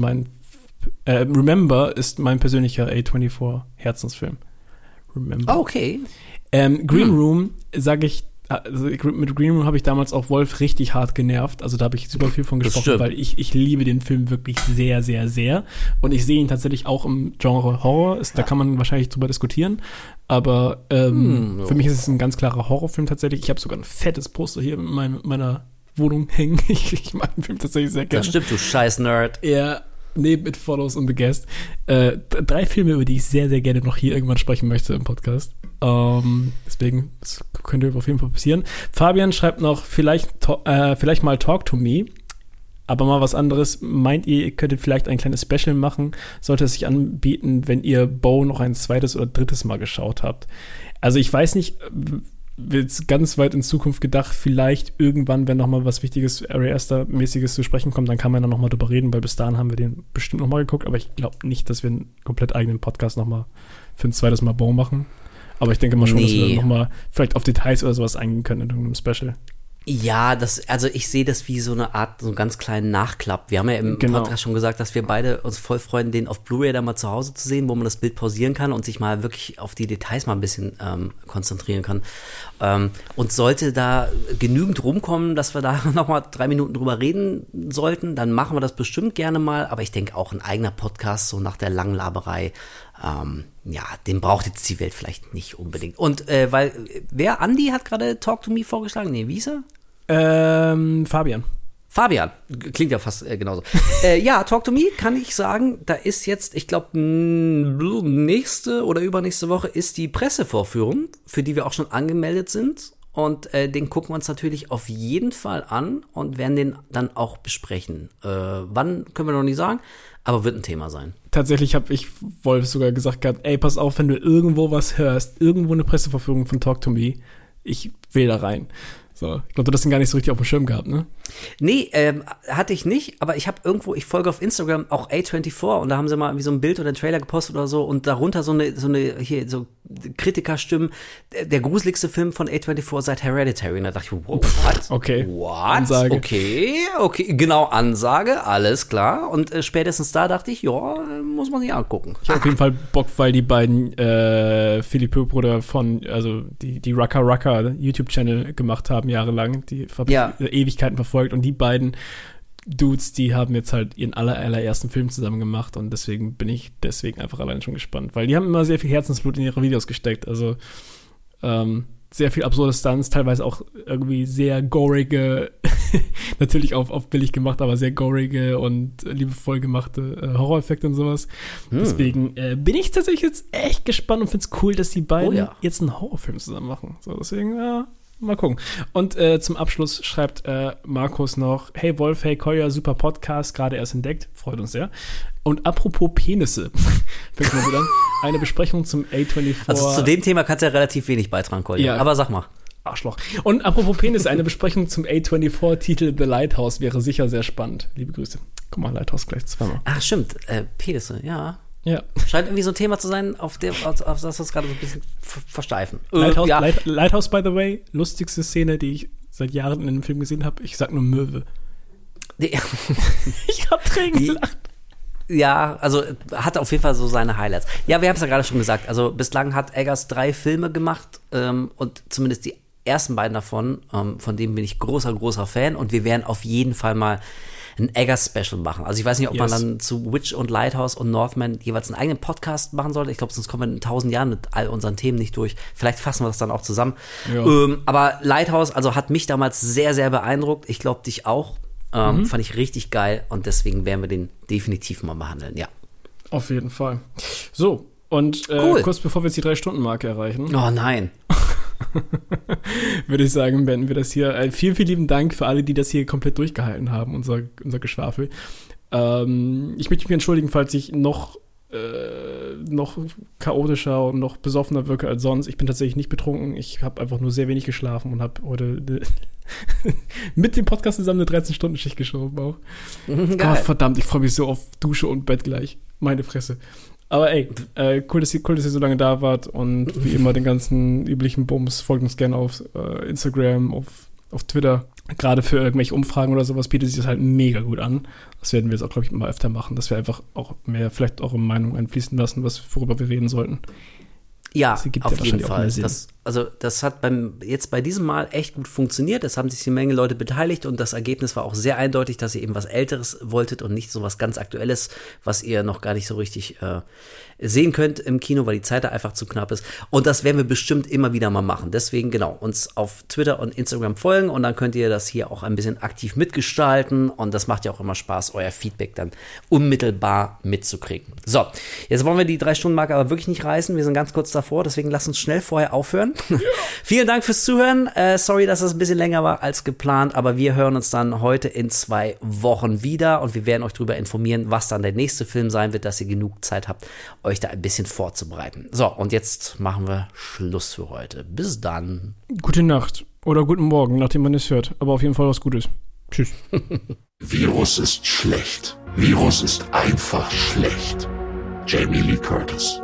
S2: Remember ist mein persönlicher A24-Herzensfilm. Remember.
S1: Okay.
S2: Green Room, sage ich, also mit Green Room habe ich damals auch Wolf richtig hart genervt. Also da habe ich super viel von gesprochen, weil ich liebe den Film wirklich sehr, sehr, sehr. Und ich sehe ihn tatsächlich auch im Genre Horror. Da kann man wahrscheinlich drüber diskutieren. Aber für mich ist es ein ganz klarer Horrorfilm tatsächlich. Ich habe sogar ein fettes Poster hier in meiner Wohnung hängen. Ich mag den Film tatsächlich sehr gerne.
S1: Das stimmt, du scheiß Nerd.
S2: Ja. Neben It Follows und The Guest. 3 Filme, über die ich sehr, sehr gerne noch hier irgendwann sprechen möchte im Podcast. Deswegen, das könnte auf jeden Fall passieren. Fabian schreibt noch, vielleicht mal Talk to Me, aber mal was anderes. Meint ihr könntet vielleicht ein kleines Special machen? Sollte es sich anbieten, wenn ihr Beau noch ein 2. oder 3. Mal geschaut habt? Also ich weiß nicht, wird ganz weit in Zukunft gedacht, vielleicht irgendwann, wenn noch mal was Wichtiges, Ari Aster-mäßiges zu sprechen kommt, dann kann man dann noch mal drüber reden, weil bis dahin haben wir den bestimmt noch mal geguckt, aber ich glaube nicht, dass wir einen komplett eigenen Podcast noch mal für ein 2. Mal Beau machen. Aber ich denke mal schon, dass wir dann noch mal vielleicht auf Details oder sowas eingehen können in irgendeinem Special.
S1: Ja, also ich sehe das wie so eine Art, so einen ganz kleinen Nachklapp. Wir haben ja im Podcast schon gesagt, dass wir beide uns voll freuen, den auf Blu-ray dann mal zu Hause zu sehen, wo man das Bild pausieren kann und sich mal wirklich auf die Details mal ein bisschen konzentrieren kann. Und sollte da genügend rumkommen, dass wir da noch mal 3 Minuten drüber reden sollten, dann machen wir das bestimmt gerne mal. Aber ich denke auch ein eigener Podcast, so nach der langen Laberei, den braucht jetzt die Welt vielleicht nicht unbedingt. Und weil, Andi hat gerade Talk to Me vorgeschlagen? Nee, wie ist er?
S2: Fabian.
S1: Klingt ja fast genauso. Ja, Talk to Me kann ich sagen, da ist jetzt, ich glaube, nächste oder übernächste Woche ist die Pressevorführung, für die wir auch schon angemeldet sind. Und den gucken wir uns natürlich auf jeden Fall an und werden den dann auch besprechen. Wann, können wir noch nicht sagen, aber wird ein Thema sein.
S2: Tatsächlich habe ich Wolf sogar gesagt gehabt, ey, pass auf, wenn du irgendwo was hörst, irgendwo eine Pressevorführung von Talk to Me, ich will da rein. So, ich glaube, du hast den gar nicht so richtig auf dem Schirm gehabt, ne?
S1: Nee, hatte ich nicht, aber ich folge auf Instagram auch A24 und da haben sie mal irgendwie so ein Bild oder einen Trailer gepostet oder so und darunter so eine so Kritikerstimmen, der gruseligste Film von A24 seit Hereditary. Und da dachte ich, wow, what?
S2: Okay.
S1: What?
S2: Ansage.
S1: Okay, genau, Ansage, alles klar. Und spätestens da dachte ich, ja, muss man sich angucken.
S2: Ich habe auf jeden Fall Bock, weil die beiden Philippe-Brüder also die Rucka YouTube-Channel gemacht haben, jahrelang, die Ewigkeiten verfolgt und die beiden Dudes, die haben jetzt halt ihren allerersten Film zusammen gemacht und deswegen bin ich einfach allein schon gespannt, weil die haben immer sehr viel Herzensblut in ihre Videos gesteckt, also sehr viel absurde Stunts, teilweise auch irgendwie sehr gorige, natürlich auf billig gemacht, aber sehr gorige und liebevoll gemachte Horroreffekte und sowas. Deswegen bin ich tatsächlich jetzt echt gespannt und finde es cool, dass die beiden jetzt einen Horrorfilm zusammen machen. So, deswegen, mal gucken. Und zum Abschluss schreibt Markus noch, hey Wolf, hey Kolja, super Podcast, gerade erst entdeckt, freut uns sehr. Und apropos Penisse, fängt mal wieder an, eine Besprechung zum A24.
S1: Also zu dem Thema kannst du ja relativ wenig beitragen, Kolja,
S2: ja.
S1: Aber sag mal.
S2: Arschloch. Und apropos Penis, eine Besprechung zum A24-Titel The Lighthouse wäre sicher sehr spannend. Liebe Grüße. Guck mal, Lighthouse gleich zweimal.
S1: Ach stimmt, Penisse, ja.
S2: Ja.
S1: Scheint irgendwie so ein Thema zu sein, auf das wir uns gerade so ein bisschen versteifen.
S2: Lighthouse, Lighthouse, by the way, lustigste Szene, die ich seit Jahren in einem Film gesehen habe. Ich sag nur Möwe. Ich hab Tränen gelacht.
S1: Ja, also hat auf jeden Fall so seine Highlights. Ja, wir haben es ja gerade schon gesagt. Also bislang hat Eggers 3 Filme gemacht und zumindest die ersten beiden davon, von denen bin ich großer Fan und wir werden auf jeden Fall mal ein Eggers-Special machen. Also ich weiß nicht, ob man dann zu Witch und Lighthouse und Northman jeweils einen eigenen Podcast machen sollte. Ich glaube, sonst kommen wir in 1000 Jahren mit all unseren Themen nicht durch. Vielleicht fassen wir das dann auch zusammen. Ja. Aber Lighthouse, also hat mich damals sehr, sehr beeindruckt. Ich glaube, dich auch. Fand ich richtig geil und deswegen werden wir den definitiv mal behandeln, ja.
S2: Auf jeden Fall. So, und
S1: cool.
S2: Kurz bevor wir jetzt die 3-Stunden-Marke erreichen.
S1: Oh nein.
S2: Würde ich sagen, beenden wir das hier. Vielen, vielen lieben Dank für alle, die das hier komplett durchgehalten haben, unser Geschwafel. Ich möchte mich entschuldigen, falls ich noch chaotischer und noch besoffener wirke als sonst. Ich bin tatsächlich nicht betrunken. Ich habe einfach nur sehr wenig geschlafen und habe heute mit dem Podcast zusammen eine 13-Stunden-Schicht geschoben auch. Geil. Oh, verdammt, ich freue mich so auf Dusche und Bett gleich. Meine Fresse. Aber ey, cool, dass ihr so lange da wart und wie immer den ganzen üblichen Bums. Folgt uns gerne auf Instagram, auf Twitter. Gerade für irgendwelche Umfragen oder sowas bietet sich das halt mega gut an. Das werden wir jetzt auch, glaube ich, mal öfter machen, dass wir einfach auch mehr vielleicht eure Meinung einfließen lassen, worüber wir reden sollten.
S1: Ja, auf jeden Fall. Das hat jetzt bei diesem Mal echt gut funktioniert. Es haben sich eine Menge Leute beteiligt und das Ergebnis war auch sehr eindeutig, dass ihr eben was Älteres wolltet und nicht so was ganz Aktuelles, was ihr noch gar nicht so richtig sehen könnt im Kino, weil die Zeit da einfach zu knapp ist. Und das werden wir bestimmt immer wieder mal machen. Deswegen, genau, uns auf Twitter und Instagram folgen und dann könnt ihr das hier auch ein bisschen aktiv mitgestalten und das macht ja auch immer Spaß, euer Feedback dann unmittelbar mitzukriegen. So, jetzt wollen wir die 3-Stunden-Marke aber wirklich nicht reißen. Wir sind ganz kurz davor, deswegen lasst uns schnell vorher aufhören. Ja. Vielen Dank fürs Zuhören. Sorry, dass es ein bisschen länger war als geplant, aber wir hören uns dann heute in 2 Wochen wieder und wir werden euch darüber informieren, was dann der nächste Film sein wird, dass ihr genug Zeit habt, euch da ein bisschen vorzubereiten. So, und jetzt machen wir Schluss für heute. Bis dann.
S2: Gute Nacht oder guten Morgen, nachdem man es hört. Aber auf jeden Fall was Gutes. Tschüss.
S13: Virus ist schlecht. Virus ist einfach schlecht. Jamie Lee Curtis.